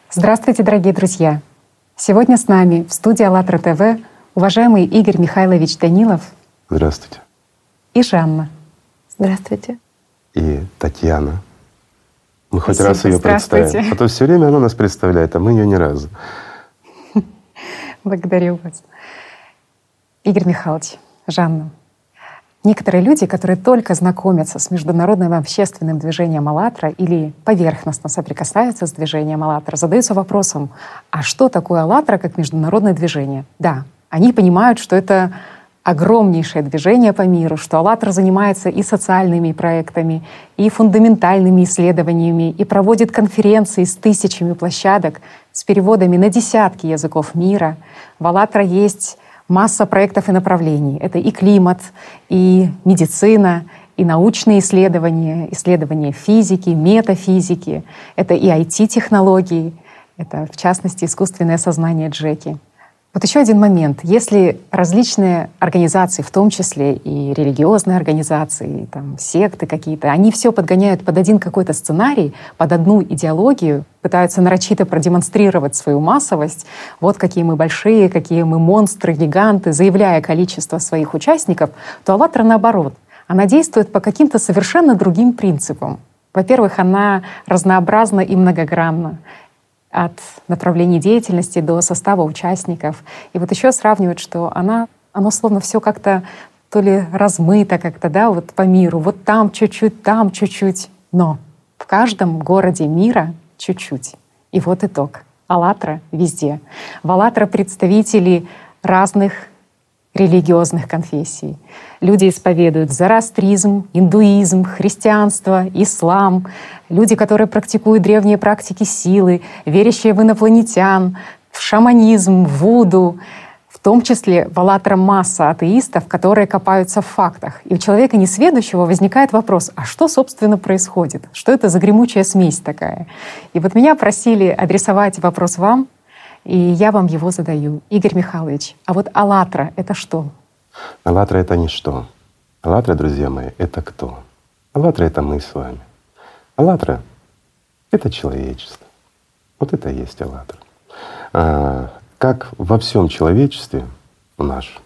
Здравствуйте, дорогие друзья! Сегодня с нами в студии АЛЛАТРА ТВ уважаемый Игорь Михайлович Данилов. Здравствуйте. И Жанна. Здравствуйте. И Татьяна. Мы хоть Спасибо. раз ее представим. А то все время она нас представляет, а мы ее ни разу. Благодарю вас. Игорь Михайлович, Жанна. Некоторые люди, которые только знакомятся с международным общественным движением АЛЛАТРА или поверхностно соприкасаются с движением АЛЛАТРА, задаются вопросом, а что такое АЛЛАТРА как международное движение? Да, они понимают, что это огромнейшее движение по миру, что АЛЛАТРА занимается и социальными проектами, и фундаментальными исследованиями, и проводит конференции с тысячами площадок, с переводами на десятки языков мира. В АЛЛАТРА есть масса проектов и направлений. Это и климат, и медицина, и научные исследования, исследования физики, метафизики. Это и IT-технологии, это, в частности, искусственное сознание Джеки. Вот еще один момент. Если различные организации, в том числе и религиозные организации, там, секты какие-то, они все подгоняют под один какой-то сценарий, под одну идеологию, пытаются нарочито продемонстрировать свою массовость, вот какие мы большие, какие мы монстры, гиганты, заявляя количество своих участников, то АЛЛАТРА наоборот. Она действует по каким-то совершенно другим принципам. Во-первых, она разнообразна и многогранна. От направлений деятельности до состава участников. И вот еще сравнивают, что оно словно все как-то то ли размыто как-то, да, вот по миру. Вот там чуть-чуть, там чуть-чуть. Но в каждом городе мира чуть-чуть. И вот итог. АЛЛАТРА везде. В АЛЛАТРА представители разных религиозных конфессий. Люди исповедуют зороастризм, индуизм, христианство, ислам. Люди, которые практикуют древние практики силы, верящие в инопланетян, в шаманизм, в вуду. В том числе в АЛЛАТРА масса атеистов, которые копаются в фактах. И у человека несведущего возникает вопрос, а что, собственно, происходит? Что это за гремучая смесь такая? И вот меня просили адресовать вопрос вам, и я вам его задаю. Игорь Михайлович, а вот АЛЛАТРА — это что? АЛЛАТРА — это ничто. АЛЛАТРА, друзья мои, это кто? АЛЛАТРА — это мы с вами. АЛЛАТРА — это человечество. Вот это и есть АЛЛАТРА. Как во всем человечестве в нашем,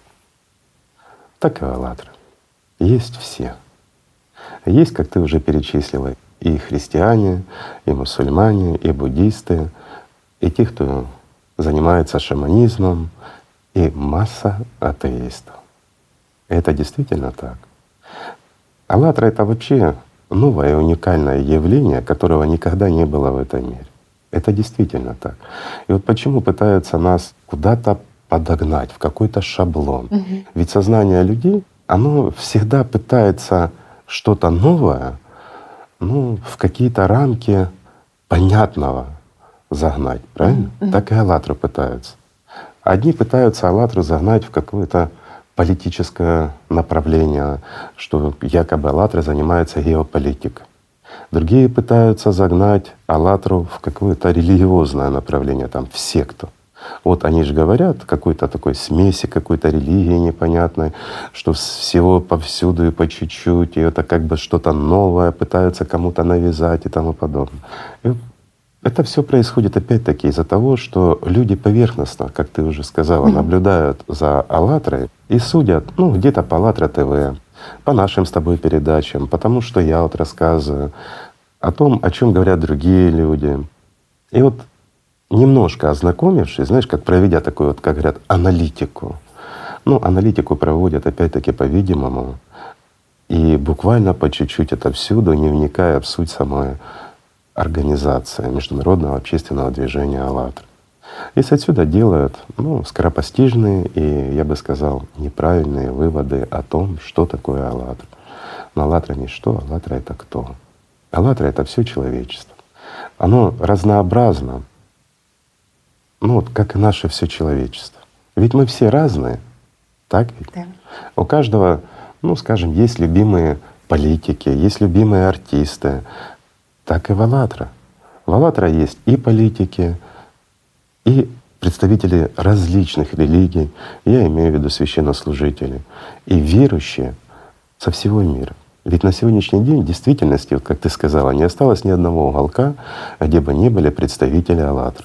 так и в АЛЛАТРА есть все. Есть, как ты уже перечислила, и христиане, и мусульмане, и буддисты, и те, кто занимается шаманизмом, и масса атеистов. Это действительно так. АЛЛАТРА — это вообще новое уникальное явление, которого никогда не было в этом мире. Это действительно так. И вот почему пытаются нас куда-то подогнать в какой-то шаблон? Ведь сознание людей, оно всегда пытается что-то новое, в какие-то рамки понятного загнать, правильно? Так и АЛЛАТРА пытаются. Одни пытаются АЛЛАТРу загнать в какое-то политическое направление, что якобы АЛЛАТРА занимается геополитикой. Другие пытаются загнать АЛЛАТРу в какое-то религиозное направление, там, в секту. Вот они же говорят какой-то такой смеси, какой-то религии непонятной, что всего повсюду и по чуть-чуть, и это как бы что-то новое пытаются кому-то навязать и тому подобное. И это все происходит опять-таки из-за того, что люди поверхностно, как ты уже сказала, наблюдают за АЛЛАТРой и судят, где-то по АЛЛАТРА ТВ, по нашим с тобой передачам, потому что я вот рассказываю о том, о чем говорят другие люди. И вот немножко ознакомившись, знаешь, как проведя такую вот, как говорят, аналитику. Аналитику проводят опять-таки по-видимому, и буквально по чуть-чуть это всюду, не вникая в суть самой организации Международного общественного движения АЛЛАТРА. И отсюда делают скоропостижные и, я бы сказал, неправильные выводы о том, что такое АЛЛАТРА. Но АЛЛАТРА не что, АЛЛАТРА — это кто? АЛЛАТРА — это все человечество. Оно разнообразно, как и наше все человечество. Ведь мы все разные, так ведь? Да. У каждого, скажем, есть любимые политики, есть любимые артисты. Так и в АЛЛАТРА. В АЛЛАТРА есть и политики, и представители различных религий, я имею в виду священнослужителей, и верующие со всего мира. Ведь на сегодняшний день в действительности, вот как ты сказала, не осталось ни одного уголка, где бы не были представители «АЛЛАТРА».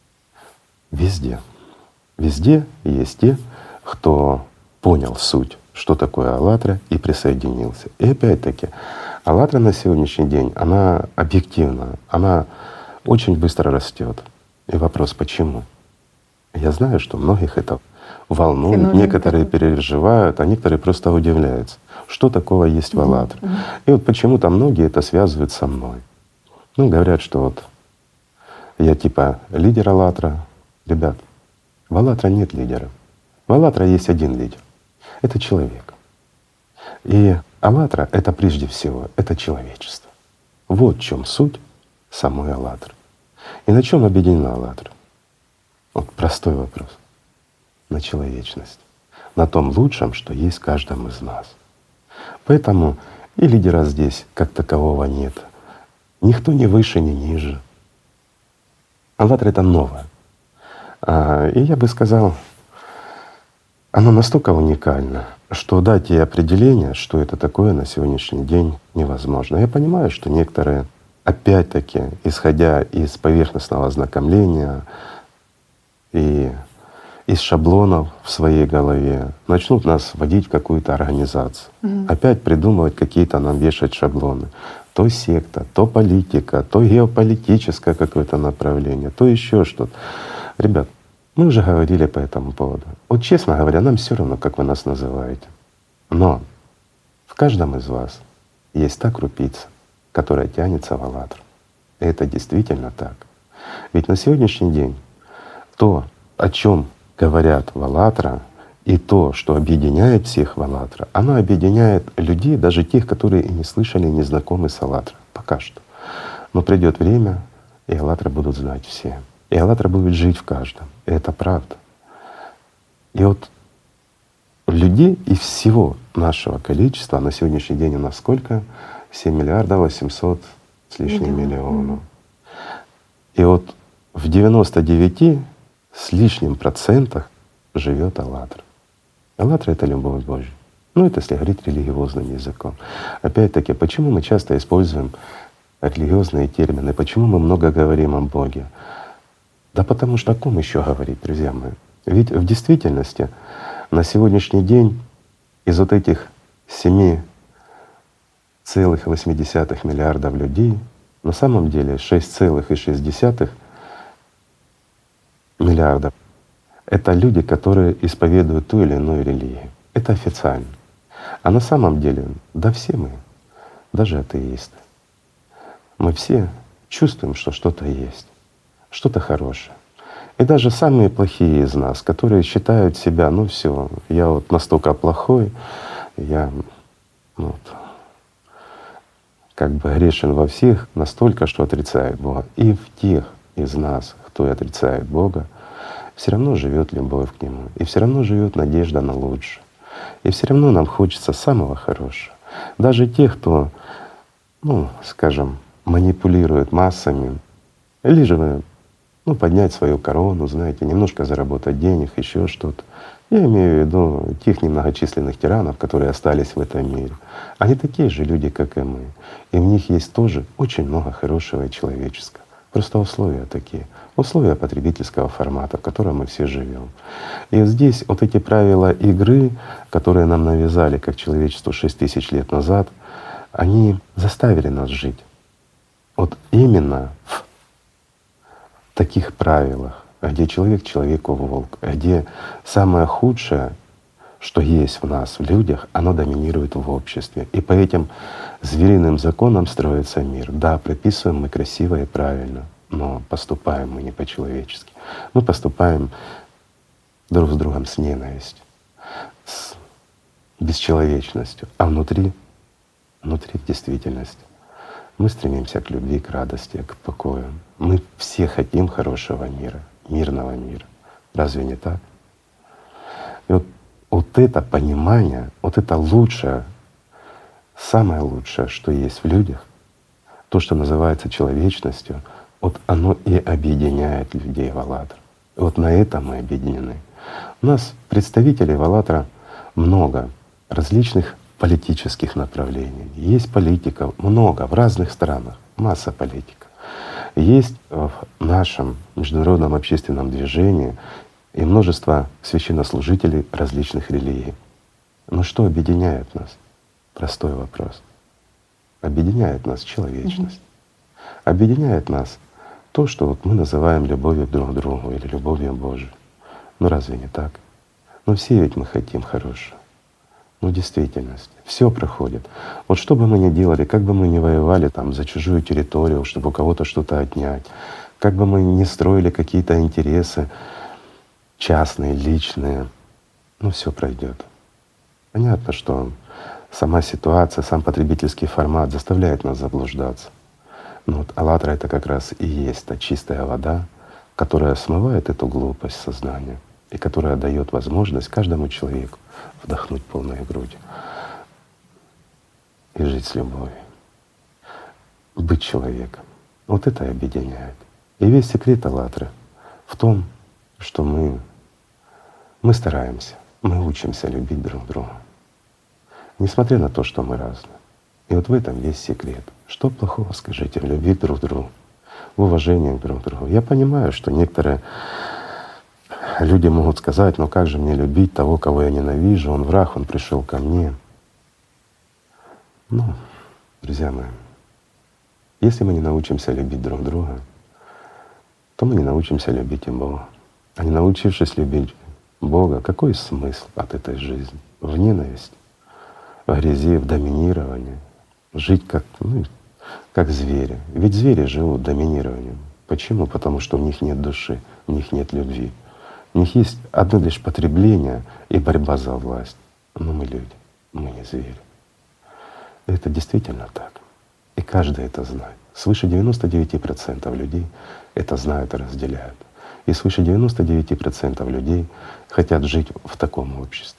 Везде. Везде есть те, кто понял суть, что такое «АЛЛАТРА», и присоединился. И опять-таки, «АЛЛАТРА» на сегодняшний день, она объективна, она очень быстро растет. И вопрос, почему? Я знаю, что многих это волнует, Феномен некоторые такой. переживают, а некоторые просто удивляются, что такого есть в «АЛЛАТРА». И вот почему-то многие это связывают со мной. Ну, говорят, что вот я типа лидер «АЛЛАТРА». Ребят, в «АЛЛАТРА» нет лидера. В «АЛЛАТРА» есть один лидер — это человек. И «АЛЛАТРА» — это прежде всего это человечество. Вот в чем суть самой «АЛЛАТРА». И на чем объединена «АЛЛАТРА»? Вот простой вопрос. На человечность, на том лучшем, что есть в каждом из нас. Поэтому и лидера здесь как такового нет. Никто не выше, ни ниже. «АЛЛАТРА» — это новое. И я бы сказал, оно настолько уникально, что дать ей определение, что это такое, на сегодняшний день невозможно. Я понимаю, что некоторые, опять-таки, исходя из поверхностного ознакомления и из шаблонов в своей голове, начнут нас вводить в какую-то организацию. Опять придумывать какие-то нам вешать шаблоны. То секта, то политика, то геополитическое какое-то направление, то еще что-то. Ребят, мы уже говорили по этому поводу. Вот честно говоря, нам все равно, как вы нас называете. Но в каждом из вас есть та крупица, которая тянется в «АЛЛАТРА». И это действительно так. Ведь на сегодняшний день то, о чем говорят в «АЛЛАТРА», и то, что объединяет всех в «АЛЛАТРА», оно объединяет людей, даже тех, которые и не слышали, и не знакомы с «АЛЛАТРА» пока что. Но придет время, и «АЛЛАТРА» будут знать все. И «АЛЛАТРА» будет жить в каждом. И это правда. И вот людей из всего нашего количества на сегодняшний день у нас сколько? 7 миллиардов 800 с лишним миллионов. И вот в 99 с лишним процентах живет «АЛЛАТРА». «АЛЛАТРА» — это любовь Божья. Ну, это если говорить религиозным языком. Опять-таки, почему мы часто используем религиозные термины, почему мы много говорим о Боге? Да потому что о ком еще говорить, друзья мои? Ведь в действительности на сегодняшний день из вот этих 7,8 миллиардов людей на самом деле 6,6 миллиардов — это люди, которые исповедуют ту или иную религию. Это официально. А на самом деле, да все мы, даже атеисты, мы все чувствуем, что что-то есть, что-то хорошее. И даже самые плохие из нас, которые считают себя, ну все, я вот настолько плохой, я вот, как бы грешен во всех настолько, что отрицают Бога. И в тех из нас, кто отрицает Бога, все равно живет любовь к Нему, и все равно живет надежда на лучшее. И все равно нам хочется самого хорошего. Даже тех, кто, ну, скажем, манипулирует массами, или же поднять свою корону, знаете, немножко заработать денег, еще что-то. Я имею в виду тех немногочисленных тиранов, которые остались в этом мире. Они такие же люди, как и мы. И в них есть тоже очень много хорошего и человеческого. Просто условия такие, условия потребительского формата, в котором мы все живем. И вот здесь вот эти правила игры, которые нам навязали как человечеству 6000 лет назад, они заставили нас жить вот именно в таких правилах, где человек человеку волк, где самое худшее, что есть в нас, в людях, оно доминирует в обществе. И по этим звериным законам строится мир. Да, прописываем мы красиво и правильно, но поступаем мы не по-человечески. Мы поступаем друг с другом с ненавистью, с бесчеловечностью, а внутри в действительности мы стремимся к любви, к радости, к покою. Мы все хотим хорошего мира, мирного мира. Разве не так? И вот это понимание, вот это лучшее, самое лучшее, что есть в людях, то, что называется человечностью, вот оно и объединяет людей в «АЛЛАТРА». Вот на этом мы объединены. У нас представителей в «АЛЛАТРА» много, различных политических направлений, есть политиков много в разных странах, масса политиков. Есть в нашем международном общественном движении и множество священнослужителей различных религий. Но что объединяет нас? Простой вопрос. Объединяет нас человечность. Объединяет нас то, что вот мы называем любовью друг к другу или любовью Божией. Ну разве не так? Ну все ведь мы хотим хорошего. Ну действительность, все проходит. Вот что бы мы ни делали, как бы мы ни воевали там за чужую территорию, чтобы у кого-то что-то отнять, как бы мы ни строили какие-то интересы частные, личные, ну все пройдет. Понятно, что сама ситуация, сам потребительский формат заставляет нас заблуждаться. Но вот «АЛЛАТРА» — это как раз и есть та чистая вода, которая смывает эту глупость сознания и которая дает возможность каждому человеку вдохнуть полной грудью и жить с любовью, быть человеком. Вот это и объединяет. И весь секрет «АЛЛАТРА» в том, что мы стараемся, мы учимся любить друг друга, несмотря на то, что мы разные. И вот в этом весь секрет. Что плохого, скажите, в любви друг к другу, в уважении друг к другу? Я понимаю, что некоторые люди могут сказать: ну как же мне любить того, кого я ненавижу, он враг, он пришел ко мне. Ну, друзья мои, если мы не научимся любить друг друга, то мы не научимся любить и Бога. А не научившись любить Бога, какой смысл от этой жизни? В ненависти, в грязи, в доминировании, жить как звери. Ведь звери живут доминированием. Почему? Потому что у них нет души, у них нет любви. У них есть одно лишь потребление и борьба за власть. Но мы люди, мы не звери. Это действительно так. И каждый это знает. Свыше 99% людей это знают и разделяют. И свыше 99% людей хотят жить в таком обществе.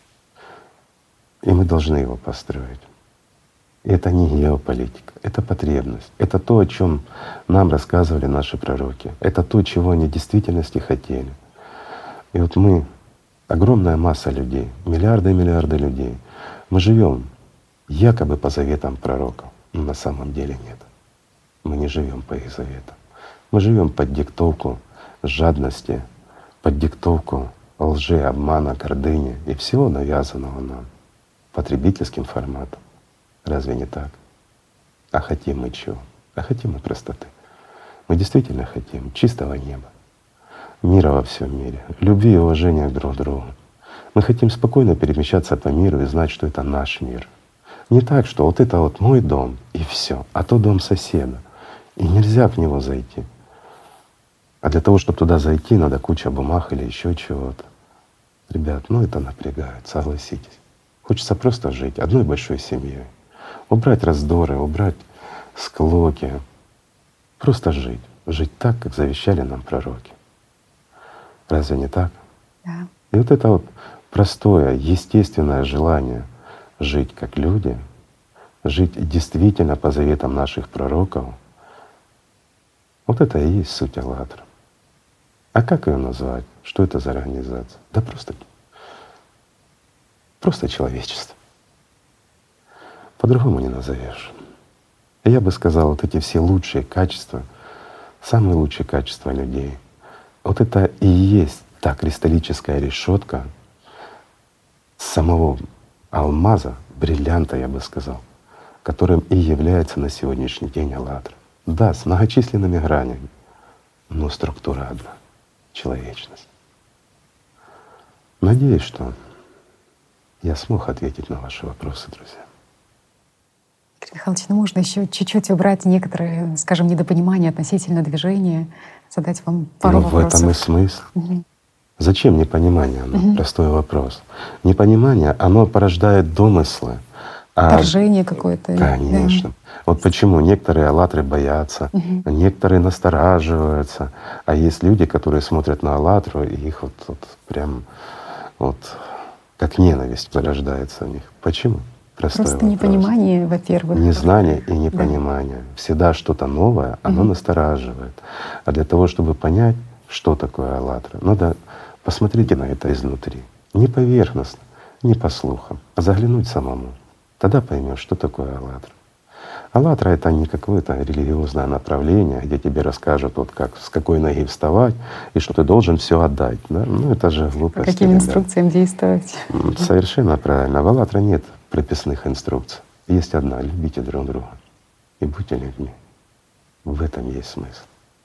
И мы должны его построить. И это не геополитика, это потребность, это то, о чем нам рассказывали наши пророки, это то, чего они в действительности хотели. И вот мы, огромная масса людей, миллиарды и миллиарды людей, мы живем якобы по заветам пророков, но на самом деле нет. Мы не живем по их заветам. Мы живем под диктовку жадности, под диктовку лжи, обмана, гордыни и всего навязанного нам потребительским форматом. Разве не так? А хотим мы чего? А хотим мы простоты. Мы действительно хотим чистого неба, мира во всем мире, любви и уважения друг к другу. Мы хотим спокойно перемещаться по миру и знать, что это наш мир. Не так, что вот это вот мой дом и все, а то дом соседа, и нельзя в него зайти. А для того, чтобы туда зайти, надо куча бумаг или еще чего-то. Ребят, ну это напрягает, согласитесь. Хочется просто жить одной большой семьей, убрать раздоры, убрать склоки, просто жить, жить так, как завещали нам пророки. Разве не так? Да. И вот это вот простое, естественное желание жить как люди, жить действительно по заветам наших пророков, вот это и есть суть «АЛЛАТРА». А как ее назвать? Что это за организация? Да просто человечество. По-другому не назовешь. Я бы сказал, вот эти все лучшие качества, самые лучшие качества людей, вот это и есть та кристаллическая решетка самого алмаза, бриллианта, я бы сказал, которым и является на сегодняшний день «АЛЛАТРА». Да, с многочисленными гранями, но структура одна — человечность. Надеюсь, что я смог ответить на ваши вопросы, друзья. Игорь Михайлович, ну можно еще чуть-чуть убрать некоторые, скажем, недопонимания относительно движения, задать вам пару вопросов. В этом и смысл. Зачем непонимание? Простой вопрос. Непонимание, оно порождает домыслы. Вторжение какое-то. Конечно. Да. Вот почему некоторые «АЛЛАТРы» боятся, некоторые настораживаются, а есть люди, которые смотрят на «АЛЛАТРу», и их вот прям вот как ненависть зарождается в них. Почему? Простой Просто вопрос. Непонимание, во-первых. Незнание и непонимание. Да. Всегда что-то новое, оно настораживает. А для того, чтобы понять, что такое «АЛЛАТРа», надо посмотреть на это изнутри. Не поверхностно, не по слухам, а заглянуть самому. Тогда поймешь, что такое «АЛЛАТРА». «АЛЛАТРА» — это не какое-то религиозное направление, где тебе расскажут, вот как с какой ноги вставать и что ты должен все отдать. Да? Ну это же По глупости. каким ребят. инструкциям действовать? Совершенно правильно. В «АЛЛАТРА» нет прописных инструкций. Есть одна — любите друг друга и будьте людьми. В этом есть смысл.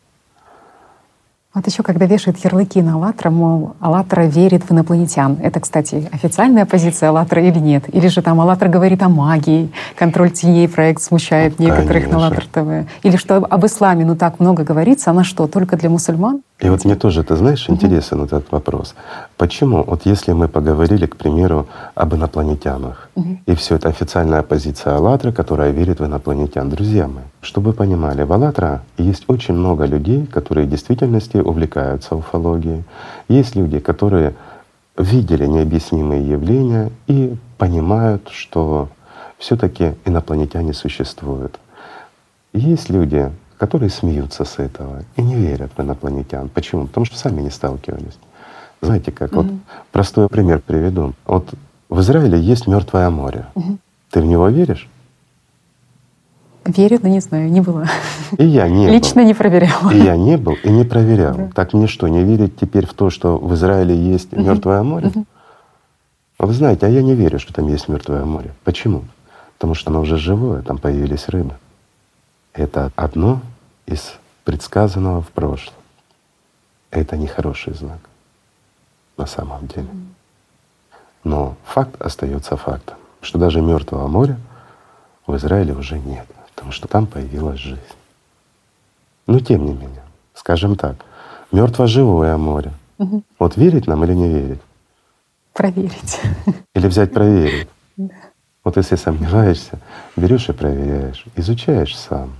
Вот еще когда вешают ярлыки на «АЛЛАТРА», мол, «АЛЛАТРА верит в инопланетян». Это, кстати, официальная позиция «АЛЛАТРА» или нет? Или же там «АЛЛАТРА» говорит о магии, «Контроль теней» проект смущает некоторых на Конечно. «АЛЛАТРА ТВ». Или что об исламе ну так много говорится, она что, только для мусульман? И вот мне тоже, ты знаешь, интересен вот этот вопрос. Почему, вот если мы поговорили, к примеру, об инопланетянах, и все это официальная позиция «АЛЛАТРА», которая верит в инопланетян. Друзья мои, чтобы вы понимали, в «АЛЛАТРА» есть очень много людей, которые в действительности увлекаются уфологией. Есть люди, которые видели необъяснимые явления и понимают, что все-таки инопланетяне существуют. Есть люди, которые смеются с этого и не верят в инопланетян. Почему? Потому что сами не сталкивались. Знаете как? Вот простой пример приведу. Вот в Израиле есть Мертвое море. Ты в него веришь? Верю, но не знаю, не была. И я не был. Лично не проверяла. И я не был и не проверял. Да. Так мне что, не верить теперь в то, что в Израиле есть Мертвое море? Вы знаете, а я не верю, что там есть Мертвое море. Почему? Потому что оно уже живое, там появились рыбы. Это одно из предсказанного в прошлом. Это не хороший знак на самом деле. Но факт остается фактом, что даже Мертвого моря в Израиле уже нет, потому что там появилась жизнь. Но тем не менее, скажем так, мертво-живое море. Вот верить нам или не верить? Проверить. Или взять проверить? Вот если сомневаешься, берешь и проверяешь, изучаешь сам,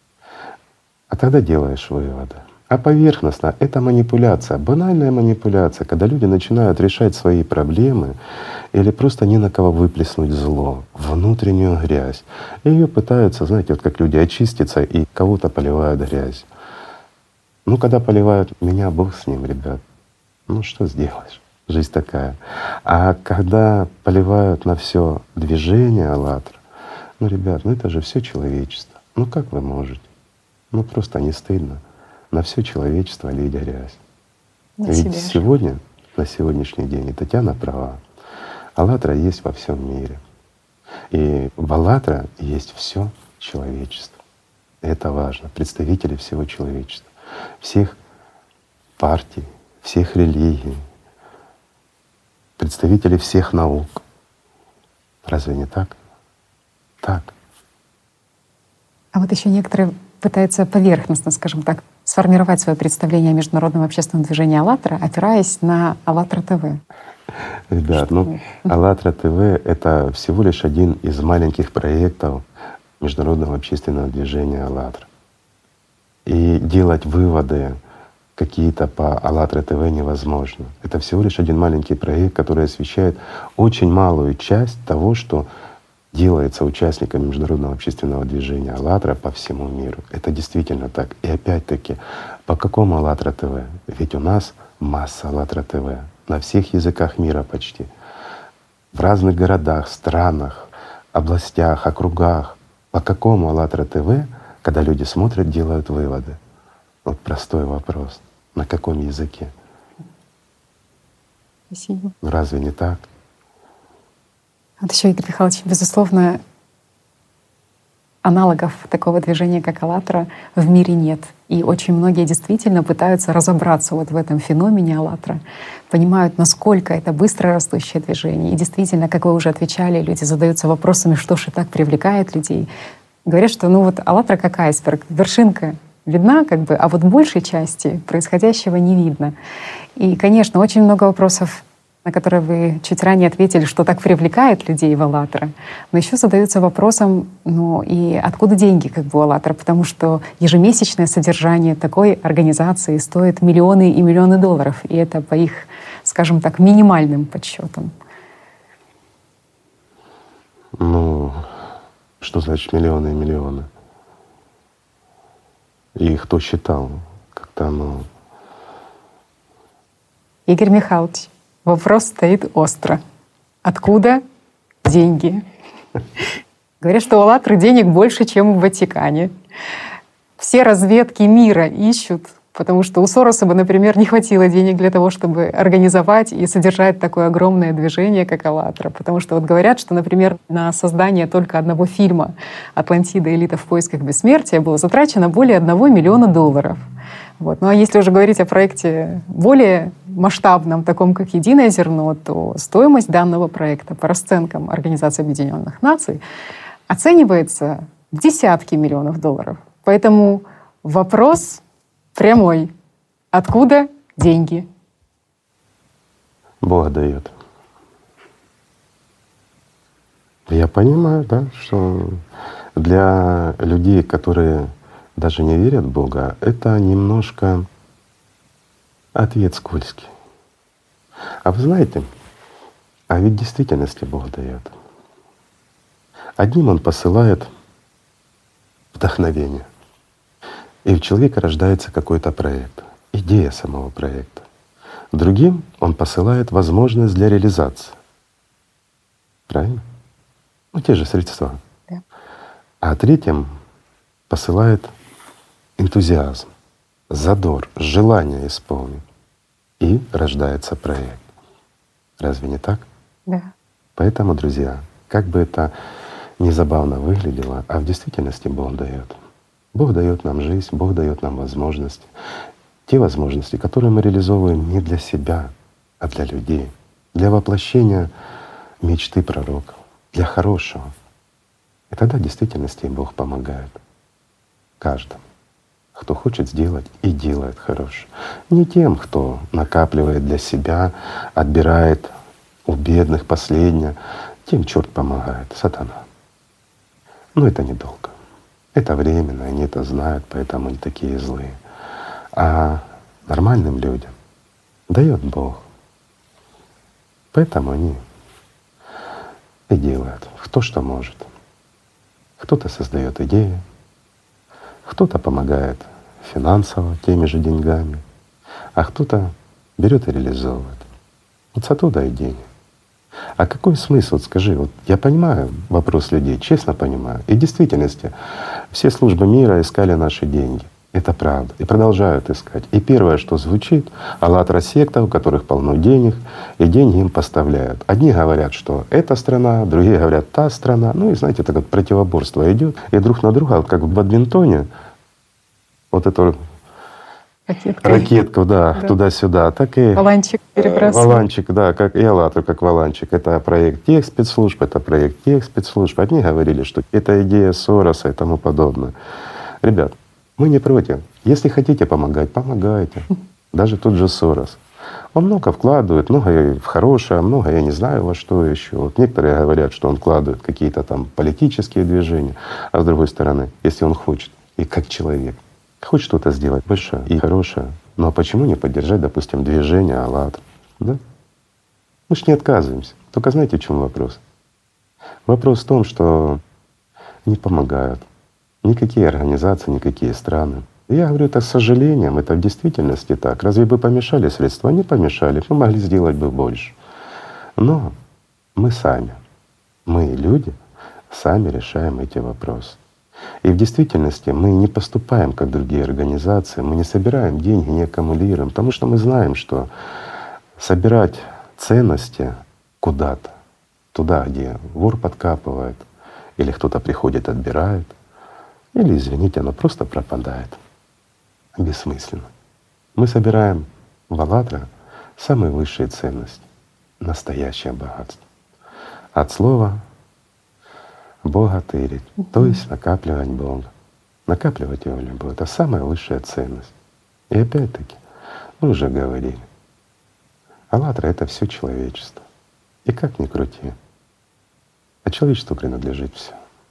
а тогда делаешь выводы. А поверхностно — это манипуляция, банальная манипуляция, когда люди начинают решать свои проблемы или просто не на кого выплеснуть зло, внутреннюю грязь. И ее пытаются, знаете, вот как люди очиститься и кого-то поливают грязь. Ну, когда поливают меня, Бог с ним, ребят. Ну что сделаешь? Жизнь такая. А когда поливают на все движение «АЛЛАТРА», ну, ребят, ну это же все человечество. Ну как вы можете? Ну просто не стыдно на все человечество лить грязь. На Ведь себя. сегодня, на сегодняшний день, и Татьяна права, «АЛЛАТРА» есть во всем мире. И в «АЛЛАТРА» есть все человечество. И это важно. Представители всего человечества, всех партий, всех религий, представители всех наук. Разве не так? Так. А вот еще некоторые пытаются поверхностно, скажем так, сформировать свое представление о международном общественном движении «АЛЛАТРА», опираясь на «АЛЛАТРА ТВ». Ребят, ну «АЛЛАТРА ТВ» — это всего лишь один из маленьких проектов международного общественного движения «АЛЛАТРА». И делать выводы какие-то по «АЛЛАТРА ТВ» невозможно. Это всего лишь один маленький проект, который освещает очень малую часть того, что делается участниками международного общественного движения «АЛЛАТРА» по всему миру. Это действительно так. И опять-таки, по какому «АЛЛАТРА ТВ»? Ведь у нас масса «АЛЛАТРА ТВ» на всех языках мира почти, в разных городах, странах, областях, округах. По какому «АЛЛАТРА ТВ», когда люди смотрят, делают выводы? Вот простой вопрос. На каком языке? Спасибо. Ну разве не так? Вот еще, Игорь Михайлович, безусловно, аналогов такого движения, как «АЛЛАТРА», в мире нет. И очень многие действительно пытаются разобраться вот в этом феномене «АЛЛАТРА», понимают, насколько это быстро растущее движение. И действительно, как вы уже отвечали, люди задаются вопросами, что же так привлекает людей. Говорят, что ну вот «АЛЛАТРА» как айсберг, вершинка видна, как бы, а вот большей части происходящего не видно. И, конечно, очень много вопросов, на которые вы чуть ранее ответили, что так привлекает людей в «АЛЛАТРА», но еще задаются вопросом, ну и откуда деньги как бы у «АЛЛАТРА», потому что ежемесячное содержание такой организации стоит миллионы и миллионы долларов, и это по их, скажем так, минимальным подсчетам. Ну, что значит миллионы и миллионы? И кто считал? Как-то оно… Игорь Михайлович, вопрос стоит остро. Откуда деньги? Говорят, что у «АЛЛАТРА» денег больше, чем в Ватикане. Все разведки мира ищут, потому что у Сороса бы, например, не хватило денег для того, чтобы организовать и содержать такое огромное движение, как «АЛЛАТРА». Потому что вот говорят, что, например, на создание только одного фильма «Атлантида. Элита в поисках бессмертия» было затрачено более $1 миллиона. Вот. Ну а если уже говорить о проекте более масштабном, таком как «Единое зерно», то стоимость данного проекта по расценкам Организации Объединенных Наций оценивается в десятки миллионов долларов. Поэтому вопрос прямой. Откуда деньги? Бог дает. Я понимаю, да, что для людей, которые даже не верят в Бога, это немножко ответ скользкий. А вы знаете, а ведь в действительности Бог дает. Одним Он посылает вдохновение, и у человека рождается какой-то проект, идея самого проекта. Другим Он посылает возможность для реализации. Правильно? Ну, те же средства. Да. А третьим посылает энтузиазм, задор, желание исполнить. И рождается проект. Разве не так? Да. Поэтому, друзья, как бы это ни забавно выглядело, а в действительности Бог дает. Бог дает нам жизнь, Бог дает нам возможности. Те возможности, которые мы реализовываем не для себя, а для людей, для воплощения мечты пророков, для хорошего. И тогда в действительности Бог помогает каждому, кто хочет сделать и делает хорошее. Не тем, кто накапливает для себя, отбирает у бедных последнее, тем черт помогает, сатана. Но это недолго. Это временно, они это знают, поэтому они такие злые. А нормальным людям дает Бог. Поэтому они и делают кто что может. Кто-то создает идеи, кто-то помогает финансово теми же деньгами, а кто-то берет и реализовывает. Вот оттуда и деньги. А какой смысл, вот скажи, вот я понимаю вопрос людей, честно понимаю. И в действительности все службы мира искали наши деньги. Это правда. И продолжают искать. И первое, что звучит, «АЛЛАТРА» секта, у которых полно денег, и деньги им поставляют. Одни говорят, что эта страна, другие говорят, та страна. Ну и знаете, так вот противоборство идет. И друг на друга, вот как в бадминтоне, вот эту ракетку, да, туда-сюда, так и Валанчик перебрасывает. Валанчик, да, как и «АЛЛАТРА», как Валанчик. Это проект тех спецслужб, это проект тех спецслужб. Одни говорили, что это идея Сороса и тому подобное. Ребят, мы не против. Если хотите помогать, помогайте. Даже тот же Сорос. Он много вкладывает, много в хорошее, много я не знаю во что еще. Вот некоторые говорят, что он вкладывает какие-то там политические движения, а с другой стороны, если он хочет, и как человек, хочет что-то сделать большое и хорошее, ну а почему не поддержать, допустим, движение «АЛЛАТРА»? Да? Мы ж не отказываемся. Только знаете, в чем вопрос? Вопрос в том, что не помогают никакие организации, никакие страны. И я говорю это с сожалением, это в действительности так. Разве бы помешали средства? Не помешали, мы могли сделать бы больше. Но мы сами, мы люди, сами решаем эти вопросы. И в действительности мы не поступаем, как другие организации, мы не собираем деньги, не аккумулируем, потому что мы знаем, что собирать ценности куда-то, туда, где вор подкапывает, или кто-то приходит, отбирает, или, извините, оно просто пропадает. Бессмысленно. Мы собираем в «АЛЛАТРА» самые высшие ценности, настоящее богатство. От слова богатырить, то есть накапливать Бога. Накапливать Его любовь — это самая высшая ценность. И опять-таки, мы уже говорили, «АЛЛАТРА» — это все человечество. И как ни крути, а человечеству принадлежит все.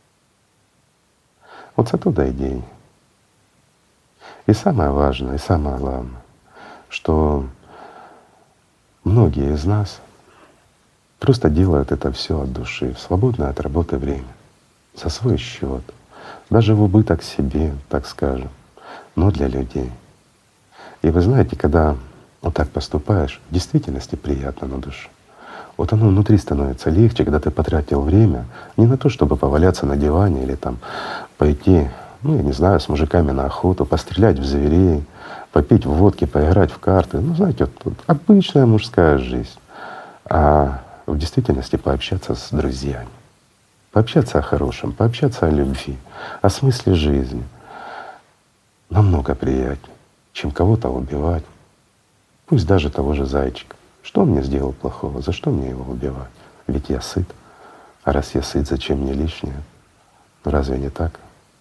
Вот оттуда и деньги. И самое важное, и самое главное, что многие из нас просто делают это все от души, в свободное от работы время, за свой счет, даже в убыток себе, так скажем, но для людей. И вы знаете, когда вот так поступаешь, в действительности приятно на душе. Вот оно внутри становится легче, когда ты потратил время не на то, чтобы поваляться на диване или там пойти, ну, я не знаю, с мужиками на охоту, пострелять в зверей, попить водки, поиграть в карты. Ну, знаете, вот обычная мужская жизнь. А в действительности пообщаться с друзьями, пообщаться о хорошем, пообщаться о любви, о смысле жизни намного приятнее, чем кого-то убивать, пусть даже того же зайчика. Что он мне сделал плохого? За что мне его убивать? Ведь я сыт. А раз я сыт, зачем мне лишнее? Ну разве не так?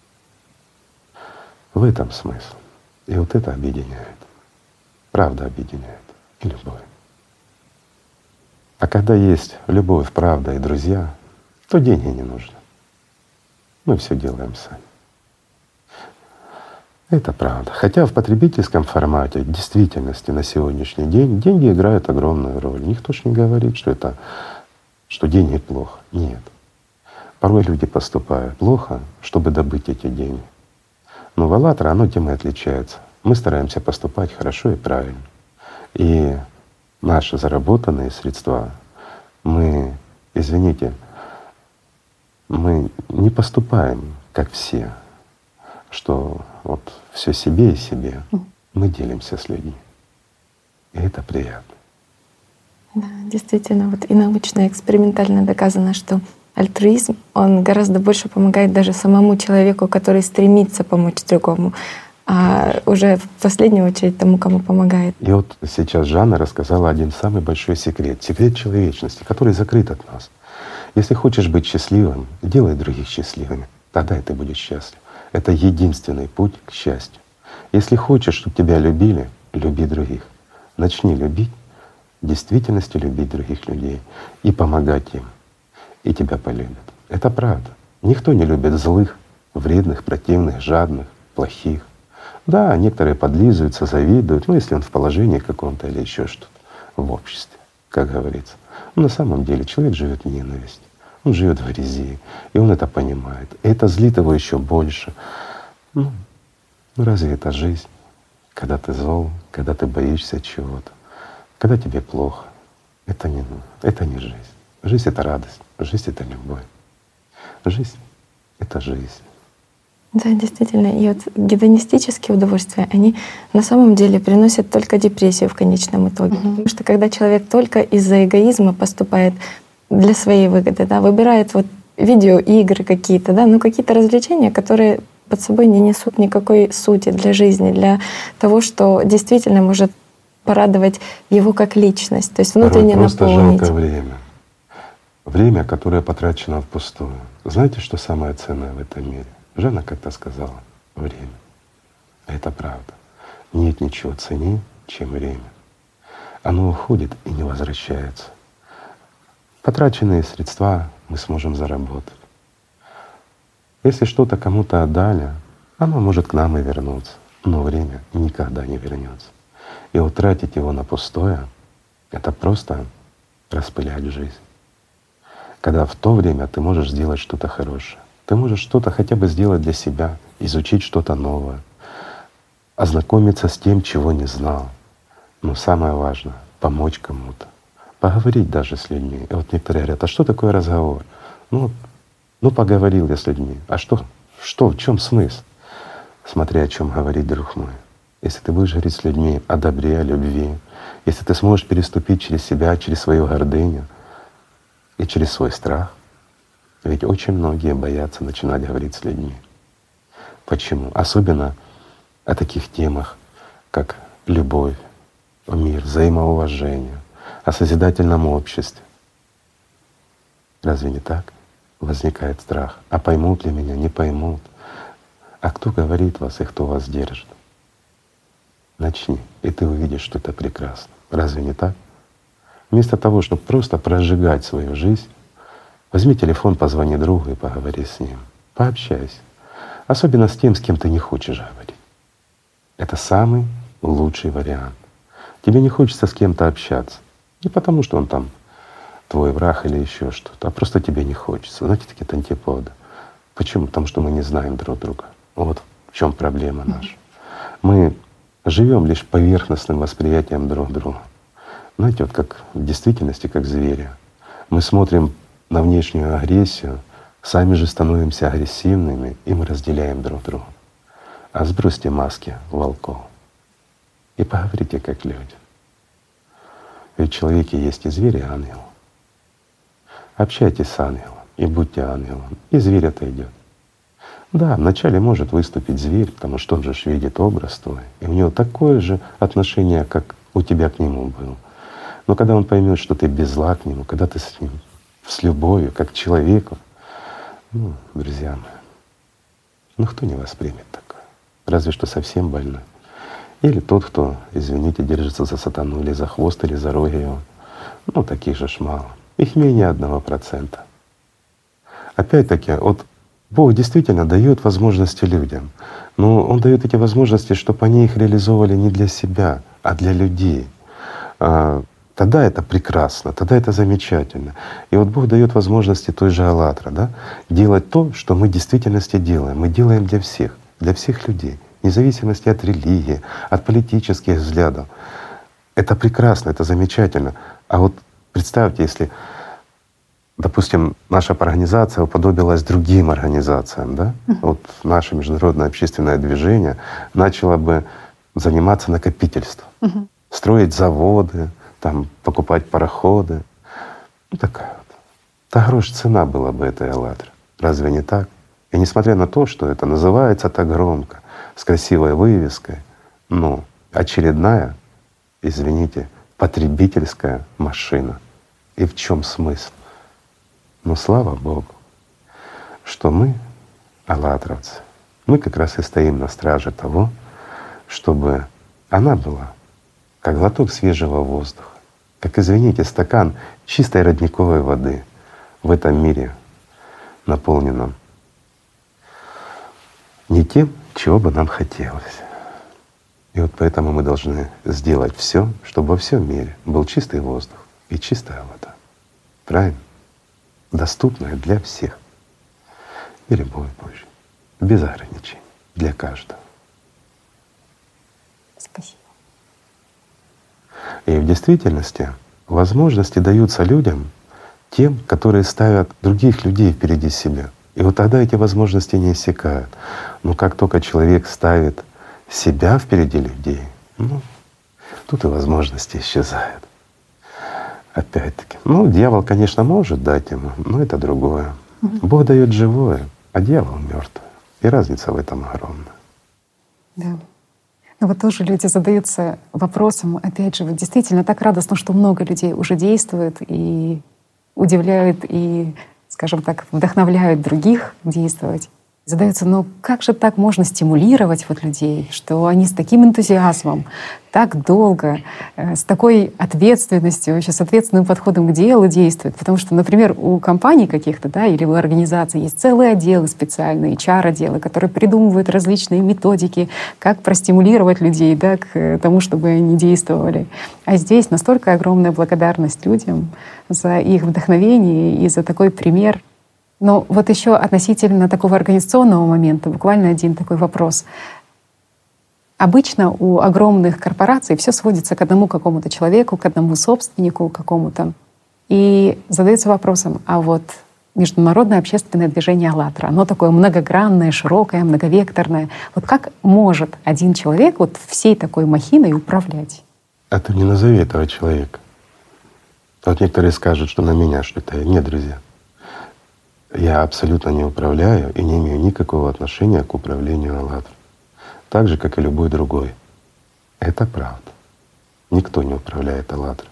В этом смысл. И вот это объединяет. Правда объединяет. И любовь. А когда есть любовь, правда и друзья, то деньги не нужны. Мы все делаем сами. Это правда. Хотя в потребительском формате, в действительности на сегодняшний день деньги играют огромную роль. Никто ж не говорит, что деньги плохо. Нет. Порой люди поступают плохо, чтобы добыть эти деньги. Но в «АЛЛАТРА» оно тем и отличается. Мы стараемся поступать хорошо и правильно. И наши заработанные средства мы, извините, мы не поступаем, как все, что вот все себе и себе. Мы делимся с людьми. И это приятно. Да, действительно, вот и научно, и экспериментально доказано, что альтруизм, он гораздо больше помогает даже самому человеку, который стремится помочь другому, а уже в последнюю очередь тому, кому помогает. И вот сейчас Жанна рассказала один самый большой секрет, секрет человечности, который закрыт от нас. Если хочешь быть счастливым, делай других счастливыми, тогда и ты будешь счастлив. Это единственный путь к счастью. Если хочешь, чтобы тебя любили, люби других. Начни любить, в действительности любить других людей и помогать им. И тебя полюбят. Это правда. Никто не любит злых, вредных, противных, жадных, плохих. Да, некоторые подлизываются, завидуют, ну если он в положении каком-то или еще что-то в обществе, как говорится. Но на самом деле человек живет в ненависти. Он живет в грязи, и он это понимает. И это злит его еще больше. Ну разве это жизнь? Когда ты зол, когда ты боишься чего-то, когда тебе плохо. Это не жизнь. Жизнь — это радость, жизнь — это любовь. Жизнь — это жизнь. Да, действительно. И вот гедонистические удовольствия, они на самом деле приносят только депрессию в конечном итоге. Потому что когда человек только из-за эгоизма поступает для своей выгоды, да, выбирает вот видеоигры какие-то, да, ну какие-то развлечения, которые под собой не несут никакой сути для жизни, для того, что действительно может порадовать его как личность, то есть внутренне просто наполнить. Жалко время. Время, которое потрачено впустую. Знаете, что самое ценное в этом мире? Жанна как-то сказала — время. Это правда. Нет ничего ценнее, чем время. Оно уходит и не возвращается. Потраченные средства мы сможем заработать. Если что-то кому-то отдали, оно может к нам и вернуться, но время никогда не вернется. И вот тратить его на пустое — это просто распылять жизнь. Когда в то время ты можешь сделать что-то хорошее, ты можешь что-то хотя бы сделать для себя, изучить что-то новое, ознакомиться с тем, чего не знал. Но самое важное — помочь кому-то, поговорить даже с людьми. И вот некоторые говорят: а что такое разговор? Ну поговорил я с людьми. А что, в чем смысл? Смотри, о чем говорит, друг мой. Если ты будешь говорить с людьми о добре, о любви, если ты сможешь переступить через себя, через свою гордыню и через свой страх, ведь очень многие боятся начинать говорить с людьми. Почему? Особенно о таких темах, как любовь, мир, взаимоуважение, о созидательном обществе. Разве не так? Возникает страх. А поймут ли меня? Не поймут. А кто говорит вас и кто вас держит? Начни, и ты увидишь, что это прекрасно. Разве не так? Вместо того, чтобы просто прожигать свою жизнь, возьми телефон, позвони другу и поговори с ним. Пообщайся. Особенно с тем, с кем ты не хочешь говорить. Это самый лучший вариант. Тебе не хочется с кем-то общаться. Не потому, что он там твой враг или еще что-то, а просто тебе не хочется. Знаете, такие антиподы. Почему? Потому что мы не знаем друг друга. Вот в чем проблема наша. Мы живем лишь поверхностным восприятием друг друга. Знаете, вот как в действительности, как звери. Мы смотрим на внешнюю агрессию, сами же становимся агрессивными, и мы разделяем друг друга. А сбросьте маски волков и поговорите как люди. Ведь в человеке есть и зверь, и ангел. Общайтесь с ангелом и будьте ангелом, и зверь отойдет. Да, вначале может выступить зверь, потому что он же видит образ твой, и у него такое же отношение, как у тебя к нему было. Но когда он поймет, что ты без зла к нему, когда ты с ним с любовью, как к человеку, друзья мои, кто не воспримет такое? Разве что совсем больной. Или тот, кто, извините, держится за сатану, или за хвост, или за роги его. Таких же мало. Их менее 1%. Опять-таки, Бог действительно дает возможности людям, но Он дает эти возможности, чтобы они их реализовывали не для себя, а для людей. Тогда это прекрасно, тогда это замечательно. И Бог дает возможности той же «АЛЛАТРА», да, делать то, что мы в действительности делаем. Мы делаем для всех людей, вне зависимости от религии, от политических взглядов. Это прекрасно, это замечательно. А представьте, если, допустим, наша организация уподобилась другим организациям, да? Наше международное общественное движение начало бы заниматься накопительством, строить заводы, покупать пароходы. Такая грош цена была бы этой «АЛЛАТРы». Разве не так? И несмотря на то, что это называется так громко, с красивой вывеской, очередная, извините, потребительская машина. И в чем смысл? Слава Богу, что мы, аллатровцы, мы как раз и стоим на страже того, чтобы она была как глоток свежего воздуха, как, извините, стакан чистой родниковой воды в этом мире, наполненном не тем, чего бы нам хотелось. И поэтому мы должны сделать все, чтобы во всем мире был чистый воздух и чистая вода. Правильно? Доступная для всех. И любовь Божья. Без ограничений. Для каждого. Спасибо. И в действительности возможности даются людям тем, которые ставят других людей впереди себя. И тогда эти возможности не иссякают. Но как только человек ставит себя впереди людей, тут и возможности исчезают. Опять-таки. Дьявол, конечно, может дать ему, но это другое. Бог дает живое, а дьявол мертвое. И разница в этом огромная. Да. Тоже люди задаются вопросом, опять же, действительно так радостно, что много людей уже действует и удивляют, и, скажем так, вдохновляют других действовать. Задаются, как же так можно стимулировать людей, что они с таким энтузиазмом, так долго, с такой ответственностью, вообще с ответственным подходом к делу действуют. Потому что, например, у компаний каких-то, или у организаций есть целые отделы специальные, HR-отделы, которые придумывают различные методики, как простимулировать людей к тому, чтобы они действовали. А здесь настолько огромная благодарность людям за их вдохновение и за такой пример. Но еще относительно такого организационного момента, буквально один такой вопрос. Обычно у огромных корпораций все сводится к одному какому-то человеку, к одному собственнику какому-то. И задается вопросом, международное общественное движение «АЛЛАТРА», оно такое многогранное, широкое, многовекторное. Как может один человек всей такой махиной управлять? А ты не назови этого человека. Некоторые скажут, что на меня что-то. Нет, друзья. Я абсолютно не управляю и не имею никакого отношения к управлению «АЛЛАТРА». Так же, как и любой другой. Это правда. Никто не управляет «АЛЛАТРА».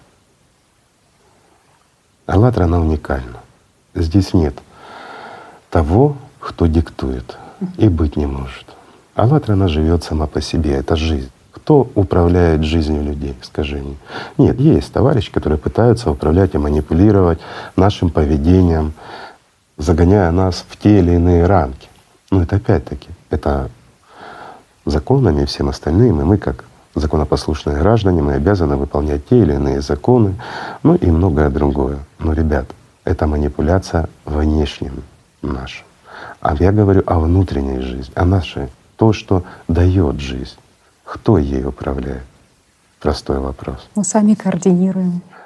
«АЛЛАТРА» она уникальна. Здесь нет того, кто диктует, и быть не может. «АЛЛАТРА» она живет сама по себе, это жизнь. Кто управляет жизнью людей, скажи мне? Нет, есть товарищи, которые пытаются управлять и манипулировать нашим поведением, загоняя нас в те или иные рамки. Это опять-таки, это законами и всем остальным, и мы как законопослушные граждане, мы обязаны выполнять те или иные законы, и многое другое. Но, ребят, это манипуляция внешним нашим. А я говорю о внутренней жизни, о нашей, то, что дает жизнь. Кто ей управляет? Простой вопрос. Мы сами координируем.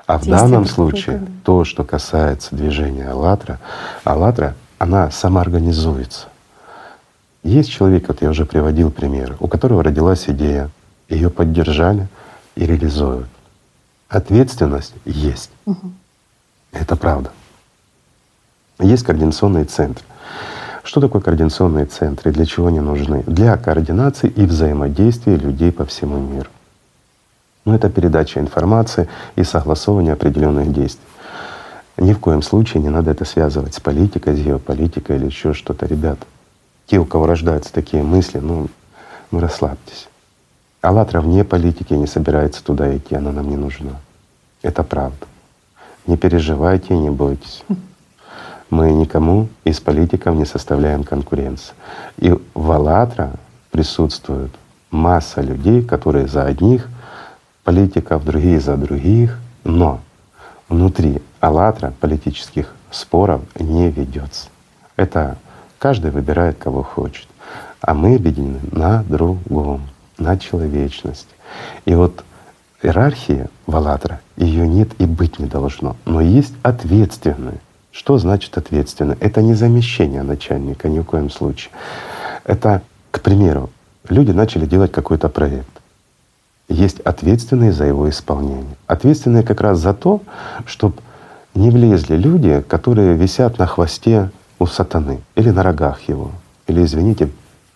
А в данном случае то, что касается движения «АЛЛАТРА», «АЛЛАТРА», она самоорганизуется. Есть человек, вот я уже приводил примеры, у которого родилась идея, ее поддержали и реализуют. Ответственность есть. Это правда. Есть координационные центры. Что такое координационные центры и для чего они нужны? Для координации и взаимодействия людей по всему миру. Это передача информации и согласовывание определенных действий. Ни в коем случае не надо это связывать с политикой, с геополитикой или еще что-то. Ребят, те, у кого рождаются такие мысли, расслабьтесь. «АЛЛАТРА» вне политики не собирается туда идти, она нам не нужна. Это правда. Не переживайте и не бойтесь. Мы никому из политиков не составляем конкуренции. И в «АЛЛАТРА» присутствует масса людей, которые за одних политиков, другие за других, но внутри «АЛЛАТРА» политических споров не ведется. Это каждый выбирает, кого хочет. А мы объединены на другом, на человечности. И вот иерархии в «АЛЛАТРА» ее нет и быть не должно. Но есть ответственные. Что значит ответственный? Это не замещение начальника ни в коем случае. Это, к примеру, люди начали делать какой-то проект. Есть ответственные за его исполнение. Ответственные как раз за то, чтобы не влезли люди, которые висят на хвосте у сатаны или на рогах его, или, извините,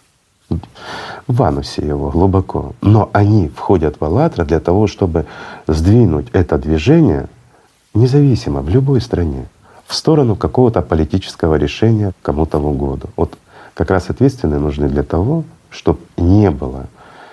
в анусе его глубоко. Но они входят в «АЛЛАТРА» для того, чтобы сдвинуть это движение независимо в любой стране в сторону какого-то политического решения кому-то в угоду. Вот как раз ответственные нужны для того, чтобы не было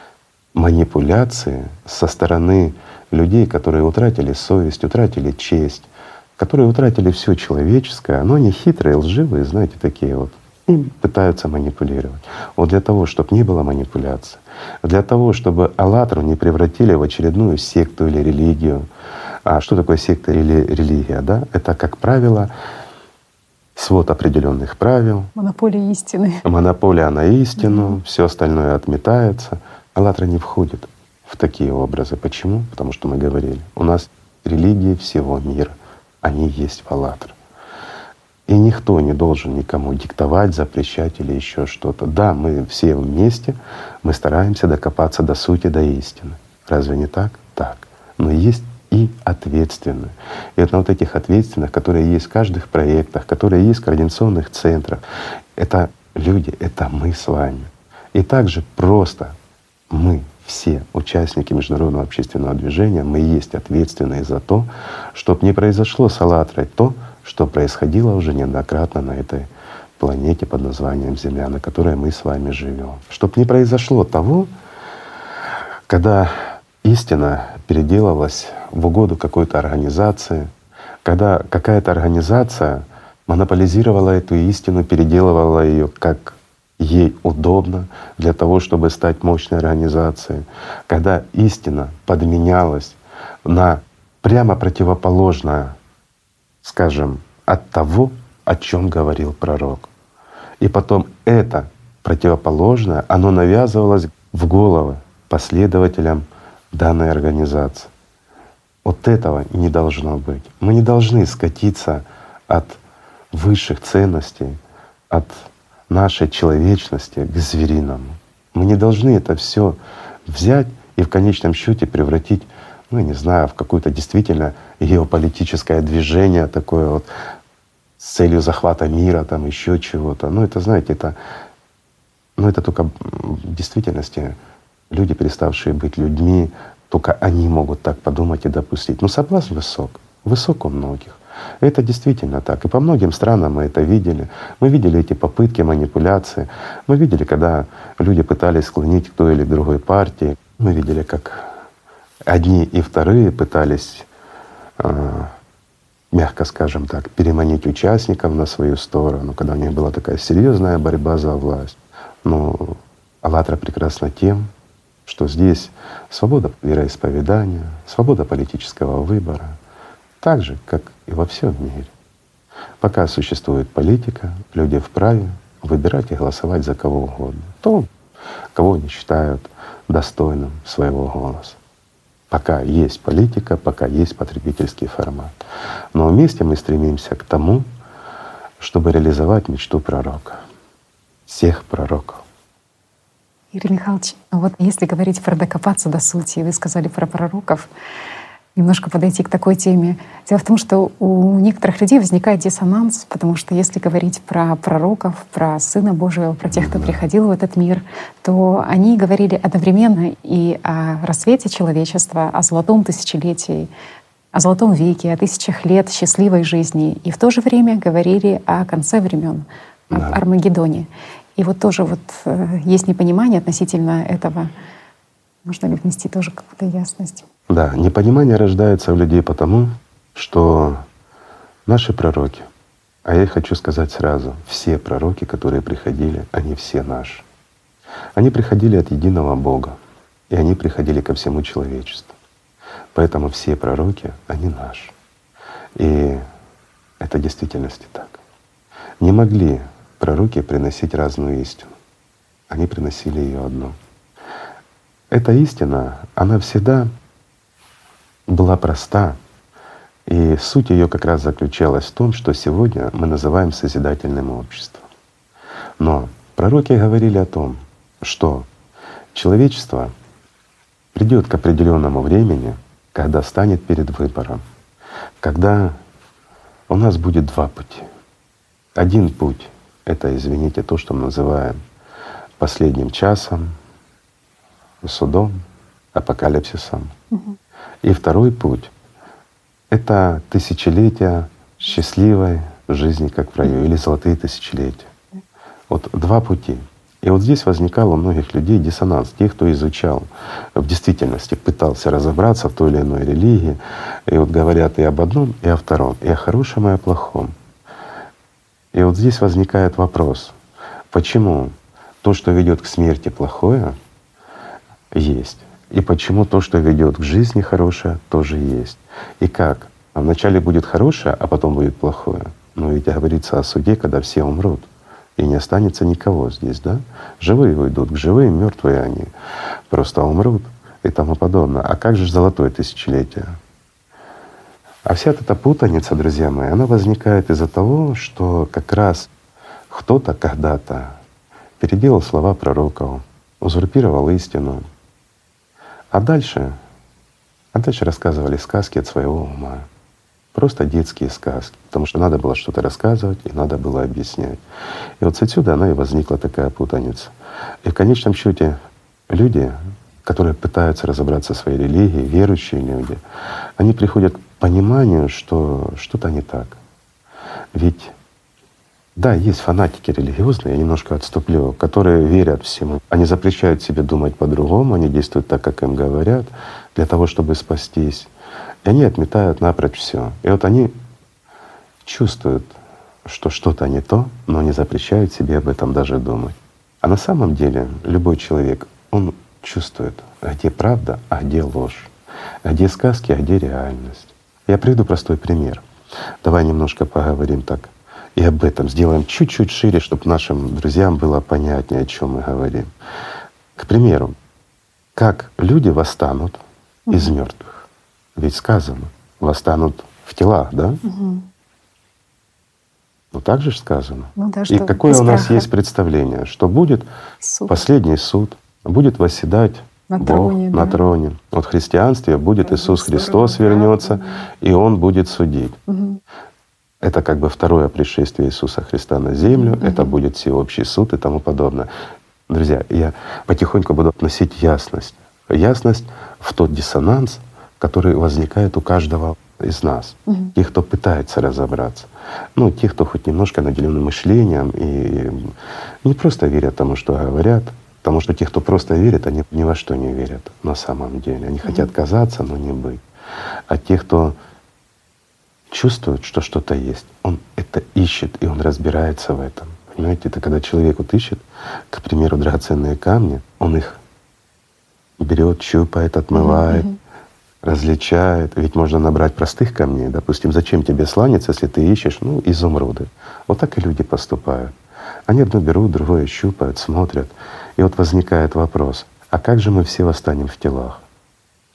манипуляции со стороны людей, которые утратили совесть, утратили честь, которые утратили все человеческое, но они хитрые, лживые, знаете, такие вот, и пытаются манипулировать. Вот для того, чтобы не было манипуляции, для того, чтобы «АЛЛАТРу» не превратили в очередную секту или религию. А что такое секта или религия? Да? Это, как правило, свод определенных правил. Монополия истины. Монополия на истину, все остальное отметается. «АЛЛАТРа» не входит в такие образы. Почему? Потому что мы говорили, у нас религии всего мира, они есть в «АЛЛАТРа». И никто не должен никому диктовать, запрещать или еще что-то. Да, мы все вместе, мы стараемся докопаться до сути, до истины. Разве не так? Так. Но есть и ответственные. И это вот этих ответственных, которые есть в каждых проектах, которые есть в координационных центрах, это люди, это мы с вами. И также просто мы все участники международного общественного движения, мы есть ответственные за то, чтобы не произошло с «АЛЛАТРой» то, что происходило уже неоднократно на этой планете под названием Земля, на которой мы с вами живем. Чтобы не произошло того, когда истина переделалась в угоду какой-то организации, когда какая-то организация монополизировала эту истину, переделывала ее как ей удобно для того, чтобы стать мощной организацией, когда истина подменялась на прямо противоположное, скажем, от того, о чем говорил пророк. И потом это противоположное, оно навязывалось в головы последователям данной организации. Вот этого не должно быть. Мы не должны скатиться от высших ценностей, от нашей человечности к звериному. Мы не должны это все взять и в конечном счете превратить, я не знаю, в какое-то действительно геополитическое движение такое вот с целью захвата мира, там еще чего-то. Это, знаете, это только в действительности люди, переставшие быть людьми, только они могут так подумать и допустить. Соблазн высок у многих. Это действительно так. И по многим странам мы это видели. Мы видели эти попытки манипуляции. Мы видели, когда люди пытались склонить к той или другой партии. Мы видели, как одни и вторые пытались, мягко скажем так, переманить участников на свою сторону, когда у них была такая серьезная борьба за власть. Но «АЛЛАТРа» прекрасна тем, что здесь свобода вероисповедания, свобода политического выбора, так же, как и во всем мире. Пока существует политика, люди вправе выбирать и голосовать за кого угодно, то, кого они считают достойным своего голоса. Пока есть политика, пока есть потребительский формат. Но вместе мы стремимся к тому, чтобы реализовать мечту пророка, всех пророков. Игорь Михайлович, вот если говорить про докопаться до сути, вы сказали про пророков, немножко подойти к такой теме. Дело в том, что у некоторых людей возникает диссонанс, потому что если говорить про пророков, про Сына Божьего, про тех, кто приходил в этот мир, то они говорили одновременно и о рассвете человечества, о золотом тысячелетии, о золотом веке, о тысячах лет счастливой жизни, и в то же время говорили о конце времен, об Армагеддоне. И вот тоже вот есть непонимание относительно этого. Можно ли внести тоже какую-то ясность? Да, непонимание рождается у людей потому, что наши пророки, а я хочу сказать сразу, все пророки, которые приходили, они все наши. Они приходили от единого Бога, и они приходили ко всему человечеству. Поэтому все пророки, они наши. И это в действительности так. Не могли пророки приносить разную истину. Они приносили ее одну. Эта истина, она всегда была проста, и суть ее как раз заключалась в том, что сегодня мы называем созидательным обществом. Но пророки говорили о том, что человечество придет к определенному времени, когда станет перед выбором, когда у нас будет два пути. Один путь — это, извините, то, что мы называем последним часом, судом, апокалипсисом. И второй путь — это тысячелетия счастливой жизни, как в раю, или золотые тысячелетия. Вот два пути. И вот здесь возникал у многих людей диссонанс. Тех, кто изучал, в действительности пытался разобраться в той или иной религии, и вот говорят и об одном, и о втором, и о хорошем, и о плохом. И вот здесь возникает вопрос, почему то, что ведет к смерти плохое, есть, и почему то, что ведет к жизни хорошее, тоже есть. И как? Вначале будет хорошее, а потом будет плохое. Но ведь говорится о суде, когда все умрут, и не останется никого здесь, да? Живые уйдут к живым, мертвые они просто умрут и тому подобное. А как же золотое тысячелетие? А вся эта путаница, друзья мои, она возникает из-за того, что как раз кто-то когда-то переделал слова пророков, узурпировал истину, а дальше рассказывали сказки от своего ума. Просто детские сказки, потому что надо было что-то рассказывать и надо было объяснять. И вот отсюда она и возникла такая путаница. И в конечном счете люди, которые пытаются разобраться в своей религии, верующие люди, они приходят к пониманию, что что-то не так. Ведь да, есть фанатики религиозные, я немножко отступлю, которые верят всему. Они запрещают себе думать по-другому, они действуют так, как им говорят, для того, чтобы спастись. И они отметают напрочь все. И вот они чувствуют, что что-то не то, но не запрещают себе об этом даже думать. А на самом деле любой человек, он чувствует, где правда, а где ложь, где сказки, а где реальность. Я приведу простой пример. Давай немножко поговорим так и об этом, сделаем чуть-чуть шире, чтобы нашим друзьям было понятнее, о чем мы говорим. К примеру, как люди восстанут из мертвых? Ведь сказано, восстанут в телах, да? Ну так же сказано. Ну, да, и какое у нас есть представление, что будет суд. последний суд, будет восседать на Бог троне, на да. троне. Вот в христианстве будет Иисус Христос вернется, и Он будет судить. Это как бы второе пришествие Иисуса Христа на землю, это будет всеобщий суд и тому подобное. Друзья, я потихоньку буду вносить ясность. Ясность в тот диссонанс, который возникает у каждого из нас, тех, кто пытается разобраться. Ну, тех, кто хоть немножко наделен мышлением и не просто верят тому, что говорят, потому что те, кто просто верит, они ни во что не верят на самом деле. Они хотят казаться, но не быть. А те, кто чувствует, что что-то есть, он это ищет, и он разбирается в этом. Понимаете, это когда человек вот ищет, к примеру, драгоценные камни, он их берет, щупает, отмывает, различает. Ведь можно набрать простых камней. Допустим, зачем тебе сланец, если ты ищешь, ну, изумруды. Вот так и люди поступают. Они одно берут, другое щупают, смотрят. И вот возникает вопрос: а как же мы все восстанем в телах?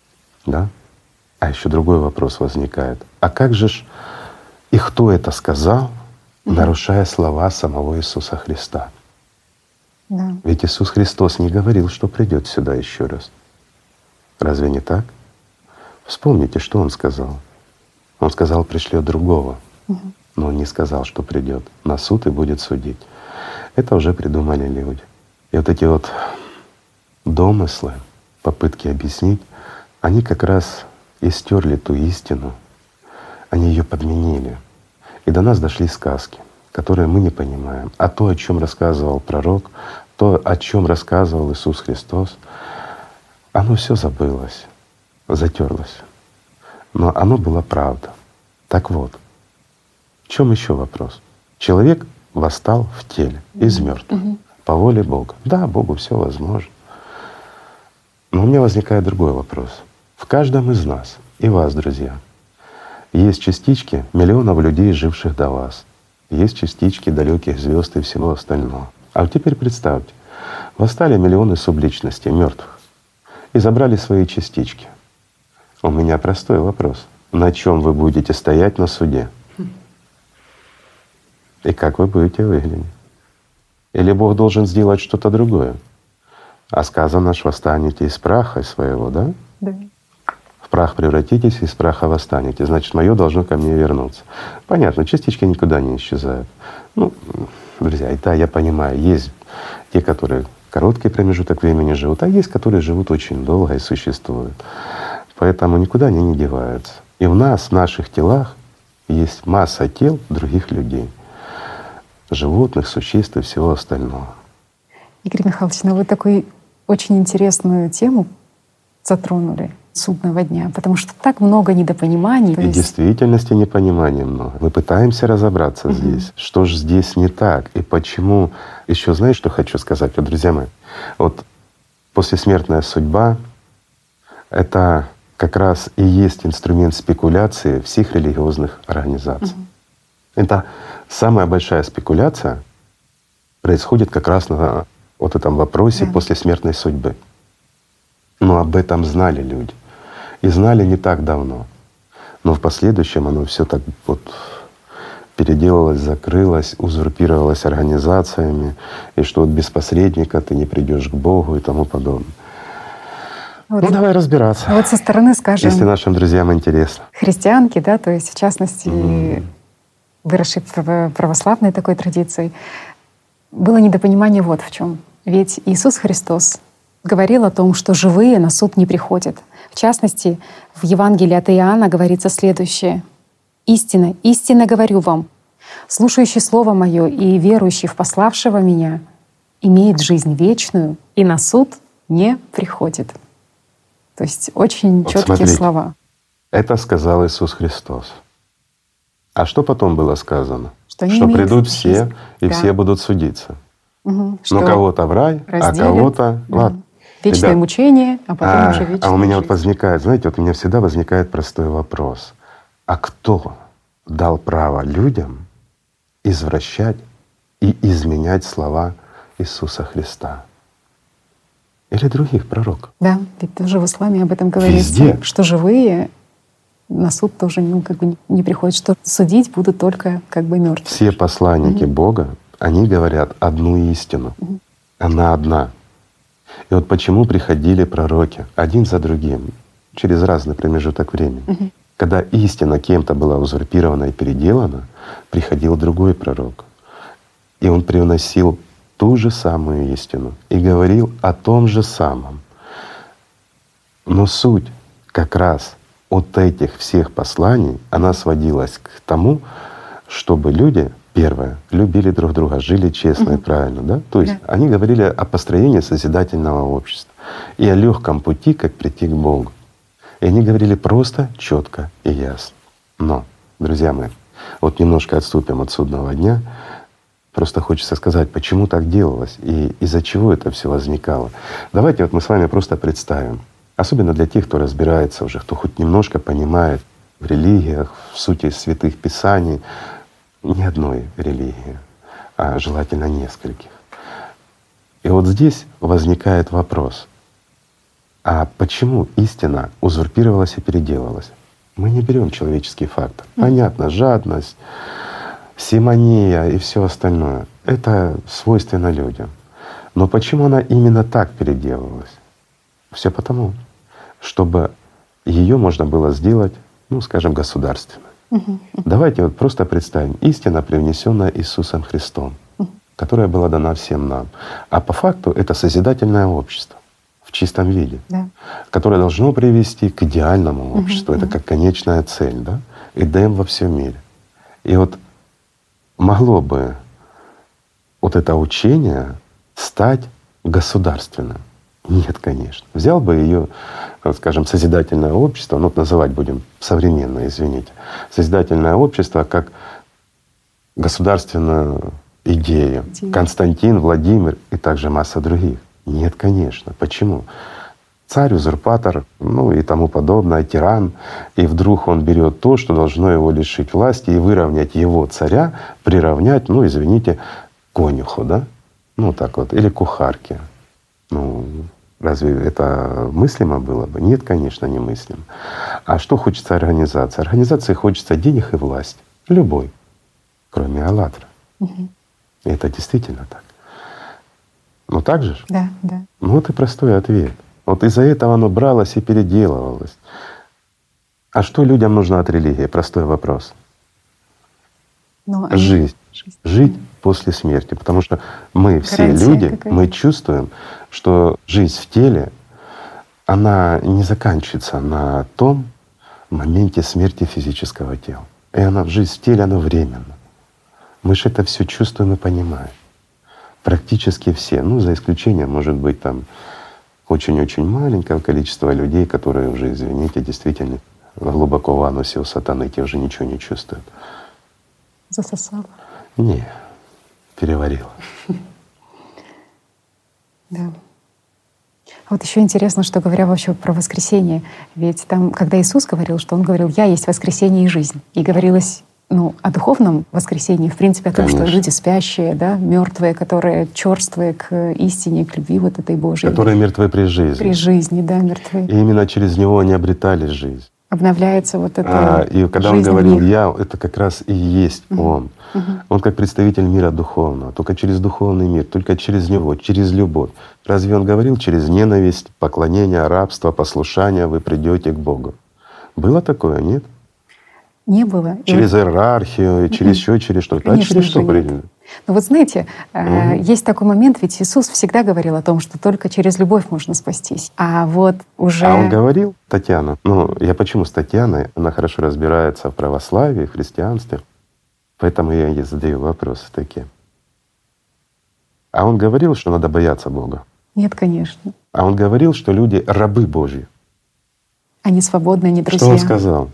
Да? А еще другой вопрос возникает. А как же ж и кто это сказал, нарушая слова самого Иисуса Христа? Да. Ведь Иисус Христос не говорил, что придет сюда еще раз. Разве не так? Вспомните, что Он сказал. Он сказал, пришлет другого. Но Он не сказал, что придет на суд и будет судить. Это уже придумали люди. И вот эти вот домыслы, попытки объяснить, они как раз и стерли ту истину, они ее подменили. И до нас дошли сказки, которые мы не понимаем. А то, о чем рассказывал пророк, то, о чем рассказывал Иисус Христос, оно все забылось, затерлось. Но оно было правда. Так вот, в чем еще вопрос? Человек восстал в теле из мертвых по воле Бога. Да, Богу все возможно. Но у меня возникает другой вопрос. В каждом из нас, и вас, друзья, есть частички миллионов людей, живших до вас. Есть частички далеких звезд и всего остального. А вот теперь представьте, восстали миллионы субличностей, мертвых, и забрали свои частички. У меня простой вопрос. На чем вы будете стоять на суде? И как вы будете выглядеть? Или Бог должен сделать что-то другое? А сказано ж, восстанете из праха своего, да? Да. В прах превратитесь, из праха восстанете. Значит, мое должно ко мне вернуться. Понятно, частички никуда не исчезают. Ну, друзья, и да, я понимаю, есть те, которые короткий промежуток времени живут, а есть, которые живут очень долго и существуют. Поэтому никуда они не деваются. И в нас, в наших телах, есть масса тел других людей, животных, существ и всего остального. Игорь Михайлович, ну вы такую очень интересную тему затронули — судного дня, потому что так много недопониманий. И в действительности непонимания много. Мы пытаемся разобраться здесь, что же здесь не так и почему. Еще знаете, что хочу сказать, вот, друзья мои? Вот послесмертная судьба — это как раз и есть инструмент спекуляции всех религиозных организаций. Это самая большая спекуляция происходит как раз на вот этом вопросе послесмертной судьбы. Но об этом знали люди. И знали не так давно. Но в последующем оно все так вот переделалось, закрылось, узурпировалось организациями, и что вот без посредника ты не придешь к Богу и тому подобное. Вот, ну давай разбираться. Вот со стороны, скажем, если нашим друзьям интересно. Христианки, да, то есть в частности, выросшей в православной такой традиции, было недопонимание вот в чем. Ведь Иисус Христос говорил о том, что живые на суд не приходят. В частности, в Евангелии от Иоанна говорится следующее: «Истинно, истинно говорю вам, слушающий Слово Мое и верующий в пославшего Меня имеет жизнь вечную и на суд не приходит». То есть очень вот четкие смотрите, слова. Это сказал Иисус Христос. А что потом было сказано? Что придут все, и да. все будут судиться. Но кого-то в рай, разделят, а кого-то… Ладно. Вечное Ребят, мучение, а потом уже вечная А у меня жизнь. вот возникает, знаете, вот у меня всегда возникает простой вопрос. А кто дал право людям извращать и изменять слова Иисуса Христа? Или других пророков? Да, ведь тоже в исламе об этом говорится, Везде. что живые на суд тоже не приходят, что судить будут только мертвые. Все посланники Бога, они говорят одну истину. Она одна. И вот почему приходили пророки один за другим, через разный промежуток времени. Когда истина кем-то была узурпирована и переделана, приходил другой пророк. И он привносил ту же самую истину и говорил о том же самом. Но суть как раз от этих всех посланий, она сводилась к тому, чтобы люди, первое, любили друг друга, жили честно и правильно, да? То есть они говорили о построении созидательного общества и о легком пути, как прийти к Богу. И они говорили просто, четко и ясно. Но, друзья мои, вот немножко отступим от судного дня. Просто хочется сказать, почему так делалось и из-за чего это все возникало. Давайте вот мы с вами просто представим, особенно для тех, кто разбирается уже, кто хоть немножко понимает в религиях, в сути святых писаний, не одной религии, а желательно нескольких. И вот здесь возникает вопрос: А почему истина узурпировалась и переделалась? Мы не берем человеческий фактор. Понятно, жадность, симония и все остальное — это свойственно людям. Но почему она именно так переделывалась? Все потому, чтобы ее можно было сделать, ну, скажем, государственной. Давайте вот просто представим: истина, привнесенная Иисусом Христом, которая была дана всем нам. А по факту это созидательное общество в чистом виде, которое должно привести к идеальному обществу. Это как конечная цель, да? Эдем во всем мире. И вот могло бы вот это учение стать государственным? Нет, конечно. Взял бы ее, скажем, созидательное общество, ну называть будем современное, извините, созидательное общество как государственную идею. Константин, Владимир и также масса других. Нет, конечно. Почему? Царь, узурпатор, ну и тому подобное, тиран, и вдруг он берет то, что должно его лишить власти, и выровнять его царя, приравнять, ну извините, конюху, да? Ну так вот, или кухарке. Ну, разве это мыслимо было бы? Нет, конечно, не мыслимо. А что хочется организации? Организации хочется денег и власть. Любой, кроме «АЛЛАТРА». И это действительно так. Ну так же? Да, да. Ну вот и простой ответ. Вот из-за этого оно бралось и переделывалось. А что людям нужно от религии? Простой вопрос. Жизнь. Жить после смерти. Потому что мы все люди, мы чувствуем, что жизнь в теле, она не заканчивается на том моменте смерти физического тела. И она, жизнь в теле, она временна. Мы же это все чувствуем и понимаем. Практически все. Ну, за исключением, может быть, там очень-очень маленького количества людей, которые уже, извините, действительно глубоко в анусе у сатаны, те уже ничего не чувствуют. Засосало? Не, переварила. Да. А вот еще интересно, что говоря вообще про воскресение, ведь там, когда Иисус говорил, что Он говорил: «Я есть воскресение и жизнь», и говорилось, ну, о духовном воскресении, в принципе, о том, Конечно. что люди спящие, да, мертвые, которые черствые к истине, к любви вот этой Божьей. Которые мертвы при жизни. При жизни, да, мертвые. И именно через него они обретали жизнь. Обновляется вот это. И когда Он говорил «Я», это как раз и есть Он. Он как представитель мира духовного, только через духовный мир, только через него, через любовь. Разве Он говорил через ненависть, поклонение, рабство, послушание вы придете к Богу? Было такое, нет? Не было. Через иерархию, через еще через что-то. А через что придет? Ну вот знаете, есть такой момент, ведь Иисус всегда говорил о том, что только через любовь можно спастись. А вот уже… А Он говорил, Татьяна, ну я почему с Татьяной, она хорошо разбирается в православии, в христианстве, поэтому я ей задаю вопросы такие. А Он говорил, что надо бояться Бога? Нет, конечно. А Он говорил, что люди — рабы Божьи? Они свободны, они друзья. Что Он сказал?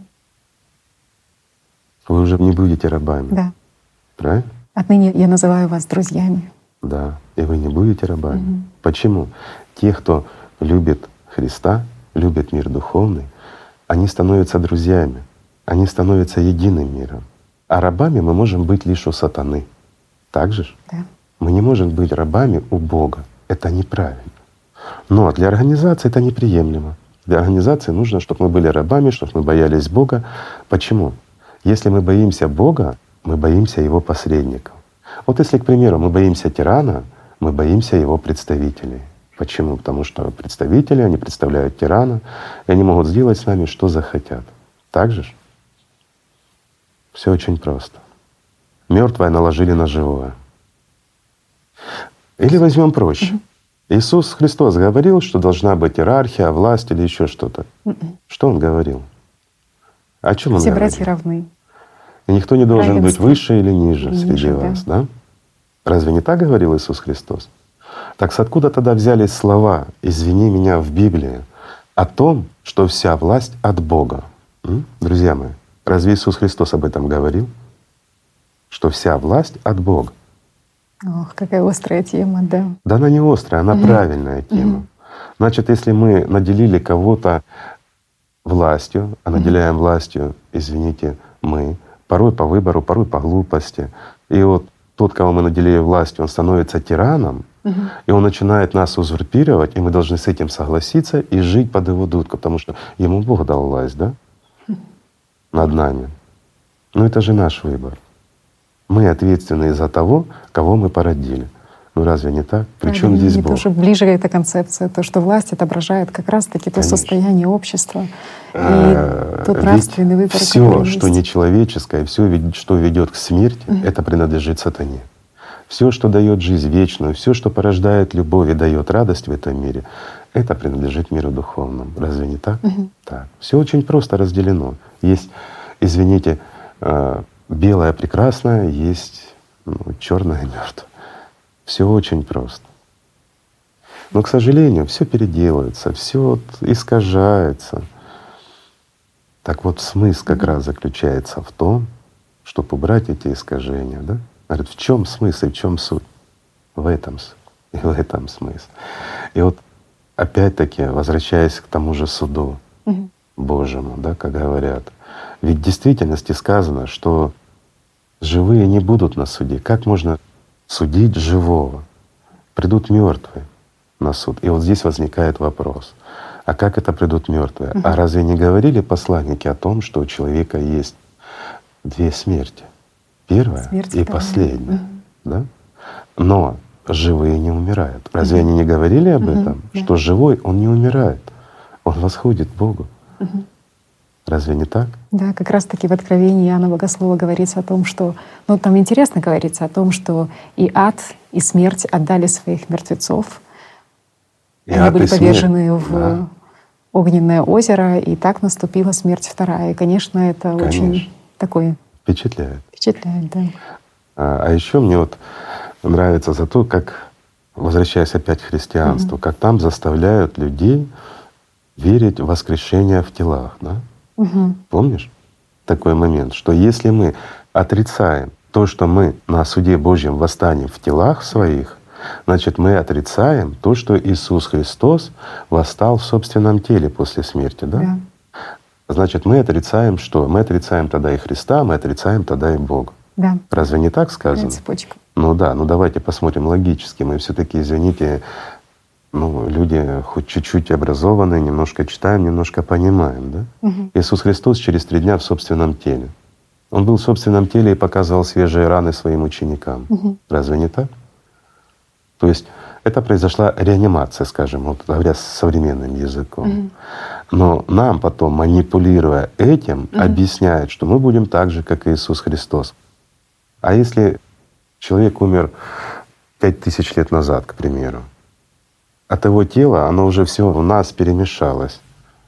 Вы уже не будете рабами. Да. Правильно? Отныне я называю вас друзьями. Да. И вы не будете рабами. Почему? Те, кто любит Христа, любит мир духовный, они становятся друзьями, они становятся единым миром. А рабами мы можем быть лишь у сатаны. Так же? Да. Мы не можем быть рабами у Бога. Это неправильно. Но для организации это неприемлемо. Для организации нужно, чтобы мы были рабами, чтобы мы боялись Бога. Почему? Если мы боимся Бога, мы боимся Его посредников. Вот если, к примеру, мы боимся тирана, мы боимся его представителей. Почему? Потому что представители, они представляют тирана, и они могут сделать с нами, что захотят. Так же? Все очень просто. Мертвое наложили на живое. Или возьмем проще. Иисус Христос говорил, что должна быть иерархия, власть или еще что-то. Что Он говорил? О чем Он Все говорил? братья равны. И никто не должен быть Равенство. выше или ниже среди Ниже, вас, да? Разве не так говорил Иисус Христос? Так с откуда тогда взялись слова «извини меня» в Библии о том, что вся власть от Бога? Друзья мои, разве Иисус Христос об этом говорил? Что вся власть от Бога. Ох, какая острая тема, да. Да она не острая, она правильная тема. Значит, если мы наделили кого-то властью, а наделяем властью, извините, мы, порой по выбору, порой по глупости, и вот тот, кого мы наделили властью, он становится тираном, И он начинает нас узурпировать, и мы должны с этим согласиться и жить под его дудку, потому что ему Бог дал власть, да, над нами. Но это же наш выбор. Мы ответственны за того, кого мы породили. Ну разве не так? Причем здесь Мне Бог? тоже ближе эта концепция, то, что власть отображает как раз-таки то состояние общества и тот нравственный выбор. Все, что нечеловеческое, все, что ведет к смерти, это принадлежит сатане. Все, что дает жизнь вечную, все, что порождает любовь и дает радость в этом мире, это принадлежит миру духовному. Разве не так? Так. Все очень просто разделено. Есть, извините, белое прекрасное, есть черное мертвое. Все очень просто. Но, к сожалению, все переделывается, все искажается. Так вот, смысл как раз заключается в том, чтобы убрать эти искажения, да? Говорит, в чем смысл и в чем суть? В этом и в этом смысл. И вот опять-таки, возвращаясь к тому же суду Божьему, да, как говорят, ведь в действительности сказано, что живые не будут на суде. Как можно судить живого? Придут мертвые на суд. И вот здесь возникает вопрос: а как это придут мертвые? А разве не говорили посланники о том, что у человека есть две смерти? Первая смерть и последняя. Да? Но живые не умирают. Разве они не говорили об этом? Что живой, он не умирает, он восходит к Богу. Разве не так? Да, как раз-таки в Откровении Иоанна Богослова говорится о том, что… Ну, там интересно говорится о том, что и ад, и смерть отдали своих мертвецов. И они были повержены в огненное озеро, и так наступила смерть вторая. И, конечно, это очень такой… Впечатляет. Впечатляет, да. А еще мне вот нравится за то, как, возвращаясь опять к христианству, как там заставляют людей верить в воскрешение в телах, да? Помнишь такой момент, что если мы отрицаем то, что мы на суде Божьем восстанем в телах своих, значит, мы отрицаем то, что Иисус Христос восстал в собственном теле после смерти, да? Значит, мы отрицаем что? Мы отрицаем тогда и Христа, мы отрицаем тогда и Бога. Да. Разве не так сказано? Цепочка. Ну да, ну давайте посмотрим логически. Мы все-таки, извините, люди хоть чуть-чуть образованные, немножко читаем, немножко понимаем, да? Иисус Христос через 3 дня в собственном теле. Он был в собственном теле и показывал свежие раны своим ученикам. Разве не так? То есть это произошла реанимация, скажем, вот говоря современным языком. Но нам потом, манипулируя этим, объясняют, что мы будем так же, как и Иисус Христос. А если человек умер 5000 лет назад, к примеру, от его тела оно уже все у нас перемешалось.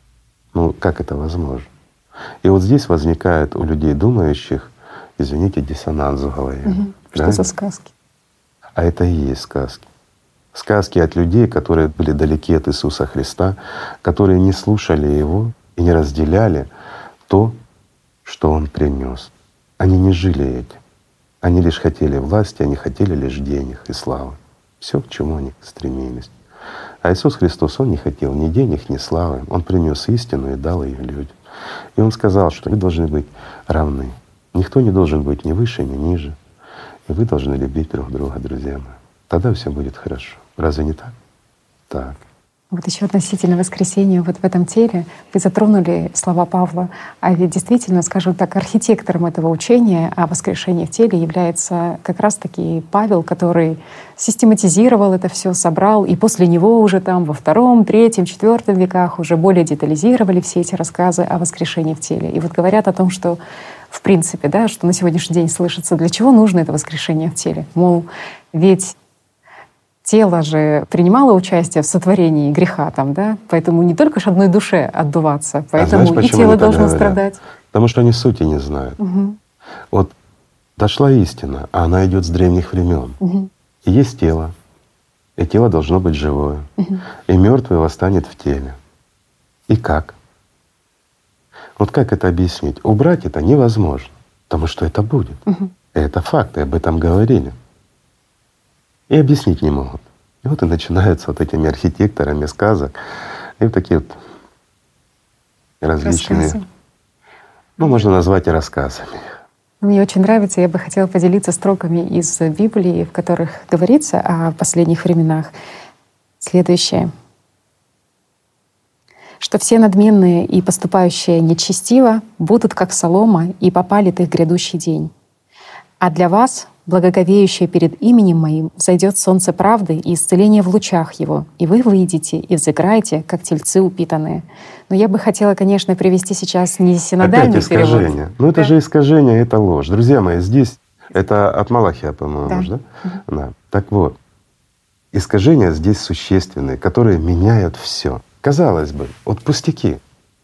Ну как это возможно? И вот здесь возникает у людей думающих, извините, диссонанс в голове. Что за сказки? А это и есть сказки. Сказки от людей, которые были далеки от Иисуса Христа, которые не слушали Его и не разделяли то, что Он принес. Они не жили этим. Они лишь хотели власти, они хотели лишь денег и славы. Все, к чему они стремились. А Иисус Христос, Он не хотел ни денег, ни славы. Он принес истину и дал ее людям. И Он сказал, что вы должны быть равны. Никто не должен быть ни выше, ни ниже. И вы должны любить друг друга, друзья мои. Тогда все будет хорошо. Разве не так? Так. Вот еще относительно воскресения вот в этом теле вы затронули слова Павла, а ведь действительно, скажем так, архитектором этого учения о воскрешении в теле является как раз-таки Павел, который систематизировал это все, собрал, и после него уже там во II, III, IV веках уже более детализировали все эти рассказы о воскрешении в теле. И вот говорят о том, что в принципе, да, что на сегодняшний день слышится, для чего нужно это воскрешение в теле. Мол, ведь тело же принимало участие в сотворении греха там, да? Поэтому не только ж одной душе отдуваться, поэтому знаешь, и тело должно страдать. Потому что они сути не знают. Вот дошла истина, а она идет с древних времен. И есть тело, и тело должно быть живое. И мертвый восстанет в теле. И как? Вот как это объяснить? Убрать это невозможно, потому что это будет. Это факты, об этом говорили. И объяснить не могут. И вот и начинаются вот этими архитекторами сказок и вот такие вот различные, можно назвать и рассказами. Мне очень нравится, я бы хотела поделиться строками из Библии, в которых говорится о последних временах. Следующее. Что все надменные и поступающие нечестиво будут как солома, и попалит их грядущий день. А для вас, благоговеющие перед именем Моим, взойдет солнце правды и исцеление в лучах его, и вы выйдете и взыграете, как тельцы упитанные. Но я бы хотела, конечно, привести сейчас не синодальный опять искажение. перевод. Ну это же искажение, это ложь. Друзья мои, здесь это от Малахия, по-моему, да? Да. Так вот, искажения здесь существенные, которые меняют все. Казалось бы, вот пустяки.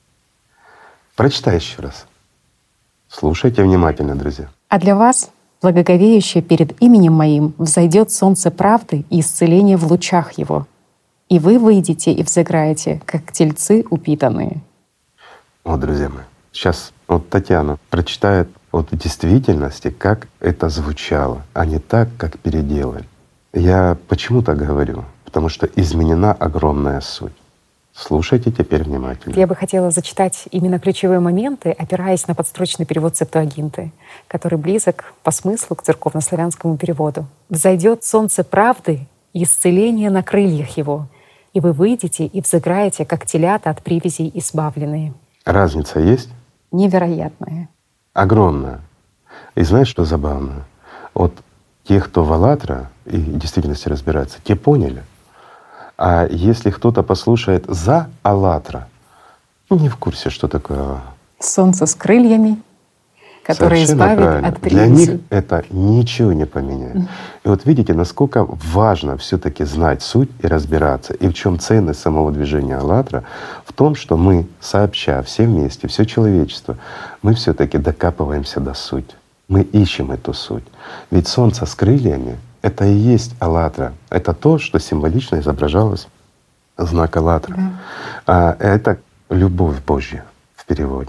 Прочитай еще раз. Слушайте внимательно, друзья. А для вас, благоговеющие перед именем Моим, взойдет солнце правды и исцеление в лучах его, и вы выйдете и взыграете, как тельцы упитанные. Вот, друзья мои, сейчас вот Татьяна прочитает вот в действительности, как это звучало, а не так, как переделали. Я почему так говорю? Потому что изменена огромная суть. Слушайте теперь внимательно. Я бы хотела зачитать именно ключевые моменты, опираясь на подстрочный перевод Септуагинты, который близок по смыслу к церковнославянскому переводу. «Взойдет солнце правды и исцеление на крыльях его, и вы выйдете и взыграете, как телята от привязей избавленные». Разница есть? Невероятная. Огромная. И знаешь, что забавно? Вот те, кто в «АЛЛАТРА» и в действительности разбирается, те поняли. А если кто-то послушает за «АЛЛАТРА», не в курсе, что такое Солнце с крыльями, которое совершенно избавит правильно. от Для привязей. них это ничего не поменяет. И вот видите, насколько важно все-таки знать суть и разбираться. И в чем ценность самого движения «АЛЛАТРА? В том, что мы, сообща, все вместе, все человечество, мы все-таки докапываемся до сути. Мы ищем эту суть. Ведь солнце с крыльями — это и есть «АЛЛАТРА». Это то, что символично изображалось знак «АЛЛАТРА». А это любовь Божья в переводе.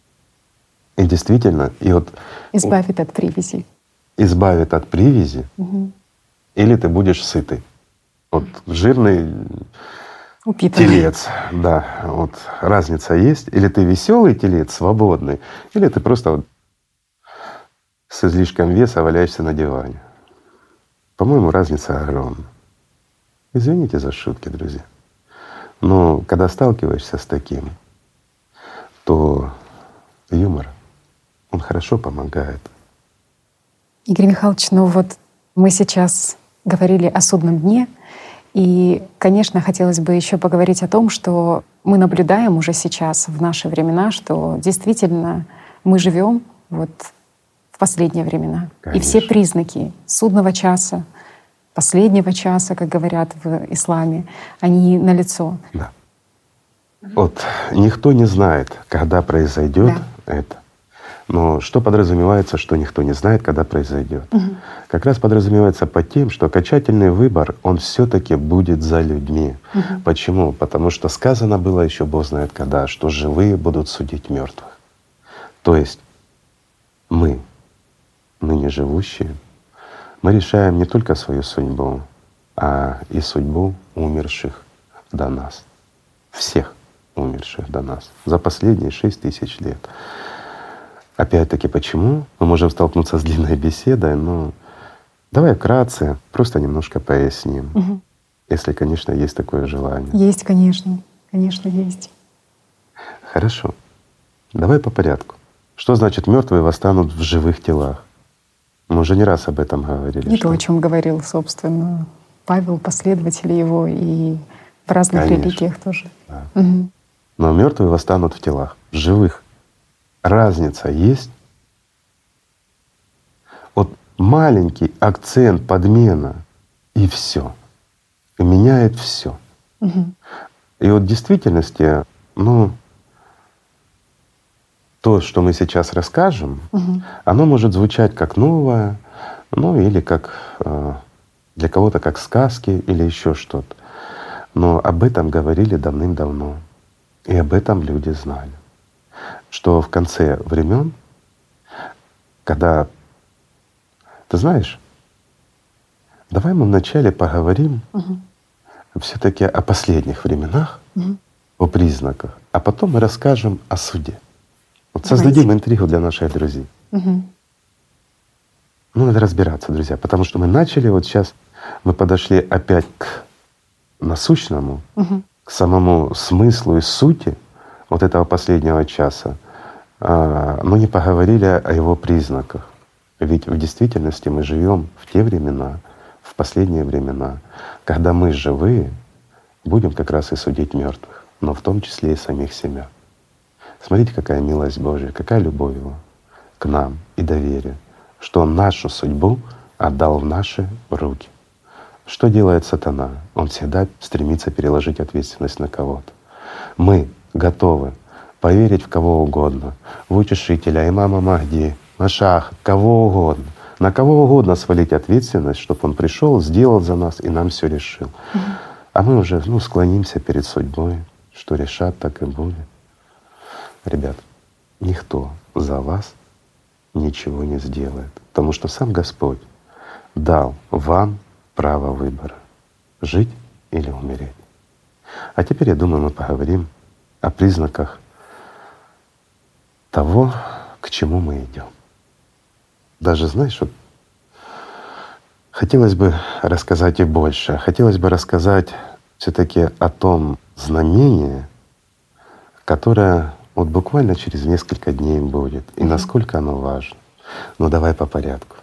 И действительно, и вот Избавит от привязей. избавит от привязи, или ты будешь сытый. Вот жирный Упитанный. телец, да, вот разница есть. Или ты веселый телец, свободный, или ты просто вот с излишком веса валяешься на диване. По-моему, разница огромна. Извините за шутки, друзья. Но когда сталкиваешься с таким, то юмор, он хорошо помогает. Игорь Михайлович, ну вот мы сейчас говорили о судном дне, и, конечно, хотелось бы еще поговорить о том, что мы наблюдаем уже сейчас в наши времена, что действительно мы живем вот в последние времена. Конечно. И все признаки судного часа, последнего часа, как говорят в исламе, они налицо. Да. Вот никто не знает, когда произойдет это. Но что подразумевается, что никто не знает, когда произойдет? Как раз подразумевается под тем, что окончательный выбор, он все-таки будет за людьми. Почему? Потому что сказано было еще Бог знает когда, что живые будут судить мертвых. То есть мы, ныне живущие, мы решаем не только свою судьбу, а и судьбу умерших до нас. Всех умерших до нас за последние 6000 лет. Опять-таки, почему? Мы можем столкнуться с длинной беседой, но давай вкратце, просто немножко поясним, если, конечно, есть такое желание. Есть, конечно, конечно, есть. Хорошо. Давай по порядку. Что значит мертвые восстанут в живых телах? Мы уже не раз об этом говорили. Не то, о чем говорил, собственно, Павел, последователи его и в разных Конечно. религиях тоже. Да. Но мертвые восстанут в телах, в живых. Разница есть? Вот маленький акцент, подмена, и все. И меняет все. И вот в действительности, то, что мы сейчас расскажем, оно может звучать как новое, или как для кого-то как сказки или еще что-то. Но об этом говорили давным-давно. И об этом люди знали. Что в конце времен, когда, ты знаешь, давай мы вначале поговорим все-таки о последних временах, о признаках, а потом мы расскажем о суде. Вот создадим интригу для наших друзей. Ну, надо разбираться, друзья, потому что мы начали, вот сейчас мы подошли опять к насущному, к самому смыслу и сути вот этого последнего часа, но не поговорили о его признаках. Ведь в действительности мы живем в те времена, в последние времена, когда мы живые будем как раз и судить мертвых, но в том числе и самих себя. Смотрите, какая милость Божья, какая любовь Его к нам и доверие, что Он нашу судьбу отдал в наши руки. Что делает сатана? Он всегда стремится переложить ответственность на кого-то. Мы готовы поверить в кого угодно, в утешителя, имама Махди, Машах, кого угодно, на кого угодно свалить ответственность, чтобы он пришел, сделал за нас и нам все решил. А мы уже склонимся перед судьбой, что решат, так и будет. Ребят, никто за вас ничего не сделает, потому что сам Господь дал вам право выбора — жить или умереть. А теперь, я думаю, мы поговорим о признаках того, к чему мы идем. Даже, знаешь, вот хотелось бы рассказать и больше. Хотелось бы рассказать все-таки о том знамении, которое вот буквально через несколько дней будет, и насколько оно важно. Но давай по порядку.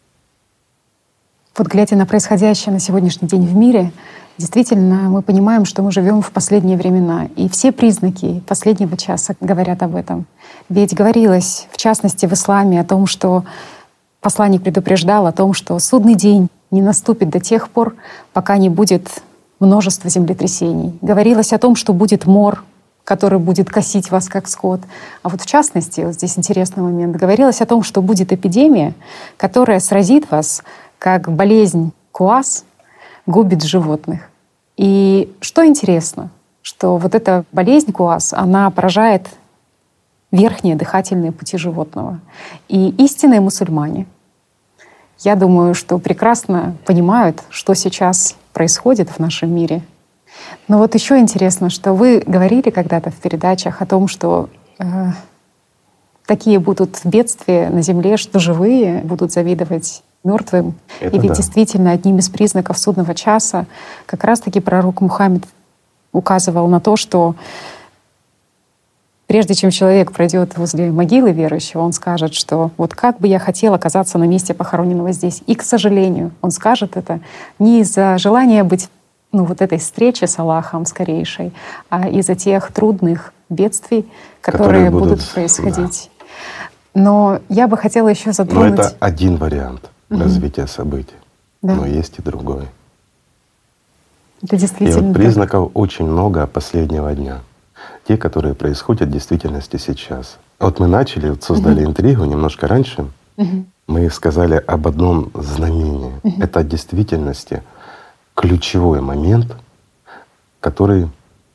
Вот глядя на происходящее на сегодняшний день в мире, действительно мы понимаем, что мы живем в последние времена. И все признаки последнего часа говорят об этом. Ведь говорилось, в частности, в исламе о том, что посланник предупреждал о том, что судный день не наступит до тех пор, пока не будет множество землетрясений. Говорилось о том, что будет мор, который будет косить вас как скот. А вот в частности, вот здесь интересный момент, говорилось о том, что будет эпидемия, которая сразит вас, как болезнь КУАС губит животных. И что интересно, что вот эта болезнь КУАС, она поражает верхние дыхательные пути животного. И истинные мусульмане, я думаю, что прекрасно понимают, что сейчас происходит в нашем мире. Но вот еще интересно, что вы говорили когда-то в передачах о том, что такие будут бедствия на земле, что живые будут завидовать мертвым. И ведь действительно одним из признаков судного часа как раз-таки пророк Мухаммед указывал на то, что прежде чем человек пройдет возле могилы верующего, он скажет, что вот как бы я хотел оказаться на месте похороненного здесь. И, к сожалению, он скажет это не из-за желания быть вот этой встречи с Аллахом скорейшей, а из-за тех трудных бедствий, которые будут происходить. Да. Но я бы хотела еще затронуть… Но это один вариант развития событий, но есть и другой. Это действительно… И вот признаков очень много последнего дня. Те, которые происходят в действительности сейчас. Вот мы начали, создали интригу немножко раньше. Мы сказали об одном знамении. Это в действительности ключевой момент, который,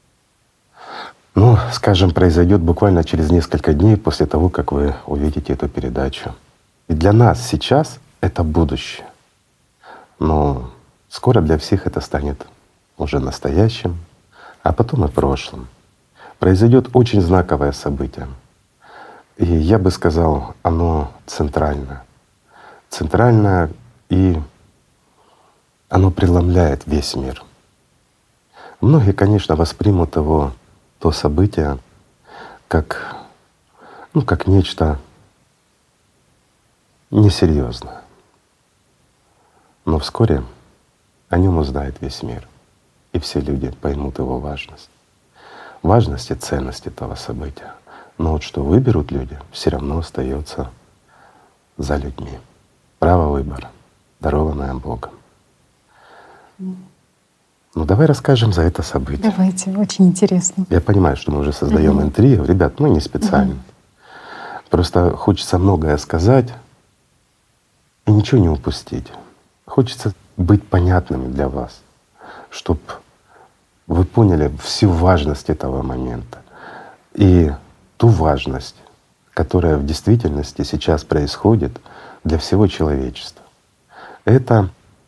скажем, произойдет буквально через несколько дней после того, как вы увидите эту передачу. И для нас сейчас это будущее. Но скоро для всех это станет уже настоящим, а потом и прошлым. Произойдет очень знаковое событие. И я бы сказал, оно центральное. Центральное, и оно преломляет весь мир. Многие, конечно, воспримут то событие как нечто несерьезное. Но вскоре о нем узнает весь мир, и все люди поймут его важность. Важность и ценность этого события. Но вот что выберут люди, все равно остается за людьми. Право выбора, дарованное Богом. Давай расскажем за это событие. Давайте, очень интересно. Я понимаю, что мы уже создаем интригу. Ребят, не специально. Просто хочется многое сказать и ничего не упустить. Хочется быть понятными для вас, чтобы вы поняли всю важность этого момента и ту важность, которая в действительности сейчас происходит для всего человечества. Это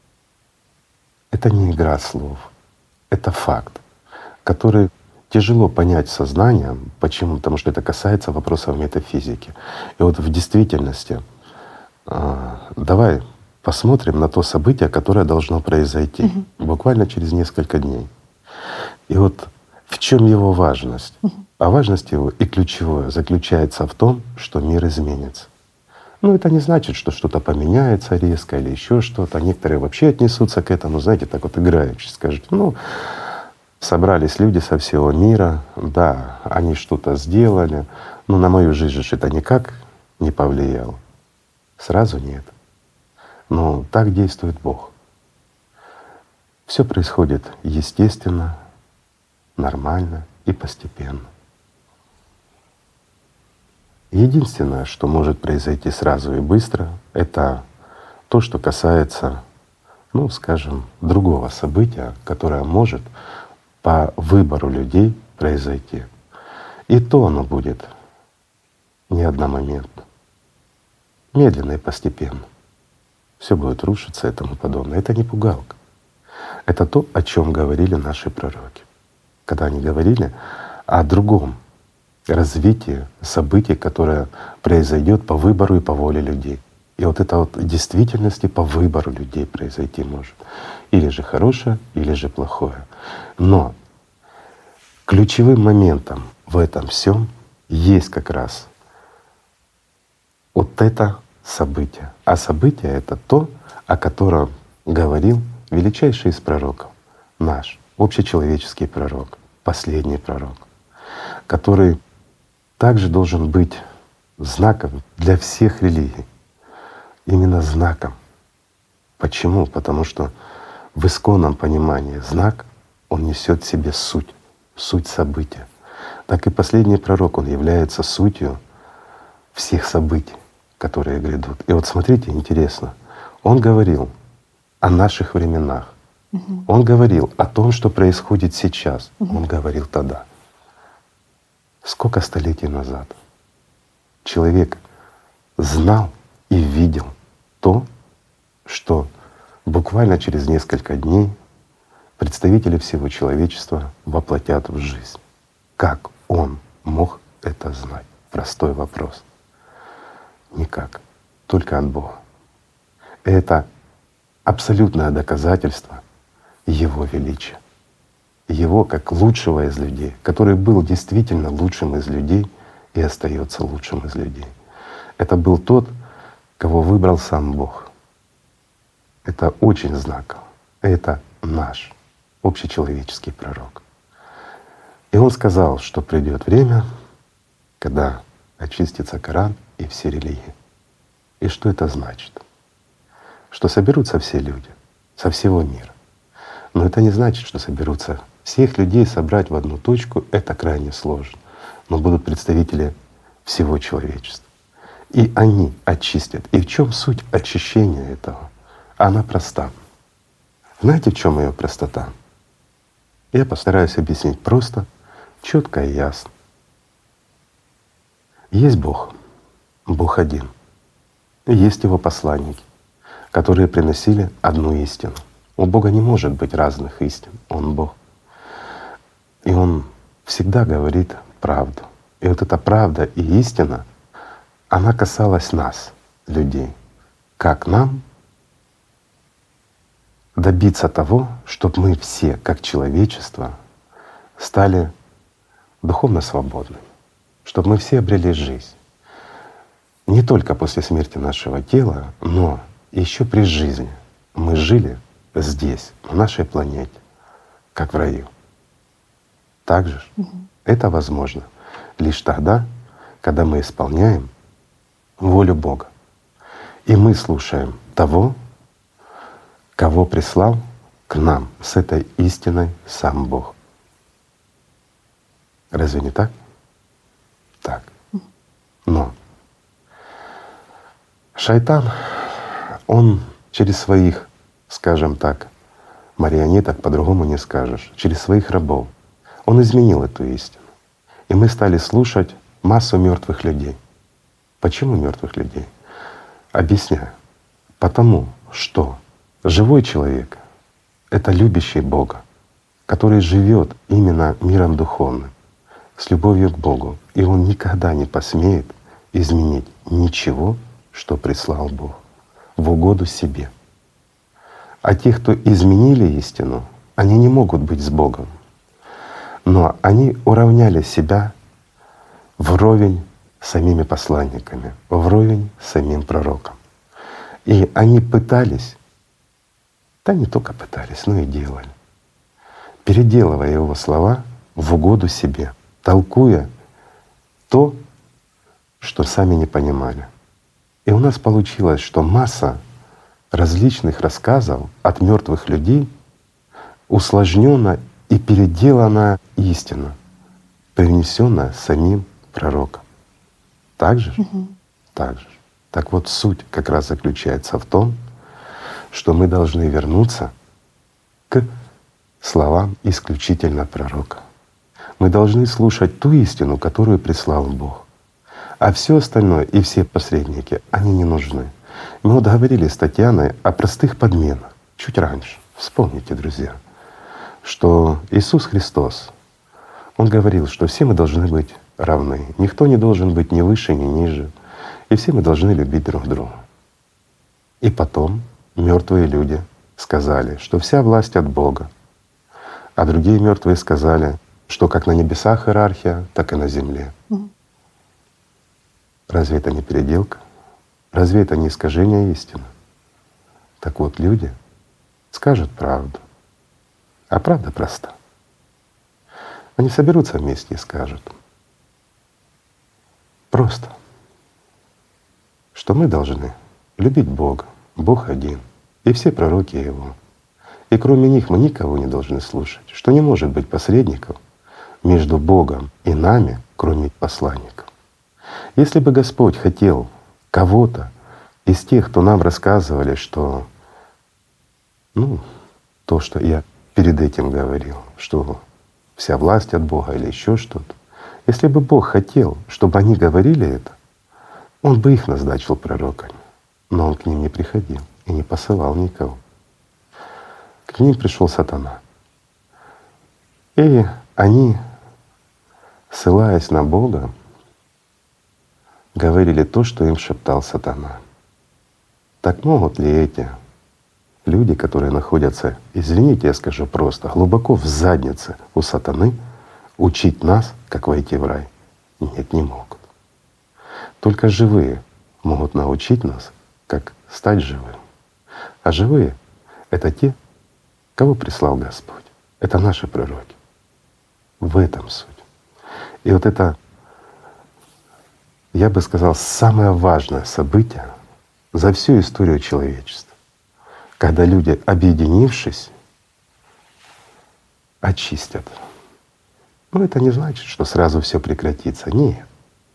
не игра слов, это факт, который тяжело понять сознанием. Почему? Потому что это касается вопросов метафизики. И вот в действительности давай посмотрим на то событие, которое должно произойти буквально через несколько дней. И вот в чем его важность? А важность его и ключевое заключается в том, что мир изменится. Ну, это не значит, что что-то поменяется резко или еще что-то. Некоторые вообще отнесутся к этому, знаете, так вот играючи, скажут, ну, собрались люди со всего мира, да, они что-то сделали, но на мою жизнь же это никак не повлияло. Сразу нет. Но так действует Бог. Все происходит естественно, нормально и постепенно. Единственное, что может произойти сразу и быстро, это то, что касается, ну, скажем, другого события, которое может по выбору людей произойти. И то оно будет не одномоментно, медленно и постепенно. Все будет рушиться и тому подобное. Это не пугалка. Это то, о чем говорили наши пророки, когда они говорили о другом развитие событий, которое произойдет по выбору и по воле людей. И вот это вот в действительности по выбору людей произойти может. Или же хорошее, или же плохое. Но ключевым моментом в этом всем есть как раз вот это событие. А событие — это то, о котором говорил величайший из пророков, наш общечеловеческий пророк, последний пророк, который также должен быть знаком для всех религий. Именно знаком. Почему? Потому что в исконном понимании знак, он несет в себе суть события. Так и последний пророк, он является сутью всех событий, которые грядут. И вот смотрите, интересно, он говорил о наших временах, он говорил о том, что происходит сейчас, он говорил тогда. Сколько столетий назад человек знал и видел то, что буквально через несколько дней представители всего человечества воплотят в жизнь. Как он мог это знать? Простой вопрос. Никак. Только от Бога. Это абсолютное доказательство Его величия. Его как лучшего из людей, который был действительно лучшим из людей и остается лучшим из людей. Это был тот, кого выбрал сам Бог. Это очень знаково. Это наш общечеловеческий пророк. И он сказал, что придет время, когда очистится Коран и все религии. И что это значит? Что соберутся все люди со всего мира. Но это не значит, что соберутся всех людей, собрать в одну точку — это крайне сложно. Но будут представители всего человечества. И они очистят. И в чем суть очищения этого? Она проста. Знаете, в чем ее простота? Я постараюсь объяснить просто, четко и ясно. Есть Бог, Бог один. И есть Его посланники, которые приносили одну истину. У Бога не может быть разных истин, Он Бог. И Он всегда говорит правду. И вот эта правда и истина, она касалась нас, людей. Как нам добиться того, чтобы мы все, как человечество, стали духовно свободными, чтобы мы все обрели жизнь. Не только после смерти нашего тела, но еще при жизни мы жили здесь, на нашей планете, как в раю. Так же это возможно лишь тогда, когда мы исполняем волю Бога. И мы слушаем того, кого прислал к нам с этой истиной сам Бог. Разве не так? Так. Но шайтан, он через своих, скажем так, марионеток, по-другому не скажешь, через своих рабов, он изменил эту истину. И мы стали слушать массу мертвых людей. Почему мертвых людей? Объясняю. Потому что живой человек — это любящий Бога, который живет именно миром духовным, с любовью к Богу. И он никогда не посмеет изменить ничего, что прислал Бог. в угоду себе. А те, кто изменили истину, они не могут быть с Богом. Но они уравняли себя вровень с самими посланниками, вровень с самим пророком. И они пытались, да не только пытались, но и делали, переделывая его слова в угоду себе, толкуя то, что сами не понимали. И у нас получилось, что масса различных рассказов от мертвых людей усложнена и переделана истина, привнесенная самим пророком. Так же? Так же. Так вот, суть как раз заключается в том, что мы должны вернуться к словам исключительно пророка. Мы должны слушать ту истину, которую прислал Бог. А все остальное и все посредники, они не нужны. Мы вот говорили с Татьяной о простых подменах чуть раньше. Вспомните, друзья, что Иисус Христос, Он говорил, что все мы должны быть равны. Никто не должен быть ни выше, ни ниже. И все мы должны любить друг друга. И потом мертвые люди сказали, что вся власть от Бога. А другие мертвые сказали, что как на небесах иерархия, так и на земле. Разве это не переделка? Разве это не искажение истины? Так вот, люди скажут правду. А правда проста. Они соберутся вместе и скажут просто, что мы должны любить Бога, Бог один, и все пророки Его. И кроме них мы никого не должны слушать, что не может быть посредников между Богом и нами, кроме посланников. Если бы Господь хотел кого-то из тех, кто нам рассказывали, что, то, что я перед этим говорил, что вся власть от Бога или еще что-то, если бы Бог хотел, чтобы они говорили это, Он бы их назначил пророками, но Он к ним не приходил и не посылал никого. К ним пришел сатана. И они, ссылаясь на Бога, говорили то, что им шептал сатана. Так могут ли эти люди, которые находятся, извините, я скажу просто, глубоко в заднице у сатаны, учить нас, как войти в рай? Нет, не могут. Только живые могут научить нас, как стать живым. А живые — это те, кого прислал Господь. Это наши пророки. В этом суть. И вот это, я бы сказал, самое важное событие за всю историю человечества, когда люди, объединившись, очистят. Но это не значит, что сразу все прекратится. Нет.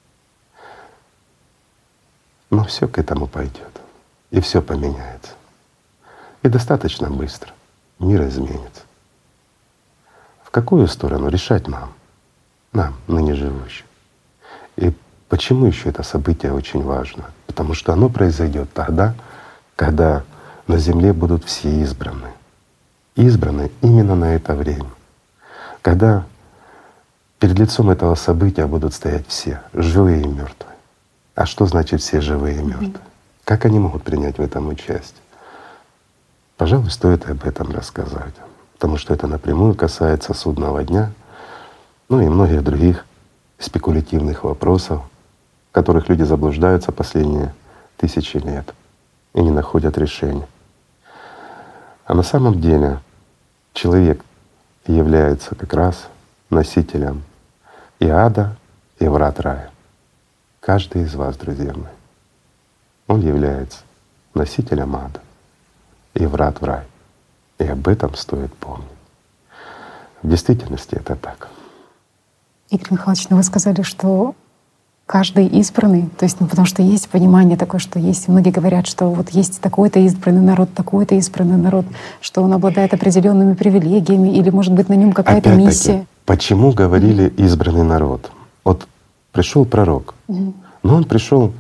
Но все к этому пойдет, и все поменяется. И достаточно быстро мир изменится. В какую сторону решать нам, ныне живущим? И почему еще это событие очень важно? Потому что оно произойдет тогда, когда на земле будут все избраны. Избраны именно на это время. Когда перед лицом этого события будут стоять все, живые и мертвые. А что значит все живые и мертвые? Как они могут принять в этом участие? Пожалуй, стоит об этом рассказать, потому что это напрямую касается судного дня, и многих других спекулятивных вопросов, в которых люди заблуждаются последние тысячи лет и не находят решения. А на самом деле человек является как раз носителем и ада, и врат рая. Каждый из вас, друзья мои, он является носителем ада и врат в рай. И об этом стоит помнить. В действительности это так. Игорь Михайлович, вы сказали, что каждый избранный, то есть, потому что есть понимание такое, что есть, многие говорят, что вот есть такой-то избранный народ, такой-то избранный народ, что он обладает определенными привилегиями или, может быть, на нем какая-то миссия. Почему говорили избранный народ? Вот пришел пророк, но он пришел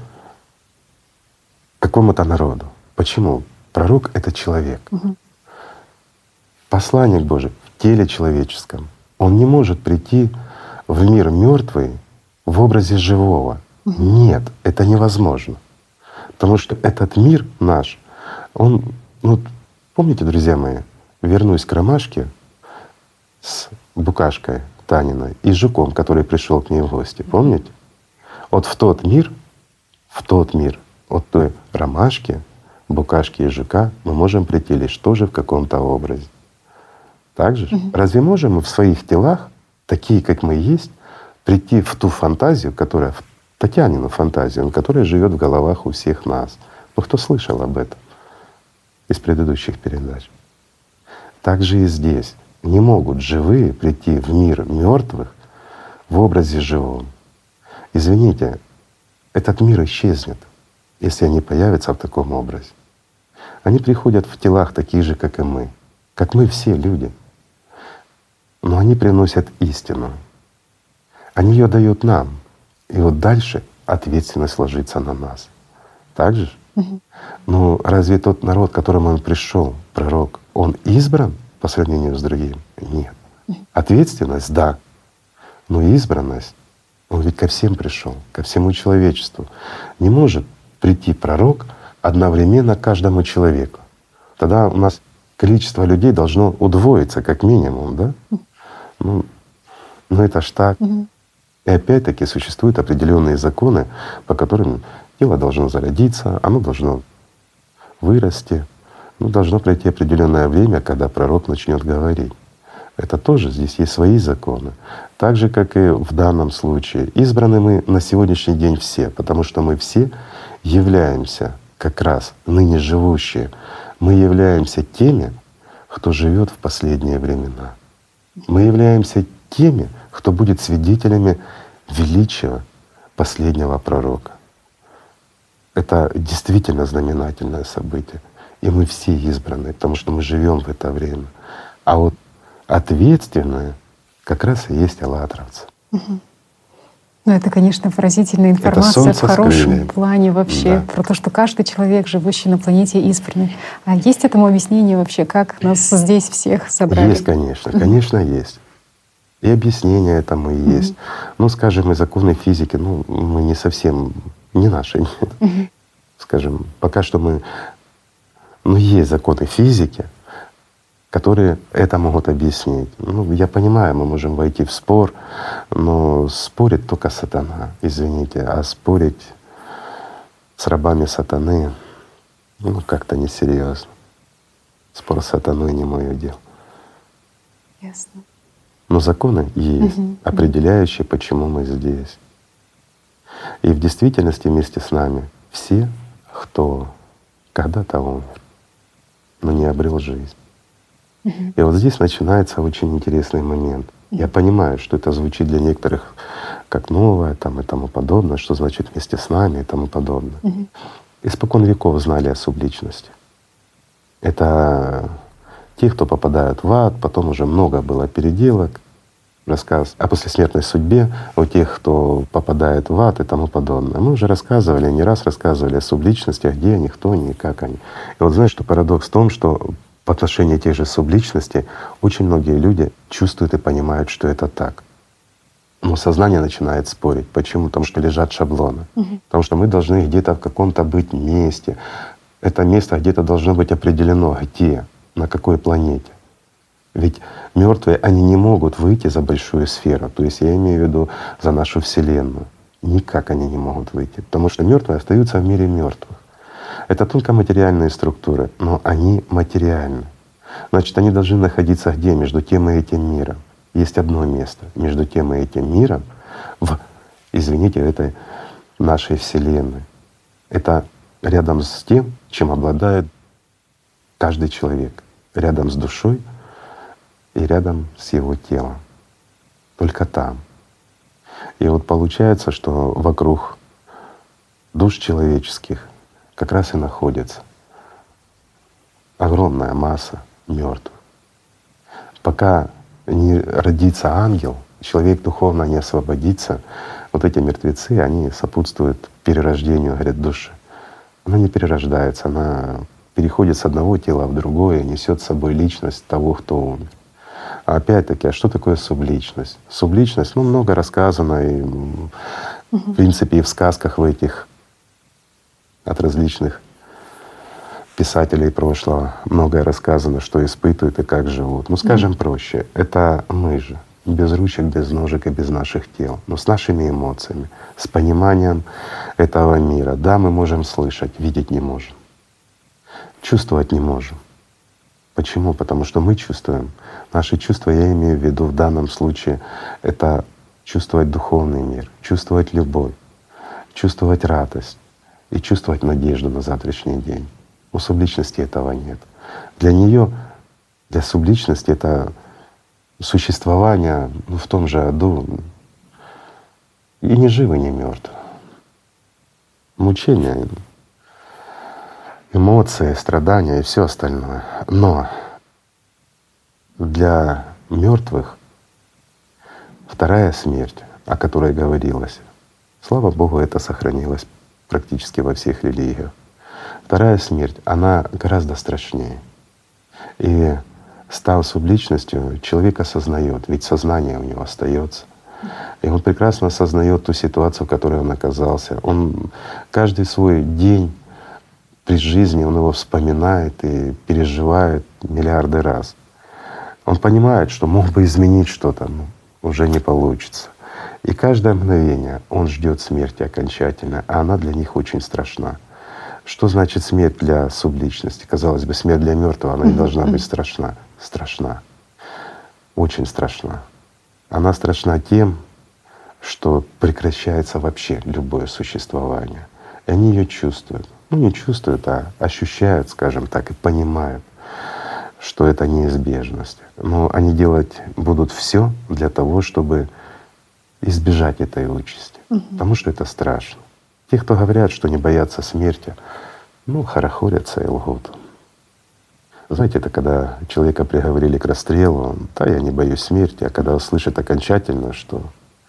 к какому-то народу. Почему? Пророк — это человек. Посланник Божий в теле человеческом. Он не может прийти в мир мертвый в образе живого. Нет, это невозможно. Потому что этот мир наш Он, ну, помните, друзья мои, вернусь к ромашке с букашкой Таниной и жуком, который пришел к ней в гости. Помните? Вот в тот мир, от той ромашки, букашки и жука мы можем прийти лишь тоже в каком-то образе. Так же? Разве можем мы в своих телах, такие, как мы есть, прийти в ту фантазию, которая, в Татьянину фантазию, которая живет в головах у всех нас? Ну, кто слышал об этом из предыдущих передач? Так же и здесь. Не могут живые прийти в мир мертвых в образе живом. Извините, этот мир исчезнет, если они появятся в таком образе. Они приходят в телах такие же, как и мы все люди. Но они приносят истину. Они ее дают нам. И вот дальше ответственность ложится на нас. Так же? Но разве тот народ, к которому он пришел, пророк, он избран по сравнению с другим? Нет. Ответственность — да. Но избранность, он ведь ко всем пришел, ко всему человечеству. Не может прийти пророк одновременно к каждому человеку. Тогда у нас количество людей должно удвоиться как минимум, да? Ну это ж так. И опять-таки существуют определенные законы, по которым тело должно зародиться, оно должно вырасти, должно пройти определенное время, когда пророк начнет говорить. Это тоже здесь есть свои законы. Так же, как и в данном случае. Избраны мы на сегодняшний день все, потому что мы все являемся как раз ныне живущие. Мы являемся теми, кто живет в последние времена. Мы являемся теми, кто будет свидетелями величия последнего пророка. Это действительно знаменательное событие. И мы все избраны, потому что мы живем в это время. А вот ответственные как раз и есть аллатровцы. Ну, это, конечно, поразительная информация в хорошем плане вообще, про то, что каждый человек, живущий на планете, избранный. А есть этому объяснение вообще, как нас здесь всех собрали? Есть, конечно, конечно, есть. И объяснение этому есть. Ну, скажем, и законы физики, мы не совсем, не наши. Скажем, пока что мы… есть законы физики, которые это могут объяснить. Я понимаю, мы можем войти в спор, но спорит только сатана, извините, а спорить с рабами сатаны, как-то несерьезно. Спор с сатаной не мое дело. Ясно. Но законы есть, определяющие, почему мы здесь. И в действительности вместе с нами все, кто когда-то умер, но не обрел жизнь. И вот здесь начинается очень интересный момент. Я понимаю, что это звучит для некоторых как новое и тому подобное, что значит вместе с нами и тому подобное. Испокон веков знали о субличности. Это те, кто попадают в ад, потом уже много было переделок, рассказ о послесмертной судьбе у тех, кто попадает в ад и тому подобное. Мы уже рассказывали, не раз рассказывали о субличностях, где они, кто они, как они. И вот знаешь, что парадокс в том, что в отношении тех же субличностей очень многие люди чувствуют и понимают, что это так. Но сознание начинает спорить. Почему? Потому что лежат шаблоны. Потому что мы должны где-то в каком-то быть месте. Это место где-то должно быть определено. Где? На какой планете? Ведь мертвые, они не могут выйти за большую сферу. То есть я имею в виду за нашу Вселенную. Никак они не могут выйти, потому что мертвые остаются в мире мертвых. Это тонкоматериальные структуры, но они материальны. Значит, они должны находиться где? Между тем и этим миром. Есть одно место между тем и этим миром, извините, этой нашей Вселенной. Это рядом с тем, чем обладает каждый человек, рядом с душой и рядом с его телом. Только там. И вот получается, что вокруг душ человеческих как раз и находится огромная масса мертвых. Пока не родится ангел, человек духовно не освободится, вот эти мертвецы, они сопутствуют перерождению, говорят, души. Она не перерождается, она переходит с одного тела в другое, несет с собой личность того, кто умер. А опять-таки, а что такое субличность? Субличность, много рассказано, и в принципе и в сказках в этих от различных писателей прошлого многое рассказано, что испытывают и как живут. Ну, скажем проще, это мы же, без ручек, без ножек и без наших тел, но с нашими эмоциями, с пониманием этого мира. Да, мы можем слышать, видеть не можем, чувствовать не можем. Почему? Потому что мы чувствуем. Наши чувства, я имею в виду в данном случае, это чувствовать духовный мир, чувствовать любовь, чувствовать радость и чувствовать надежду на завтрашний день. У субличности этого нет. Для нее, для субличности это существование в том же аду и ни живы, ни мертвы. Мучения, эмоции, страдания и все остальное. Но для мертвых вторая смерть, о которой говорилось, слава Богу, это сохранилось практически во всех религиях. Вторая смерть, она гораздо страшнее. И став субличностью, человек осознает, ведь сознание у него остается. И он прекрасно осознает ту ситуацию, в которой он оказался. Он каждый свой день при жизни, он его вспоминает и переживает миллиарды раз. Он понимает, что мог бы изменить что-то, но уже не получится. И каждое мгновение он ждет смерти окончательно, а она для них очень страшна. Что значит смерть для субличности? Казалось бы, смерть для мертвого, она не должна быть страшна. Страшна, очень страшна. Она страшна тем, что прекращается вообще любое существование. И они ее чувствуют. Ну не чувствуют, а ощущают, скажем так, и понимают, что это неизбежность. Но они делать будут все для того, чтобы избежать этой участи, потому что это страшно. Те, кто говорят, что не боятся смерти, ну, хорохорятся и лгут. Знаете, это когда человека приговорили к расстрелу, да, я не боюсь смерти, а когда услышит окончательно, что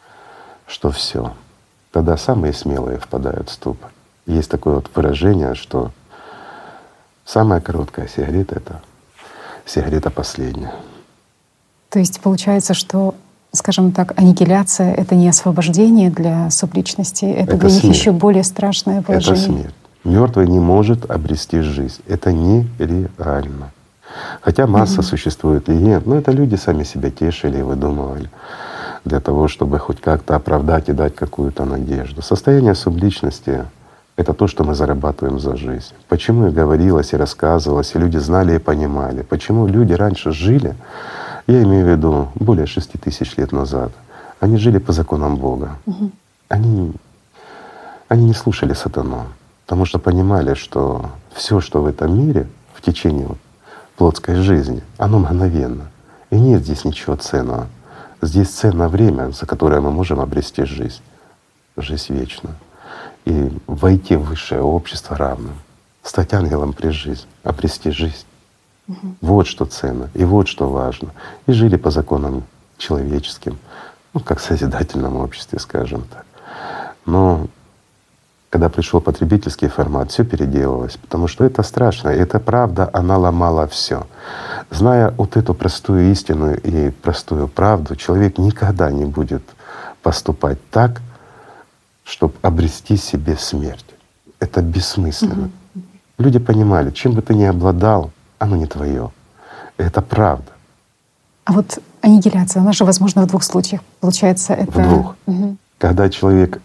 все, тогда самые смелые впадают в ступор. Есть такое вот выражение, что самая короткая сигарета — это сигарета последняя. То есть получается, что, скажем так, аннигиляция — это не освобождение для субличности, это для них еще более страшное положение. Это смерть. Мертвый не может обрести жизнь. Это нереально. Хотя масса существует легенд, но это люди сами себя тешили и выдумывали для того, чтобы хоть как-то оправдать и дать какую-то надежду. Состояние субличности — это то, что мы зарабатываем за жизнь. Почему и говорилось, и рассказывалось, и люди знали и понимали. Почему люди раньше жили, я имею в виду более 6000 лет назад, они жили по законам Бога. Они не слушали сатану, потому что понимали, что все, что в этом мире в течение плотской жизни, оно мгновенно. И нет здесь ничего ценного. Здесь ценно время, за которое мы можем обрести жизнь вечную. И войти в высшее общество равным, стать ангелом при жизни, обрести жизнь. Вот что ценно и вот что важно. И жили по законам человеческим, ну, как в созидательном обществе, скажем так. Но когда пришел потребительский формат, все переделалось, потому что это страшно, и эта правда, она ломала все. Зная вот эту простую истину и простую правду, человек никогда не будет поступать так, чтобы обрести себе смерть. Это бессмысленно. Люди понимали, чем бы ты ни обладал, оно не твое. Это правда. А вот аннигиляция, она же возможна в двух случаях. Получается, это… В двух. Когда человек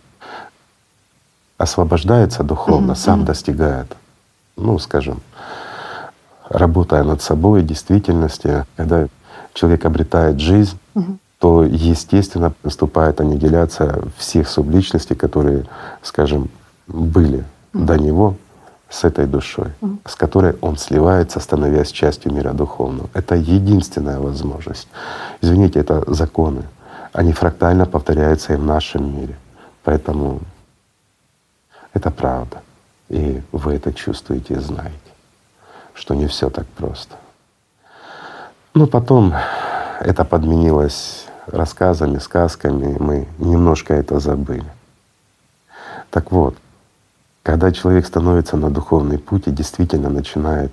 освобождается духовно, сам достигает, ну, скажем, работая над собой в действительности, когда человек обретает жизнь, то, естественно, наступает аннигиляция всех субличностей, которые, скажем, были до него с этой душой, с которой он сливается, становясь частью мира духовного. Это единственная возможность. Извините, это законы. Они фрактально повторяются и в нашем мире. Поэтому это правда. И вы это чувствуете и знаете, что не все так просто. Но потом это подменилось рассказами, сказками, и мы немножко это забыли. Так вот, когда человек становится на духовный путь и действительно начинает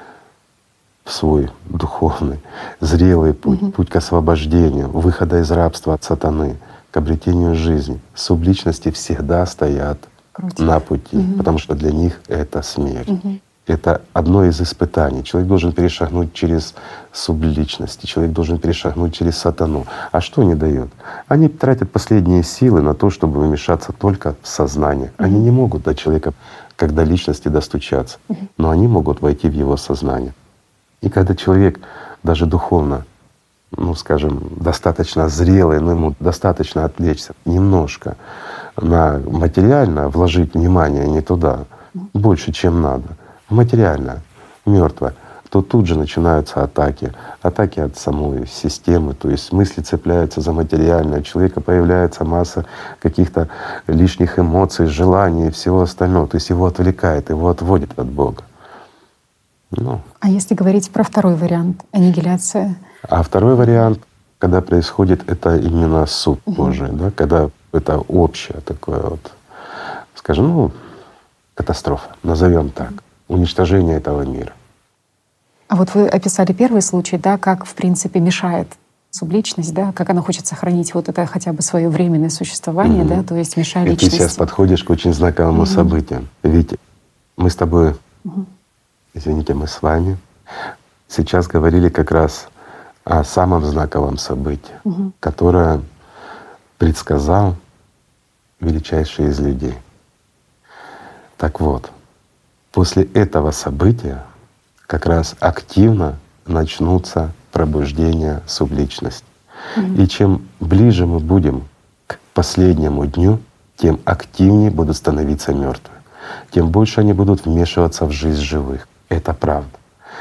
в свой духовный, зрелый путь, путь к освобождению, выхода из рабства от сатаны, к обретению жизни, субличности всегда стоят на пути, потому что для них это смерть. это одно из испытаний. Человек должен перешагнуть через субличность, человек должен перешагнуть через сатану. А что они дают? Они тратят последние силы на то, чтобы вмешаться только в сознание. Они не могут до человека, как до личности, достучаться, но они могут войти в его сознание. И когда человек даже духовно, ну скажем, достаточно зрелый, но ему достаточно отвлечься немножко на материально, вложить внимание не туда, больше, чем надо, материально, мертвое, то тут же начинаются атаки от самой системы, то есть мысли цепляются за материальное, у человека появляется масса каких-то лишних эмоций, желаний и всего остального, то есть его отвлекает, его отводит от Бога. Ну. А если говорить про второй вариант — аннигиляция? А второй вариант, когда происходит это именно суд Божий, да, когда это общее такое вот, скажем, ну, катастрофа, назовем так, уничтожение этого мира. А вот вы описали первый случай, да, как в принципе мешает субличность, да, как она хочет сохранить вот это хотя бы свое временное существование, да, то есть мешая И личности. ты сейчас подходишь к очень знаковому событию. Ведь мы с тобой, извините, мы с вами сейчас говорили как раз о самом знаковом событии, которое предсказал величайший из людей. Так вот, после этого события как раз активно начнутся пробуждения субличности. И чем ближе мы будем к последнему дню, тем активнее будут становиться мертвые, тем больше они будут вмешиваться в жизнь живых. Это правда.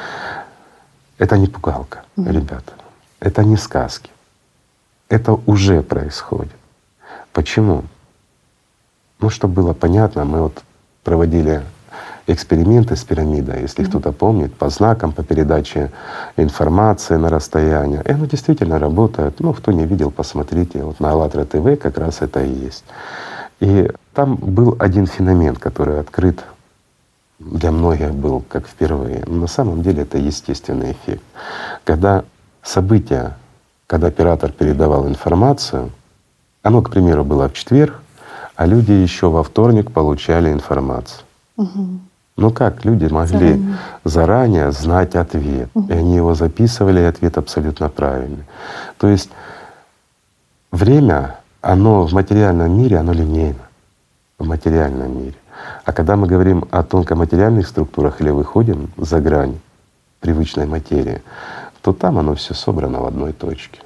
Это не пугалка, ребята. Это не сказки. Это уже происходит. Почему? Ну, чтобы было понятно, мы вот проводили эксперименты с пирамидой, если кто-то помнит, по знакам, по передаче информации на расстояние. И оно действительно работает. Ну, кто не видел, посмотрите. Вот на АЛЛАТРА ТВ как раз это и есть. И там был один феномен, который открыт для многих был как впервые. Но на самом деле это естественный эффект. Когда событие, когда оператор передавал информацию, оно, к примеру, было в четверг, а люди еще во вторник получали информацию. Ну как люди могли заранее знать ответ? И они его записывали, и ответ абсолютно правильный. То есть время, оно в материальном мире, оно линейно, в материальном мире. А когда мы говорим о тонкоматериальных структурах или выходим за грань привычной материи, то там оно все собрано в одной точке.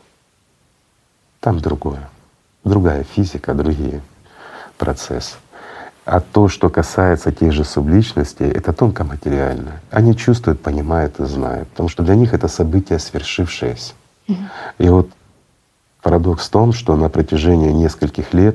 Там другое, другая физика, другие процессы. А то, что касается тех же субличностей, это тонкоматериальное. Они чувствуют, понимают и знают, потому что для них это событие свершившееся. И вот парадокс в том, что на протяжении нескольких лет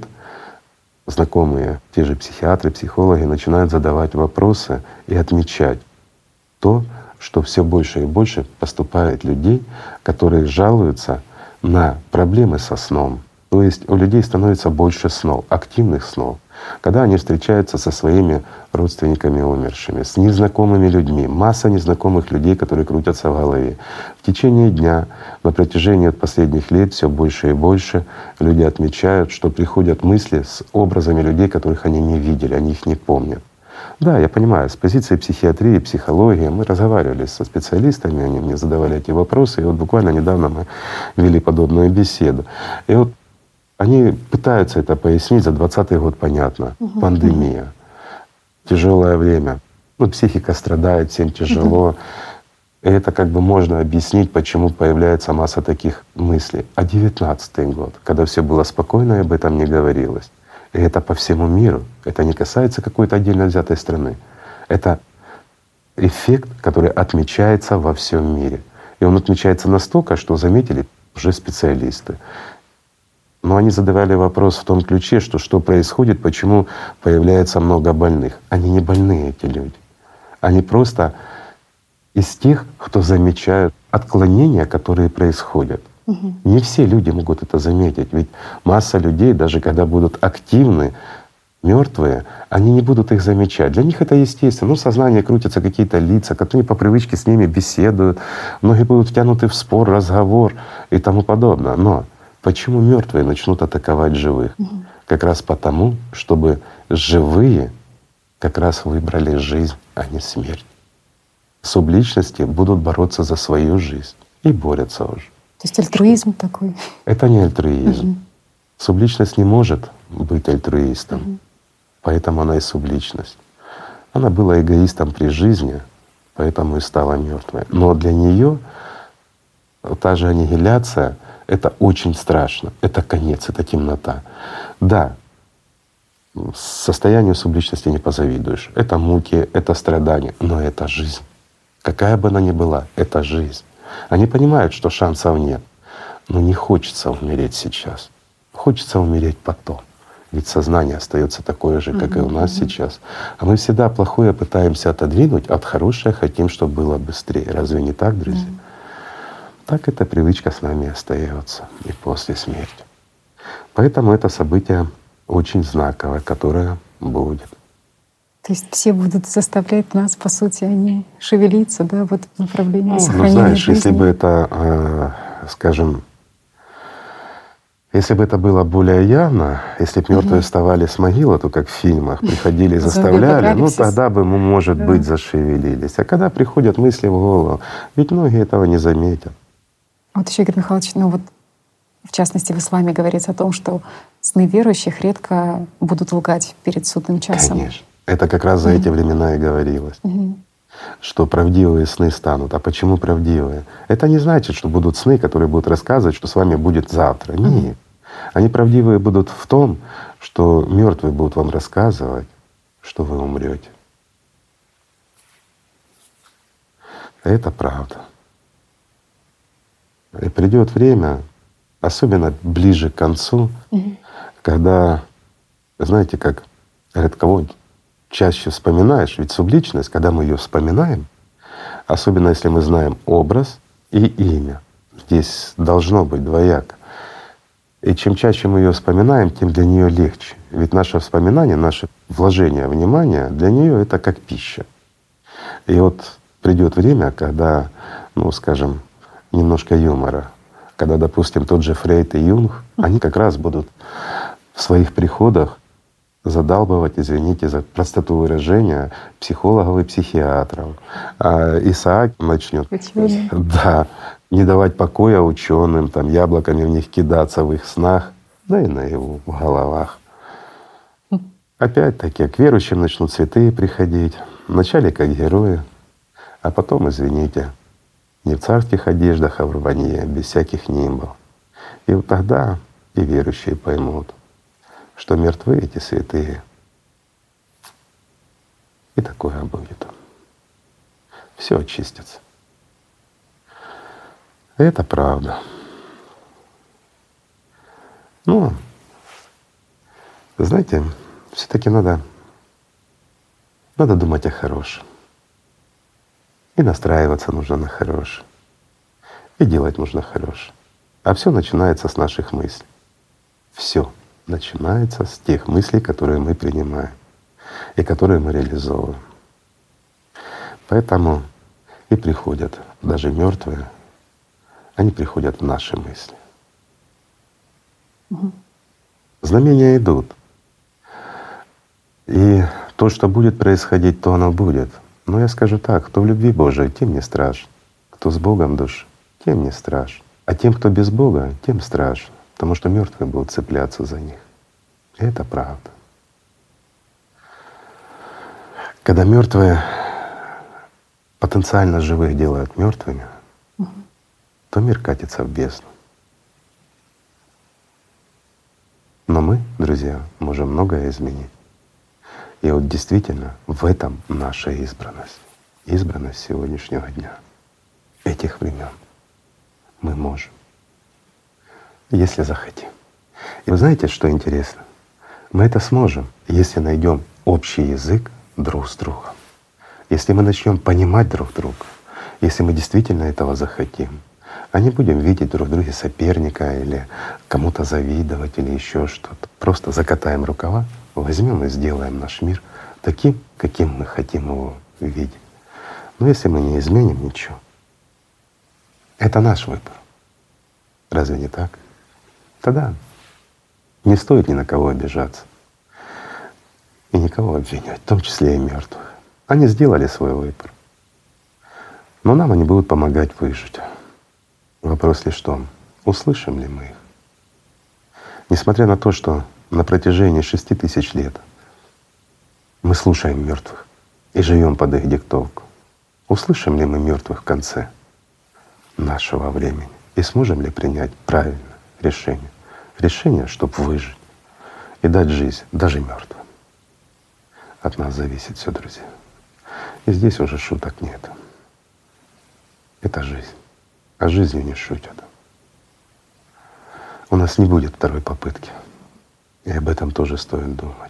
знакомые, те же психиатры, психологи начинают задавать вопросы и отмечать то, что все больше и больше поступает людей, которые жалуются на проблемы со сном. То есть у людей становится больше снов, активных снов, когда они встречаются со своими родственниками умершими, с незнакомыми людьми, масса незнакомых людей, которые крутятся в голове. В течение дня, на протяжении последних лет все больше и больше люди отмечают, что приходят мысли с образами людей, которых они не видели, они их не помнят. Да, я понимаю, с позиции психиатрии, психологии мы разговаривали со специалистами, они мне задавали эти вопросы, и вот буквально недавно мы вели подобную беседу. И вот они пытаются это пояснить, за 2020 год понятно, пандемия, тяжелое время, ну, психика страдает, всем тяжело. И это как бы можно объяснить, почему появляется масса таких мыслей. А 19-й год, когда все было спокойно и об этом не говорилось. И это по всему миру. Это не касается какой-то отдельно взятой страны. Это эффект, который отмечается во всем мире. И он отмечается настолько, что заметили уже специалисты. Но они задавали вопрос в том ключе, что происходит, почему появляется много больных. Они не больные, эти люди. Они просто из тех, кто замечают отклонения, которые происходят. Не все люди могут это заметить, ведь масса людей, даже когда будут активны, мертвые, они не будут их замечать. Для них это естественно. Ну, в сознании крутятся какие-то лица, которые по привычке с ними беседуют, многие будут втянуты в спор, разговор и тому подобное. Но почему мертвые начнут атаковать живых? Как раз потому, чтобы живые как раз выбрали жизнь, а не смерть. субличности будут бороться за свою жизнь и борются уже. То есть альтруизм такой. Это не альтруизм. Субличность не может быть альтруистом, поэтому она и субличность. Она была эгоистом при жизни, поэтому и стала мертвой. Но для нее та же аннигиляция — это очень страшно, это конец, это темнота. Да, состоянию субличности не позавидуешь. Это муки, это страдания, но это жизнь. Какая бы она ни была, это жизнь. Они понимают, что шансов нет, но не хочется умереть сейчас. Хочется умереть потом. Ведь сознание остается такое же, как и у нас сейчас. А мы всегда плохое пытаемся отодвинуть, от хорошее хотим, чтобы было быстрее. Разве не так, друзья? Так эта привычка с нами остается и после смерти. Поэтому это событие очень знаковое, которое будет. То есть все будут заставлять нас, по сути, они шевелиться, да, вот в направлении сохранения знаешь, жизни. если бы это, скажем, если бы это было более явно, если бы мертвые вставали с могилы, то как в фильмах, приходили и заставляли, ну тогда бы мы, может быть, зашевелились. А когда приходят мысли в голову, ведь многие этого не заметят. Вот еще, Игорь Михайлович, ну вот в частности в исламе говорится о том, что сны верующих редко будут лгать перед судным часом. Конечно. Это как раз за эти времена и говорилось, что правдивые сны станут. А почему правдивые? Это не значит, что будут сны, которые будут рассказывать, что с вами будет завтра. Нет. Они правдивые будут в том, что мертвые будут вам рассказывать, что вы умрете. Это правда. И придет время, особенно ближе к концу, когда, знаете, как говорят, кого чаще вспоминаешь, ведь субличность, когда мы ее вспоминаем, особенно если мы знаем образ и имя, здесь должно быть двояко. И чем чаще мы ее вспоминаем, тем для нее легче. Ведь наше вспоминание, наше вложение внимания для нее это как пища. И вот придет время, когда, ну, скажем, немножко юмора, когда, допустим, тот же Фрейд и Юнг, они как раз будут в своих приходах задалбывать, извините за простоту выражения, психологов и психиатров. А Исаак начнет не давать покоя ученым, там, яблоками в них кидаться в их снах, да и наяву, в головах. Опять-таки к верующим начнут святые приходить, вначале как герои, а потом, извините, не в царских одеждах, а в рванье, без всяких нимбов. И вот тогда и верующие поймут, что мертвы эти святые. И такое будет. Все очистится. Это правда. Ну, знаете, все-таки надо думать о хорошем. И настраиваться нужно на хорошее. И делать нужно хорошее. А все начинается с наших мыслей. Все начинается с тех мыслей, которые мы принимаем и которые мы реализовываем. Поэтому и приходят даже мертвые, они приходят в наши мысли. Знамения идут. И то, что будет происходить, то оно будет. Но я скажу так: кто в любви Божией, тем не страшно. Кто с Богом душ, тем не страшно. А тем, кто без Бога, тем страшно. Потому что мертвые будут цепляться за них. И это правда. Когда мертвые потенциально живых делают мертвыми, то мир катится в бездну. Но мы, друзья, можем многое изменить. И вот действительно в этом наша избранность. Избранность сегодняшнего дня, этих времен. Мы можем, если захотим. И вы знаете, что интересно? Мы это сможем, если найдем общий язык друг с другом. Если мы начнем понимать друг друга, если мы действительно этого захотим, а не будем видеть друг в друге соперника или кому-то завидовать или еще что-то. Просто закатаем рукава, возьмем и сделаем наш мир таким, каким мы хотим его видеть. Но если мы не изменим ничего, это наш выбор. Разве не так? Тогда не стоит ни на кого обижаться и никого обвинять, в том числе и мертвых. Они сделали свой выбор. Но нам они будут помогать выжить. Вопрос лишь в том, услышим ли мы их. Несмотря на то, что на протяжении 6000 лет мы слушаем мертвых и живем под их диктовку, услышим ли мы мертвых в конце нашего времени и сможем ли принять правильное решение? Решение, чтобы выжить и дать жизнь даже мертвым. От нас зависит все, друзья. И здесь уже шуток нет. Это жизнь. А жизнью не шутят. У нас не будет второй попытки. И об этом тоже стоит думать.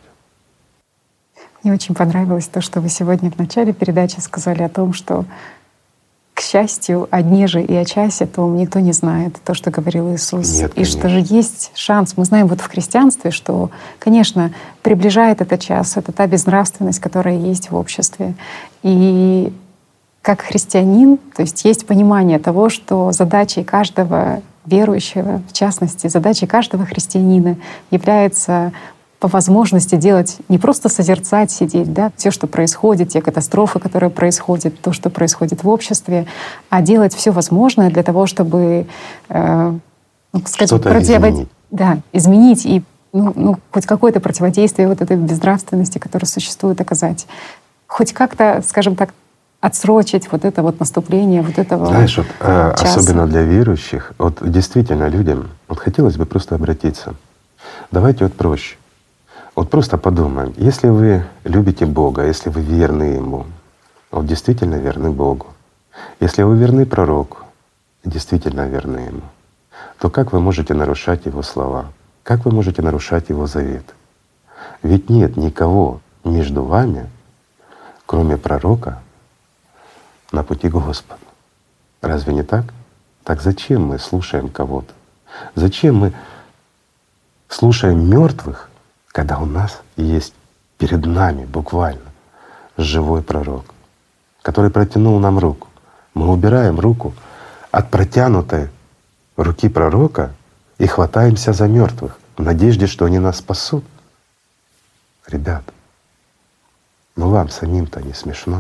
Мне очень понравилось то, что вы сегодня в начале передачи сказали о том, что, к счастью, о дне же и о часе то никто не знает, то, что говорил Иисус. Нет, и что же есть шанс. Мы знаем вот в христианстве, что, конечно, приближает этот час, это та безнравственность, которая есть в обществе. И как христианин, то есть понимание того, что задачей каждого верующего, в частности, задачей каждого христианина является по возможности делать, не просто созерцать, сидеть, да, все, что происходит, те катастрофы, которые происходят, то, что происходит в обществе, а делать все возможное для того, чтобы, скажем, изменить. Да, изменить и хоть какое-то противодействие вот этой безнравственности, которая существует, оказать. Хоть как-то, скажем так, отсрочить вот это вот наступление вот этого. Знаешь, вот, часа. особенно для верующих, вот действительно людям, вот хотелось бы просто обратиться. Давайте вот проще. Вот просто подумаем, если вы любите Бога, если вы верны Ему, вот действительно верны Богу, если вы верны пророку, действительно верны Ему, то как вы можете нарушать Его слова? Как вы можете нарушать Его завет? Ведь нет никого между вами, кроме пророка, на пути к Господу. Разве не так? Так зачем мы слушаем кого-то? Зачем мы слушаем мертвых, когда у нас есть перед нами буквально живой пророк, который протянул нам руку? Мы убираем руку от протянутой руки пророка и хватаемся за мертвых в надежде, что они нас спасут. Ребят, вам самим-то не смешно?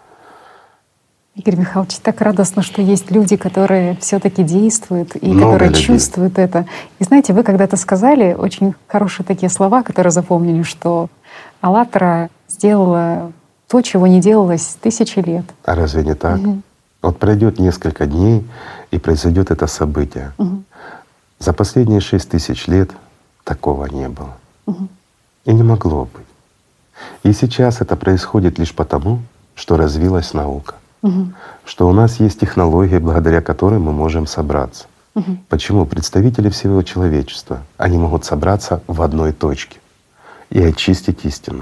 Игорь Михайлович, так радостно, что есть люди, которые все-таки действуют и Много которые людей. чувствуют это. И знаете, вы когда-то сказали очень хорошие такие слова, которые запомнили, что «АЛЛАТРА сделала то, чего не делалось 1000 лет». А разве не так? Вот пройдет несколько дней, и произойдет это событие. За последние 6000 лет такого не было. И не могло быть. И сейчас это происходит лишь потому, что развилась наука. Что у нас есть технологии, благодаря которой мы можем собраться. Почему представители всего человечества, они могут собраться в одной точке и очистить истину,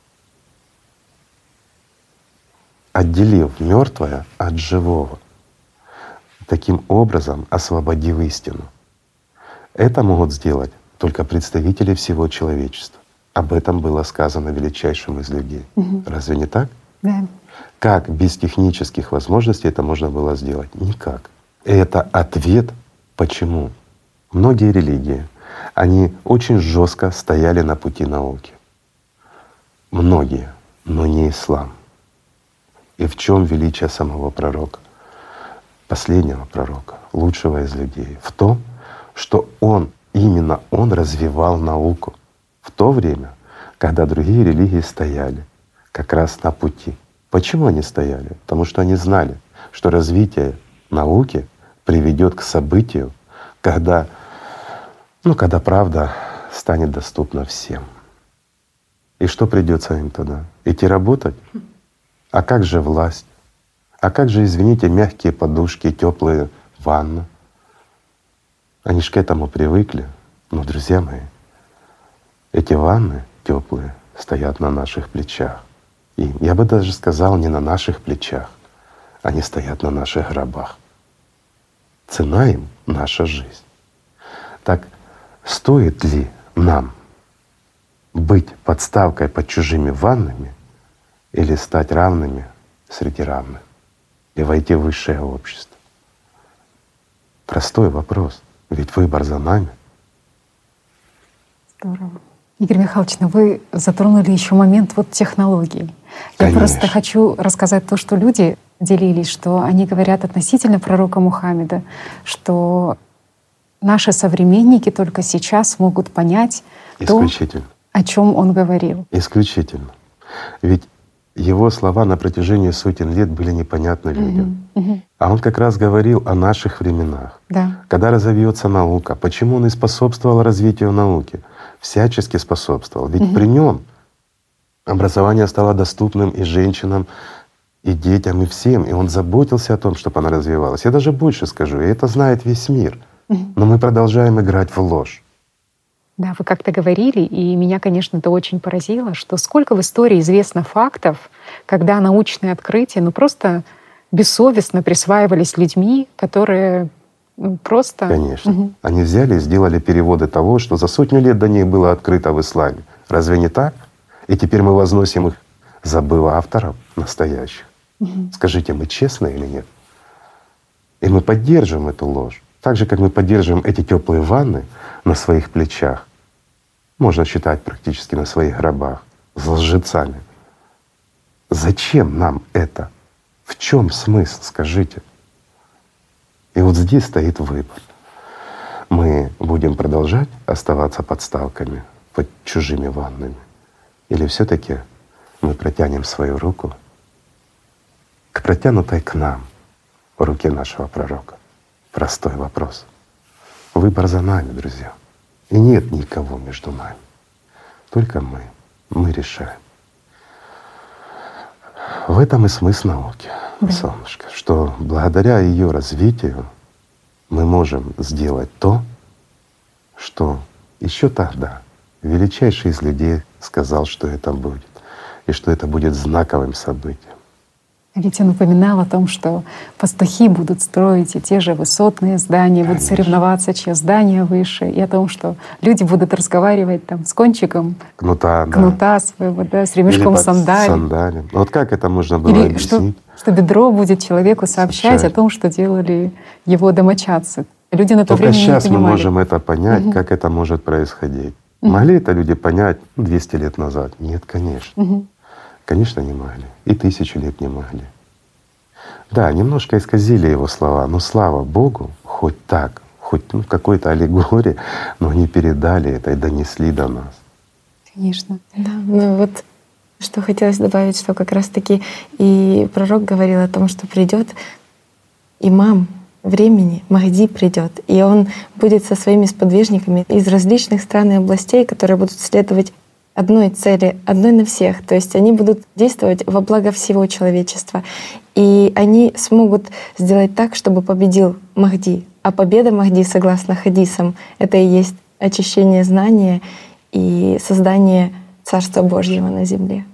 отделив мертвое от живого, таким образом освободив истину. Это могут сделать только представители всего человечества. Об этом было сказано величайшим из людей. Разве не так? Да. Как без технических возможностей это можно было сделать? Никак. И это ответ, почему многие религии, они очень жестко стояли на пути науки. Многие, но не ислам. И в чем величие самого пророка, последнего пророка, лучшего из людей? В том, что именно он развивал науку в то время, когда другие религии стояли как раз на пути. Почему они стояли? Потому что они знали, что развитие науки приведет к событию, когда правда станет доступна всем. И что придется им тогда? Идти работать? А как же власть? А как же, извините, мягкие подушки, теплые ванны? Они ж к этому привыкли. Но, друзья мои, эти ванны теплые стоят на наших плечах. И я бы даже сказал, не на наших плечах, они стоят на наших гробах. Цена им — наша жизнь. Так стоит ли нам быть подставкой под чужими ваннами или стать равными среди равных и войти в высшее общество? Простой вопрос, ведь выбор за нами. Здорово. Игорь Михайлович, ну вы затронули еще момент вот технологий. Я Конечно. просто хочу рассказать то, что люди делились, что они говорят относительно пророка Мухаммеда, что наши современники только сейчас могут понять то, Исключительно. о чем он говорил. Исключительно. Ведь его слова на протяжении сотен лет были непонятны людям. А он как раз говорил о наших временах. Да. Когда разовьется наука, почему он и способствовал развитию науки, всячески способствовал. Ведь при нем образование стало доступным и женщинам, и детям, и всем. И он заботился о том, чтобы она развивалась. Я даже больше скажу, и это знает весь мир. Но мы продолжаем играть в ложь. Да, вы как-то говорили, и меня, конечно, это очень поразило, что сколько в истории известно фактов, когда научные открытия просто бессовестно присваивались людьми, которые просто… Конечно. Они взяли и сделали переводы того, что за сотню лет до них было открыто в исламе. Разве не так? И теперь мы возносим их, забыв авторов настоящих. Скажите, мы честны или нет? И мы поддерживаем эту ложь. Так же, как мы поддерживаем эти теплые ванны на своих плечах, можно считать практически на своих гробах, с лжецами. Зачем нам это? В чем смысл, скажите? И вот здесь стоит выбор. Мы будем продолжать оставаться подставками под чужими ваннами? Или все-таки мы протянем свою руку к протянутой к нам руке нашего пророка? Простой вопрос. Выбор за нами, друзья. И нет никого между нами. Только мы. Мы решаем. В этом и смысл науки, солнышко, что благодаря ее развитию мы можем сделать то, что еще тогда величайший из людей сказал, что это будет, и что это будет знаковым событием. Ведь он упоминал о том, что пастухи будут строить и те же высотные здания, будут соревноваться, чье здание выше, и о том, что люди будут разговаривать там с кончиком кнута своего, да, с ремешком сандалий. Вот как это можно было Или объяснить? что бедро будет человеку сообщать о том, что делали его домочадцы. Люди на то Только время не сейчас мы понимали. можем это понять, как это может происходить. Могли это люди понять 200 лет назад? Нет, конечно. Конечно, не могли. И 1000 лет не могли. Да, немножко исказили его слова, но слава Богу, хоть так, хоть в какой-то аллегории, но они передали это и донесли до нас. Конечно. Да, ну вот что хотелось добавить, что как раз-таки и пророк говорил о том, что придет имам времени, Махди придет, и он будет со своими сподвижниками из различных стран и областей, которые будут следовать одной цели, одной на всех. То есть они будут действовать во благо всего человечества. И они смогут сделать так, чтобы победил Махди. А победа Махди, согласно хадисам, это и есть очищение знания и создание Царства Божьего на земле.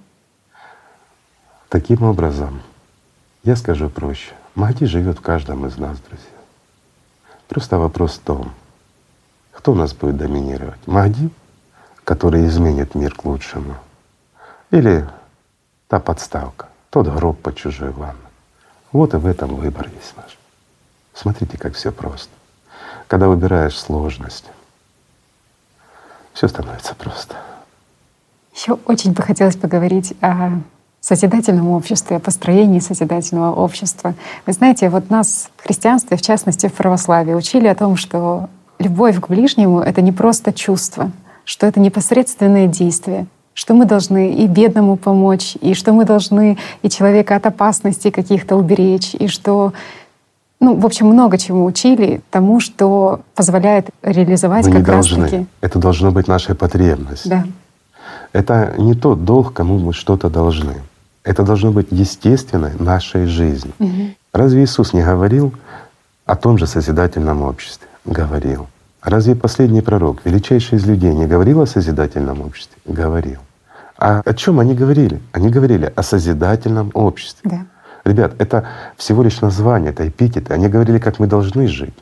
Таким образом, я скажу проще. Махди живет в каждом из нас, друзья. Просто вопрос в том, кто у нас будет доминировать? Махди, который изменит мир к лучшему, или та подставка, тот гроб под чужой ванной. Вот и в этом выбор есть наш. Смотрите, как все просто. Когда выбираешь сложность, все становится просто. Еще очень бы хотелось поговорить о созидательном обществе, о построении созидательного общества. Вы знаете, вот нас в христианстве, в частности в православии, учили о том, что любовь к ближнему — это не просто чувство, что это непосредственное действие, что мы должны и бедному помочь, и что мы должны и человека от опасностей каких-то уберечь, и что, в общем, много чему учили тому, что позволяет реализовать Мы как не должны. раз-таки. Это должно быть нашей потребностью. Да. Это не тот долг, кому мы что-то должны. Это должно быть естественной нашей жизнью. Разве Иисус не говорил о том же созидательном обществе? Говорил. Разве последний пророк, величайший из людей, не говорил о созидательном обществе? Говорил. А о чем они говорили? Они говорили о созидательном обществе. Да. Ребят, это всего лишь название, это эпитеты. Они говорили, как мы должны жить.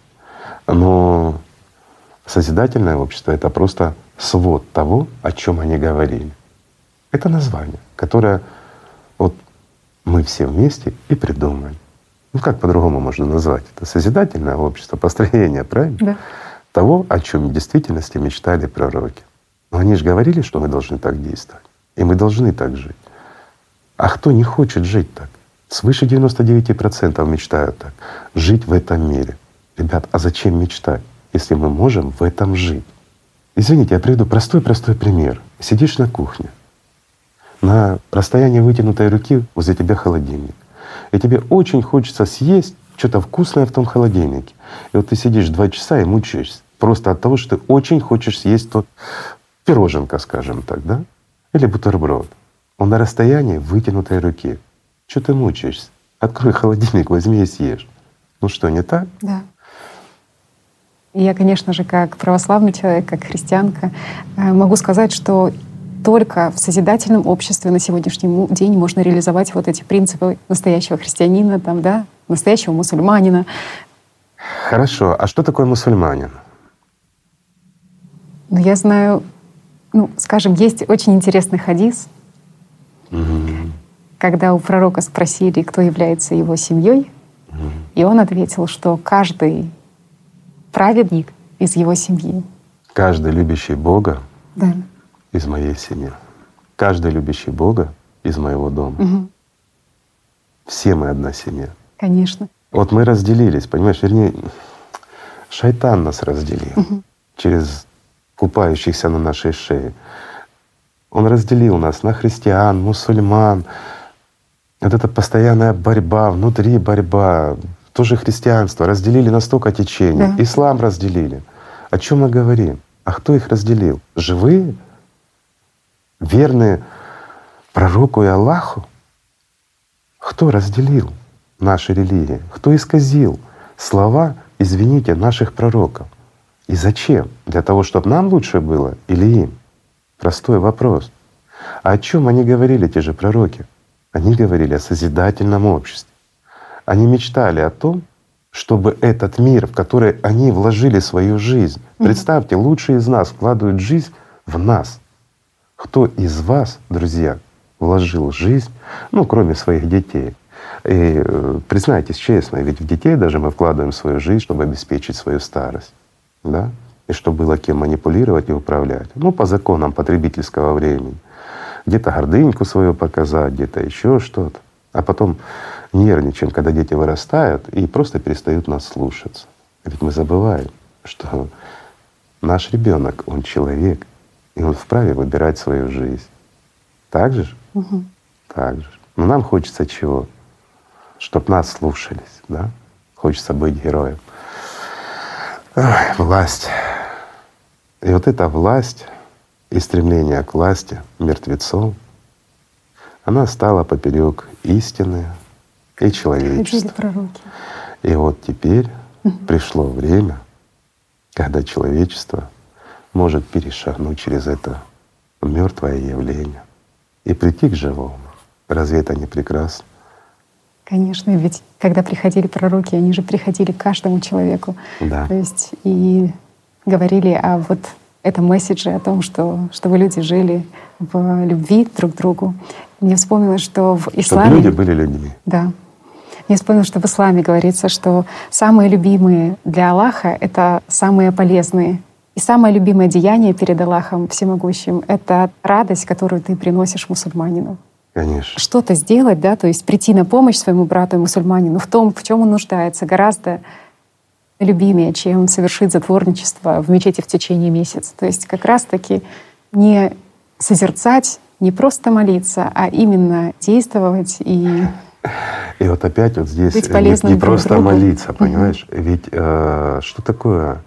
Но созидательное общество — это просто свод того, о чем они говорили. Это название, которое вот мы все вместе и придумали. Как по-другому можно назвать это? Созидательное общество, построение, правильно? Да. Того, о чем в действительности мечтали пророки. Но они же говорили, что мы должны так действовать, и мы должны так жить. А кто не хочет жить так? Свыше 99% мечтают так. Жить в этом мире. Ребят, а зачем мечтать, если мы можем в этом жить? Извините, я приведу простой пример. Сидишь на кухне, на расстоянии вытянутой руки возле тебя холодильник, и тебе очень хочется съесть что-то вкусное в том холодильнике. И вот ты сидишь 2 часа и мучаешься просто от того, что ты очень хочешь съесть тот пироженка, скажем так, да? Или бутерброд. Он на расстоянии вытянутой руки. Что ты мучаешься? Открой холодильник, возьми и съешь. Ну что, не так? Да. И я, конечно же, как православный человек, как христианка, могу сказать, что только в созидательном обществе на сегодняшний день можно реализовать вот эти принципы настоящего христианина, там, да, настоящего мусульманина. Хорошо. А что такое мусульманин? Ну, я знаю, скажем, есть очень интересный хадис, когда у пророка спросили, кто является его семьей, и он ответил, что каждый праведник из его семьи. Каждый любящий Бога Да. из моей семьи. Каждый любящий Бога из моего дома. Все мы одна семья. Конечно. Вот мы разделились, понимаешь, вернее, шайтан нас разделил через купающихся на нашей шее. Он разделил нас на христиан, мусульман. Вот эта постоянная борьба, внутри борьба, тоже христианство. Разделили на столько течений. Да. Ислам разделили. О чем мы говорим? А кто их разделил? Живые? Верные пророку и Аллаху? Кто разделил наши религии? Кто исказил слова, извините, наших пророков? И зачем? Для того, чтобы нам лучше было или им? Простой вопрос. А о чем они говорили, те же пророки? Они говорили о созидательном обществе. Они мечтали о том, чтобы этот мир, в который они вложили свою жизнь. Представьте, лучшие из нас вкладывают жизнь в нас. Кто из вас, друзья, вложил жизнь, кроме своих детей? И признайтесь честно, ведь в детей даже мы вкладываем свою жизнь, чтобы обеспечить свою старость, да? И чтобы было кем манипулировать и управлять. По законам потребительского времени. Где-то гордыньку свою показать, где-то еще что-то. А потом нервничаем, когда дети вырастают и просто перестают нас слушаться. Ведь мы забываем, что наш ребенок, он человек, и он вправе выбирать свою жизнь. Так же? Так же. Но нам хочется чего? Чтоб нас слушались, да? Хочется быть героем. Власть. И вот эта власть и стремление к власти мертвецов, она стала поперек истины и человечества. Пророки. И вот теперь пришло время, когда человечество может перешагнуть через это мертвое явление и прийти к живому. Разве это не прекрасно? Конечно, ведь когда приходили пророки, они же приходили к каждому человеку. Да. То есть и говорили о вот этом месседже, о том, чтобы люди жили в любви друг к другу. Мне вспомнилось, что в исламе… Чтобы люди были людьми. Да. Мне вспомнилось, что в исламе говорится, что самые любимые для Аллаха — это самые полезные. И самое любимое деяние перед Аллахом Всемогущим — это радость, которую ты приносишь мусульманину. Конечно. Что-то сделать, да, то есть прийти на помощь своему брату мусульманину в том, в чем он нуждается, гораздо любимее, чем совершить затворничество в мечети в течение месяца. То есть как раз-таки не созерцать, не просто молиться, а именно действовать и вот опять вот здесь быть полезным не друг просто другу. молиться, понимаешь? Ведь что такое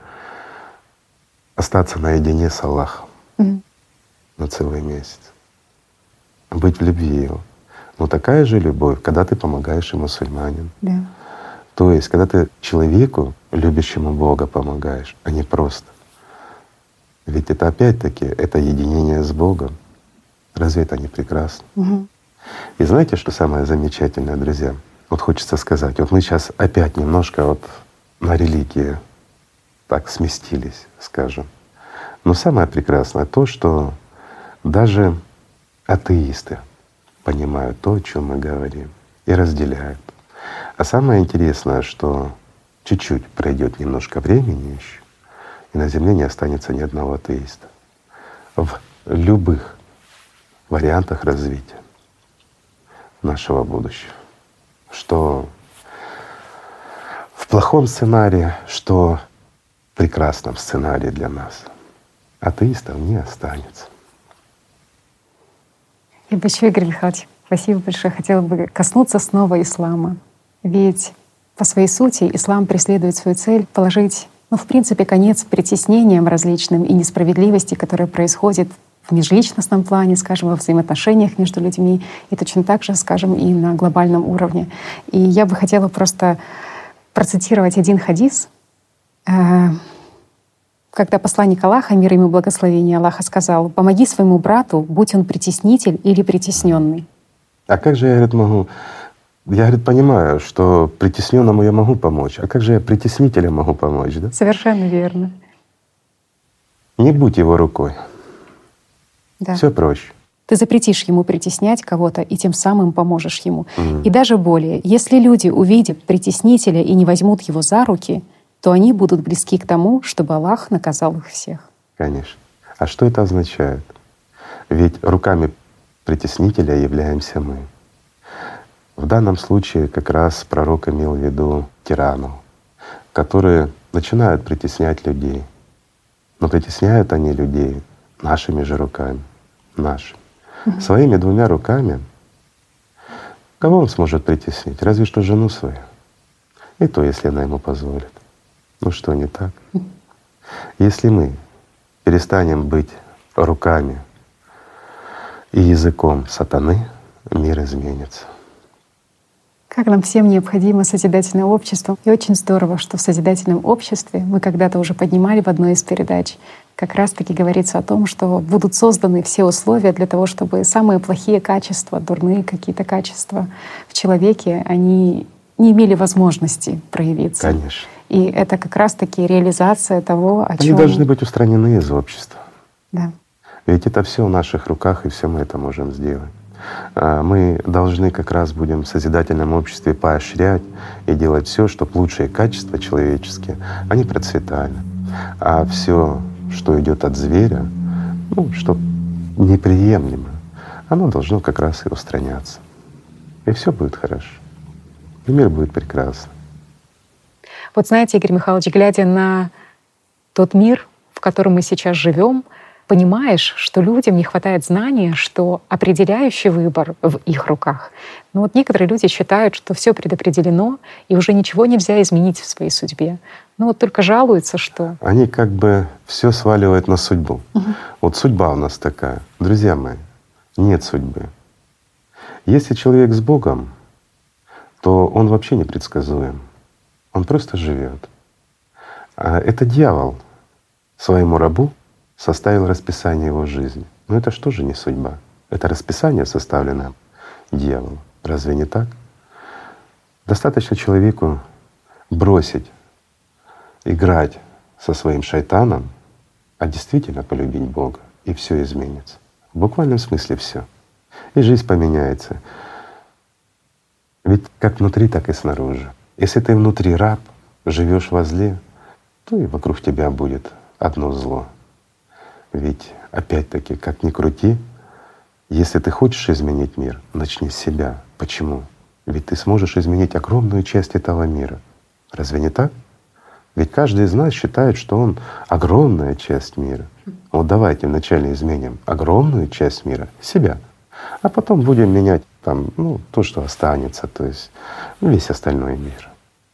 остаться наедине с Аллахом на целый месяц? Быть в любви Его. Но такая же любовь, когда ты помогаешь и мусульманину. Да. То есть, когда ты человеку, любящему Бога, помогаешь, а не просто. Ведь это опять-таки это единение с Богом. Разве это не прекрасно? И знаете, что самое замечательное, друзья? Вот хочется сказать, вот мы сейчас опять немножко вот на религии так сместились, скажем. Но самое прекрасное то, что даже атеисты понимают то, о чем мы говорим, и разделяют. А самое интересное, что чуть-чуть пройдет немножко времени еще, и на земле не останется ни одного атеиста. в любых вариантах развития нашего будущего. Что в плохом сценарии, что в прекрасном сценарии для нас. Атеистов не останется. И еще, Игорь Михайлович, спасибо большое. Хотела бы коснуться снова ислама. Ведь по своей сути ислам преследует свою цель положить, в принципе, конец притеснениям различным и несправедливости, которые происходят в межличностном плане, скажем, во взаимоотношениях между людьми, и точно так же, скажем, и на глобальном уровне. И я бы хотела просто процитировать один хадис, когда посланник Аллаха, мир ему и благословение Аллаха, сказал: «Помоги своему брату, будь он притеснитель или притесненный». А как же я, говорит, могу? Я, говорит, понимаю, что притесненному я могу помочь. А как же я притеснителям могу помочь, да? Совершенно верно. Не будь его рукой. Да. Все проще. Ты запретишь ему притеснять кого-то, и тем самым поможешь ему. И даже более, если люди увидят притеснителя и не возьмут его за руки, то они будут близки к тому, чтобы Аллах наказал их всех. Конечно. А что это означает? Ведь руками притеснителя являемся мы. В данном случае как раз пророк имел в виду тиранов, которые начинают притеснять людей. Но притесняют они людей нашими же руками, нашими. Своими двумя руками кого он сможет притеснить? Разве что жену свою. И то, если она ему позволит. Ну что, не так? Если мы перестанем быть руками и языком сатаны, мир изменится. Как нам всем необходимо созидательное общество. И очень здорово, что в созидательном обществе, мы когда-то уже поднимали в одной из передач, как раз-таки говорится о том, что будут созданы все условия для того, чтобы самые плохие качества, дурные какие-то качества в человеке, они не имели возможности проявиться. Конечно. И это как раз-таки реализация того, о чем… Они должны быть устранены из общества. Да. Ведь это все в наших руках, и все мы это можем сделать. Мы должны как раз будем в созидательном обществе поощрять и делать все, чтобы лучшие качества человеческие, они процветали. А все, что идет от зверя, что неприемлемо, оно должно как раз и устраняться. И все будет хорошо. И мир будет прекрасный. Вот знаете, Игорь Михайлович, глядя на тот мир, в котором мы сейчас живем, понимаешь, что людям не хватает знания, что определяющий выбор в их руках. Но вот некоторые люди считают, что все предопределено, и уже ничего нельзя изменить в своей судьбе. Но вот только жалуются, что… Они как бы все сваливают на судьбу. Вот судьба у нас такая. Друзья мои, нет судьбы. Если человек с Богом, то он вообще непредсказуем. Он просто живет. А это дьявол своему рабу составил расписание его жизни. Но это что же не судьба? Это расписание, составленное дьяволом. Разве не так? Достаточно человеку бросить играть со своим шайтаном, а действительно полюбить Бога, и все изменится. В буквальном смысле все. И жизнь поменяется. Ведь как внутри, так и снаружи. Если ты внутри раб, живешь во зле, то и вокруг тебя будет одно зло. Ведь опять-таки, как ни крути, если ты хочешь изменить мир, начни с себя. Почему? Ведь ты сможешь изменить огромную часть этого мира. Разве не так? Ведь каждый из нас считает, что он огромная часть мира. Вот давайте вначале изменим огромную часть мира, себя, а потом будем менять то, что останется, то есть весь остальной мир.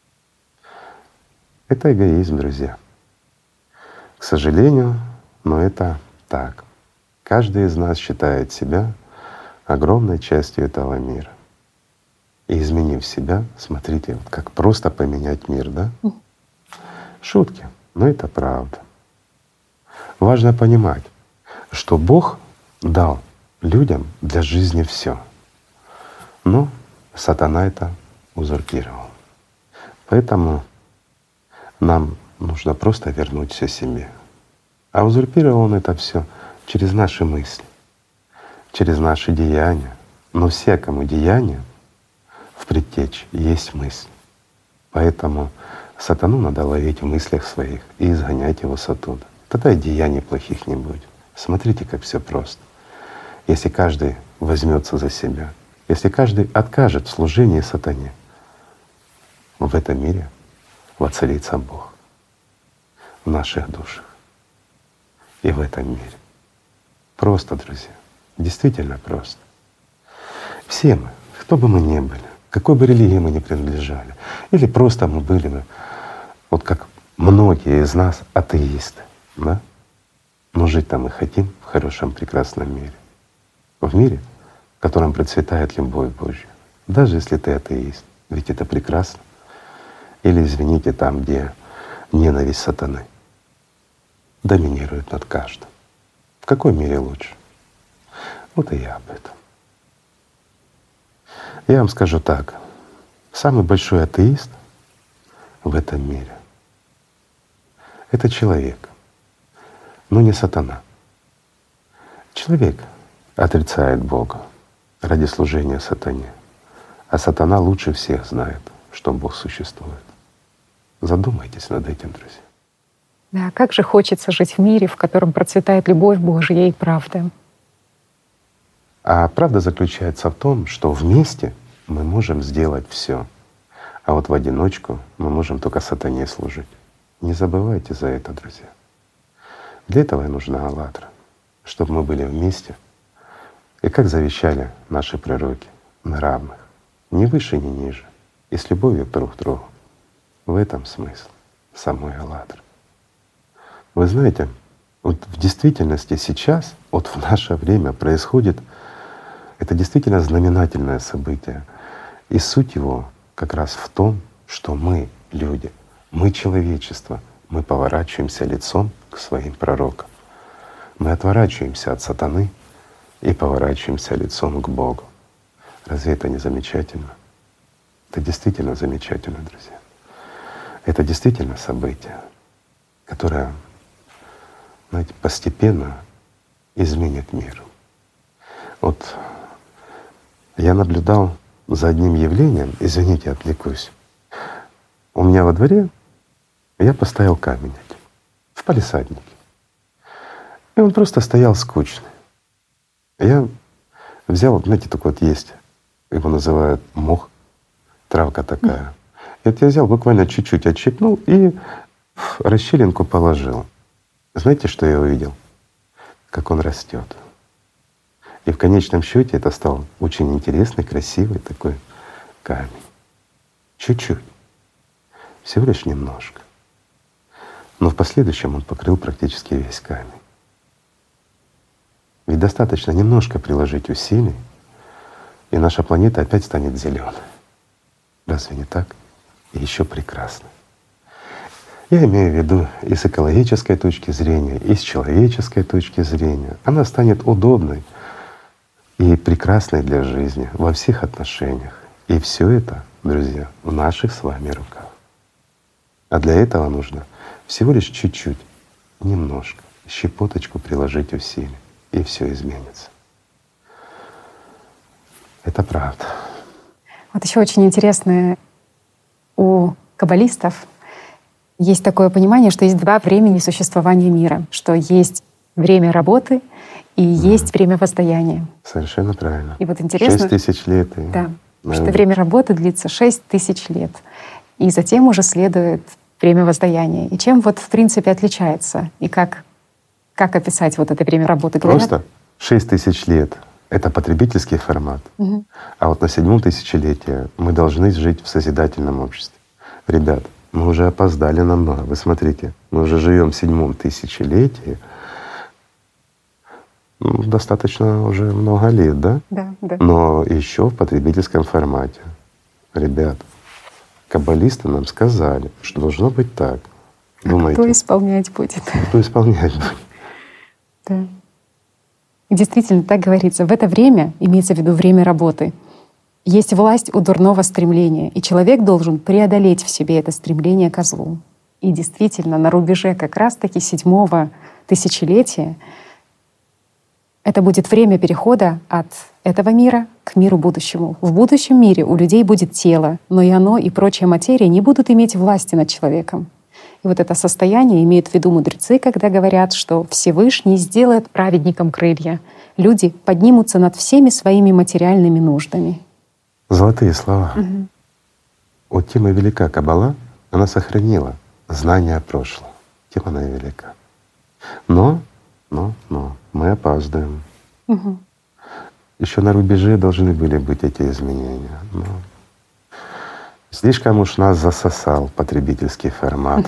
Это эгоизм, друзья. К сожалению, но это так. Каждый из нас считает себя огромной частью этого мира. И изменив себя, смотрите, вот как просто поменять мир, да? Шутки, но это правда. Важно понимать, что Бог дал людям для жизни все, но сатана это узурпировал. Поэтому нам нужно просто вернуть все себе. А узурпировал он это все через наши мысли, через наши деяния. Но всякому деянию в предтече есть мысль. Поэтому сатану надо ловить в мыслях своих и изгонять его с оттуда. Тогда и деяний плохих не будет. Смотрите, как все просто. Если каждый возьмется за себя, если каждый откажет в служении сатане, в этом мире воцарится Бог в наших душах и в этом мире. Просто, друзья, действительно просто. Все мы, кто бы мы ни были, какой бы религии мы ни принадлежали, или просто мы были бы, вот как многие из нас, атеисты, да? Но жить-то мы хотим в хорошем, прекрасном мире. В мире, в котором процветает любовь Божья. Даже если ты атеист, ведь это прекрасно. Или, извините, там, где ненависть сатаны доминирует над каждым. В каком мире лучше? Вот и я об этом. Я вам скажу так. Самый большой атеист в этом мире — это человек, но не сатана. Человек отрицает Бога ради служения сатане, а сатана лучше всех знает, что Бог существует. Задумайтесь над этим, друзья. Да, как же хочется жить в мире, в котором процветает любовь Божья и правда. А правда заключается в том, что вместе мы можем сделать все, а вот в одиночку мы можем только сатане служить. Не забывайте за это, друзья. Для этого и нужна аллатра, чтобы мы были вместе. И как завещали наши пророки, на равных, ни выше, ни ниже, и с любовью друг к другу. В этом смысл самой аллатры. Вы знаете, вот в действительности сейчас, вот в наше время происходит это действительно знаменательное событие. И суть его как раз в том, что мы, люди, мы человечество, мы поворачиваемся лицом к своим пророкам. Мы отворачиваемся от сатаны и поворачиваемся лицом к Богу. Разве это не замечательно? Это действительно замечательно, друзья. Это действительно событие, которое, знаете, постепенно изменит мир. Вот я наблюдал за одним явлением, извините, отвлекусь. У меня во дворе я поставил камень в палисаднике. И он просто стоял скучный. Я взял, знаете, такой вот есть, его называют мох, травка такая. И вот я взял, буквально чуть-чуть отщипнул и в расщелинку положил. Знаете, что я увидел? Как он растет. И в конечном счете это стал очень интересный, красивый такой камень. Чуть-чуть, всего лишь немножко. Но в последующем он покрыл практически весь камень. Ведь достаточно немножко приложить усилий, и наша планета опять станет зеленой. Разве не так? И еще прекрасно. Я имею в виду и с экологической точки зрения, и с человеческой точки зрения. Она станет удобной и прекрасной для жизни во всех отношениях. И все это, друзья, в наших с вами руках. А для этого нужно всего лишь чуть-чуть, немножко, щепоточку приложить усилий, и все изменится. Это правда. Вот еще очень интересно, у каббалистов есть такое понимание, что есть два времени существования мира, что есть время работы и есть время воздаяния. Совершенно правильно. И вот интересно, 6000 лет. Да, что время работы длится 6000 лет. И затем уже следует время воздаяния. И чем вот в принципе отличается? И как описать вот это время работы? Просто 6000 лет — это потребительский формат. А вот на 7-м тысячелетии мы должны жить в созидательном обществе. Ребят, мы уже опоздали намного. Вы смотрите, мы уже живем в 7-м тысячелетии, достаточно уже много лет, да? Да, да. Но еще в потребительском формате. Ребят, каббалисты нам сказали, что должно быть так. Думаете, кто исполнять будет? Кто исполнять будет? Да. И действительно, так говорится, в это время, имеется в виду время работы, есть власть у дурного стремления, и человек должен преодолеть в себе это стремление ко злу. И действительно, на рубеже как раз-таки 7-го тысячелетия это будет время перехода от этого мира к миру будущему. В будущем мире у людей будет тело, но и оно, и прочая материя не будут иметь власти над человеком. И вот это состояние имеют в виду мудрецы, когда говорят, что Всевышний сделает праведникам крылья. Люди поднимутся над всеми своими материальными нуждами. Золотые слова. Вот тема велика Каббала, она сохранила знания прошлого. Тема она велика. Но мы опаздываем. Еще на рубеже должны были быть эти изменения. Но слишком уж нас засосал потребительский формат.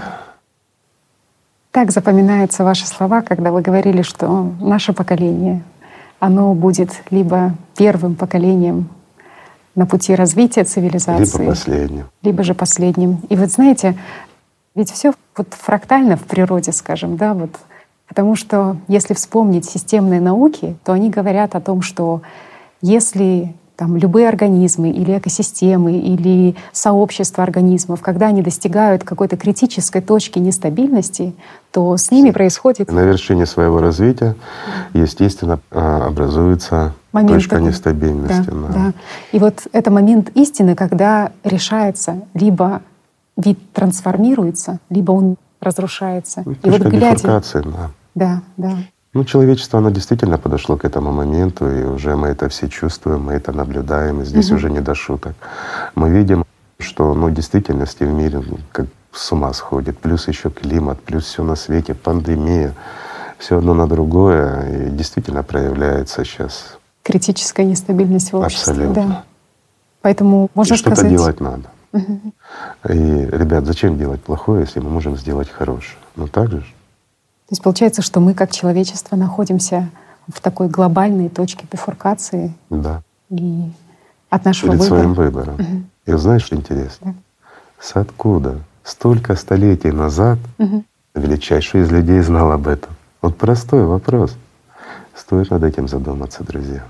Так запоминаются ваши слова, когда вы говорили, что наше поколение, оно будет либо первым поколением на пути развития цивилизации, Либо последним. либо же последним. И вот знаете, ведь все вот фрактально в природе, скажем, да, вот, потому что если вспомнить системные науки, то они говорят о том, что если там любые организмы или экосистемы или сообщества организмов, когда они достигают какой-то критической точки нестабильности, то с ними происходит На вершине своего развития, естественно, образуется момент точка такой. нестабильности. Да, да. И вот это момент истины, когда решается, либо вид трансформируется, либо он разрушается. Ну, И вот точка глядя, бифуркации, да. да, да. Ну, человечество, оно действительно подошло к этому моменту, и уже мы это все чувствуем, мы это наблюдаем, и здесь уже не до шуток. Мы видим, что в действительности в мире как с ума сходит, плюс еще климат, плюс все на свете, пандемия, все одно на другое, и действительно проявляется сейчас. Критическая нестабильность в обществе. Абсолютно. Да. Поэтому можно И что-то сказать, делать надо. И, ребят, зачем делать плохое, если мы можем сделать хорошее? Ну так же. то есть получается, что мы как человечество находимся в такой глобальной точке бифуркации, Да. и от нашего Перед выбора. своим выбором. И знаешь, что интересно? С откуда столько столетий назад величайший из людей знал об этом? Вот простой вопрос. Стоит над этим задуматься, друзья.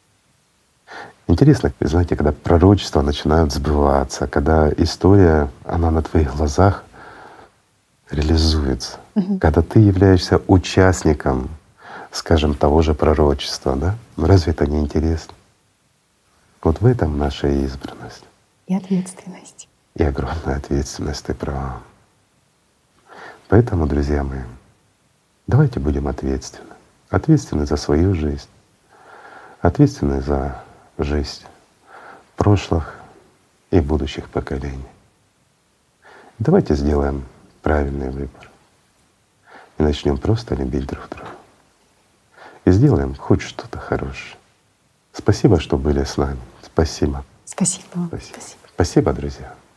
Интересно, знаете, когда пророчества начинают сбываться, когда история, она на твоих глазах реализуется, когда ты являешься участником, скажем, того же пророчества, да? Ну разве это не интересно? Вот в этом наша избранность. И ответственность. И огромная ответственность, ты права. Поэтому, друзья мои, давайте будем ответственны. Ответственны за свою жизнь, ответственны за жизнь прошлых и будущих поколений. Давайте сделаем правильный выбор и начнем просто любить друг друга. И сделаем хоть что-то хорошее. Спасибо, что были с нами. Спасибо. Спасибо вам. Спасибо, Спасибо, друзья.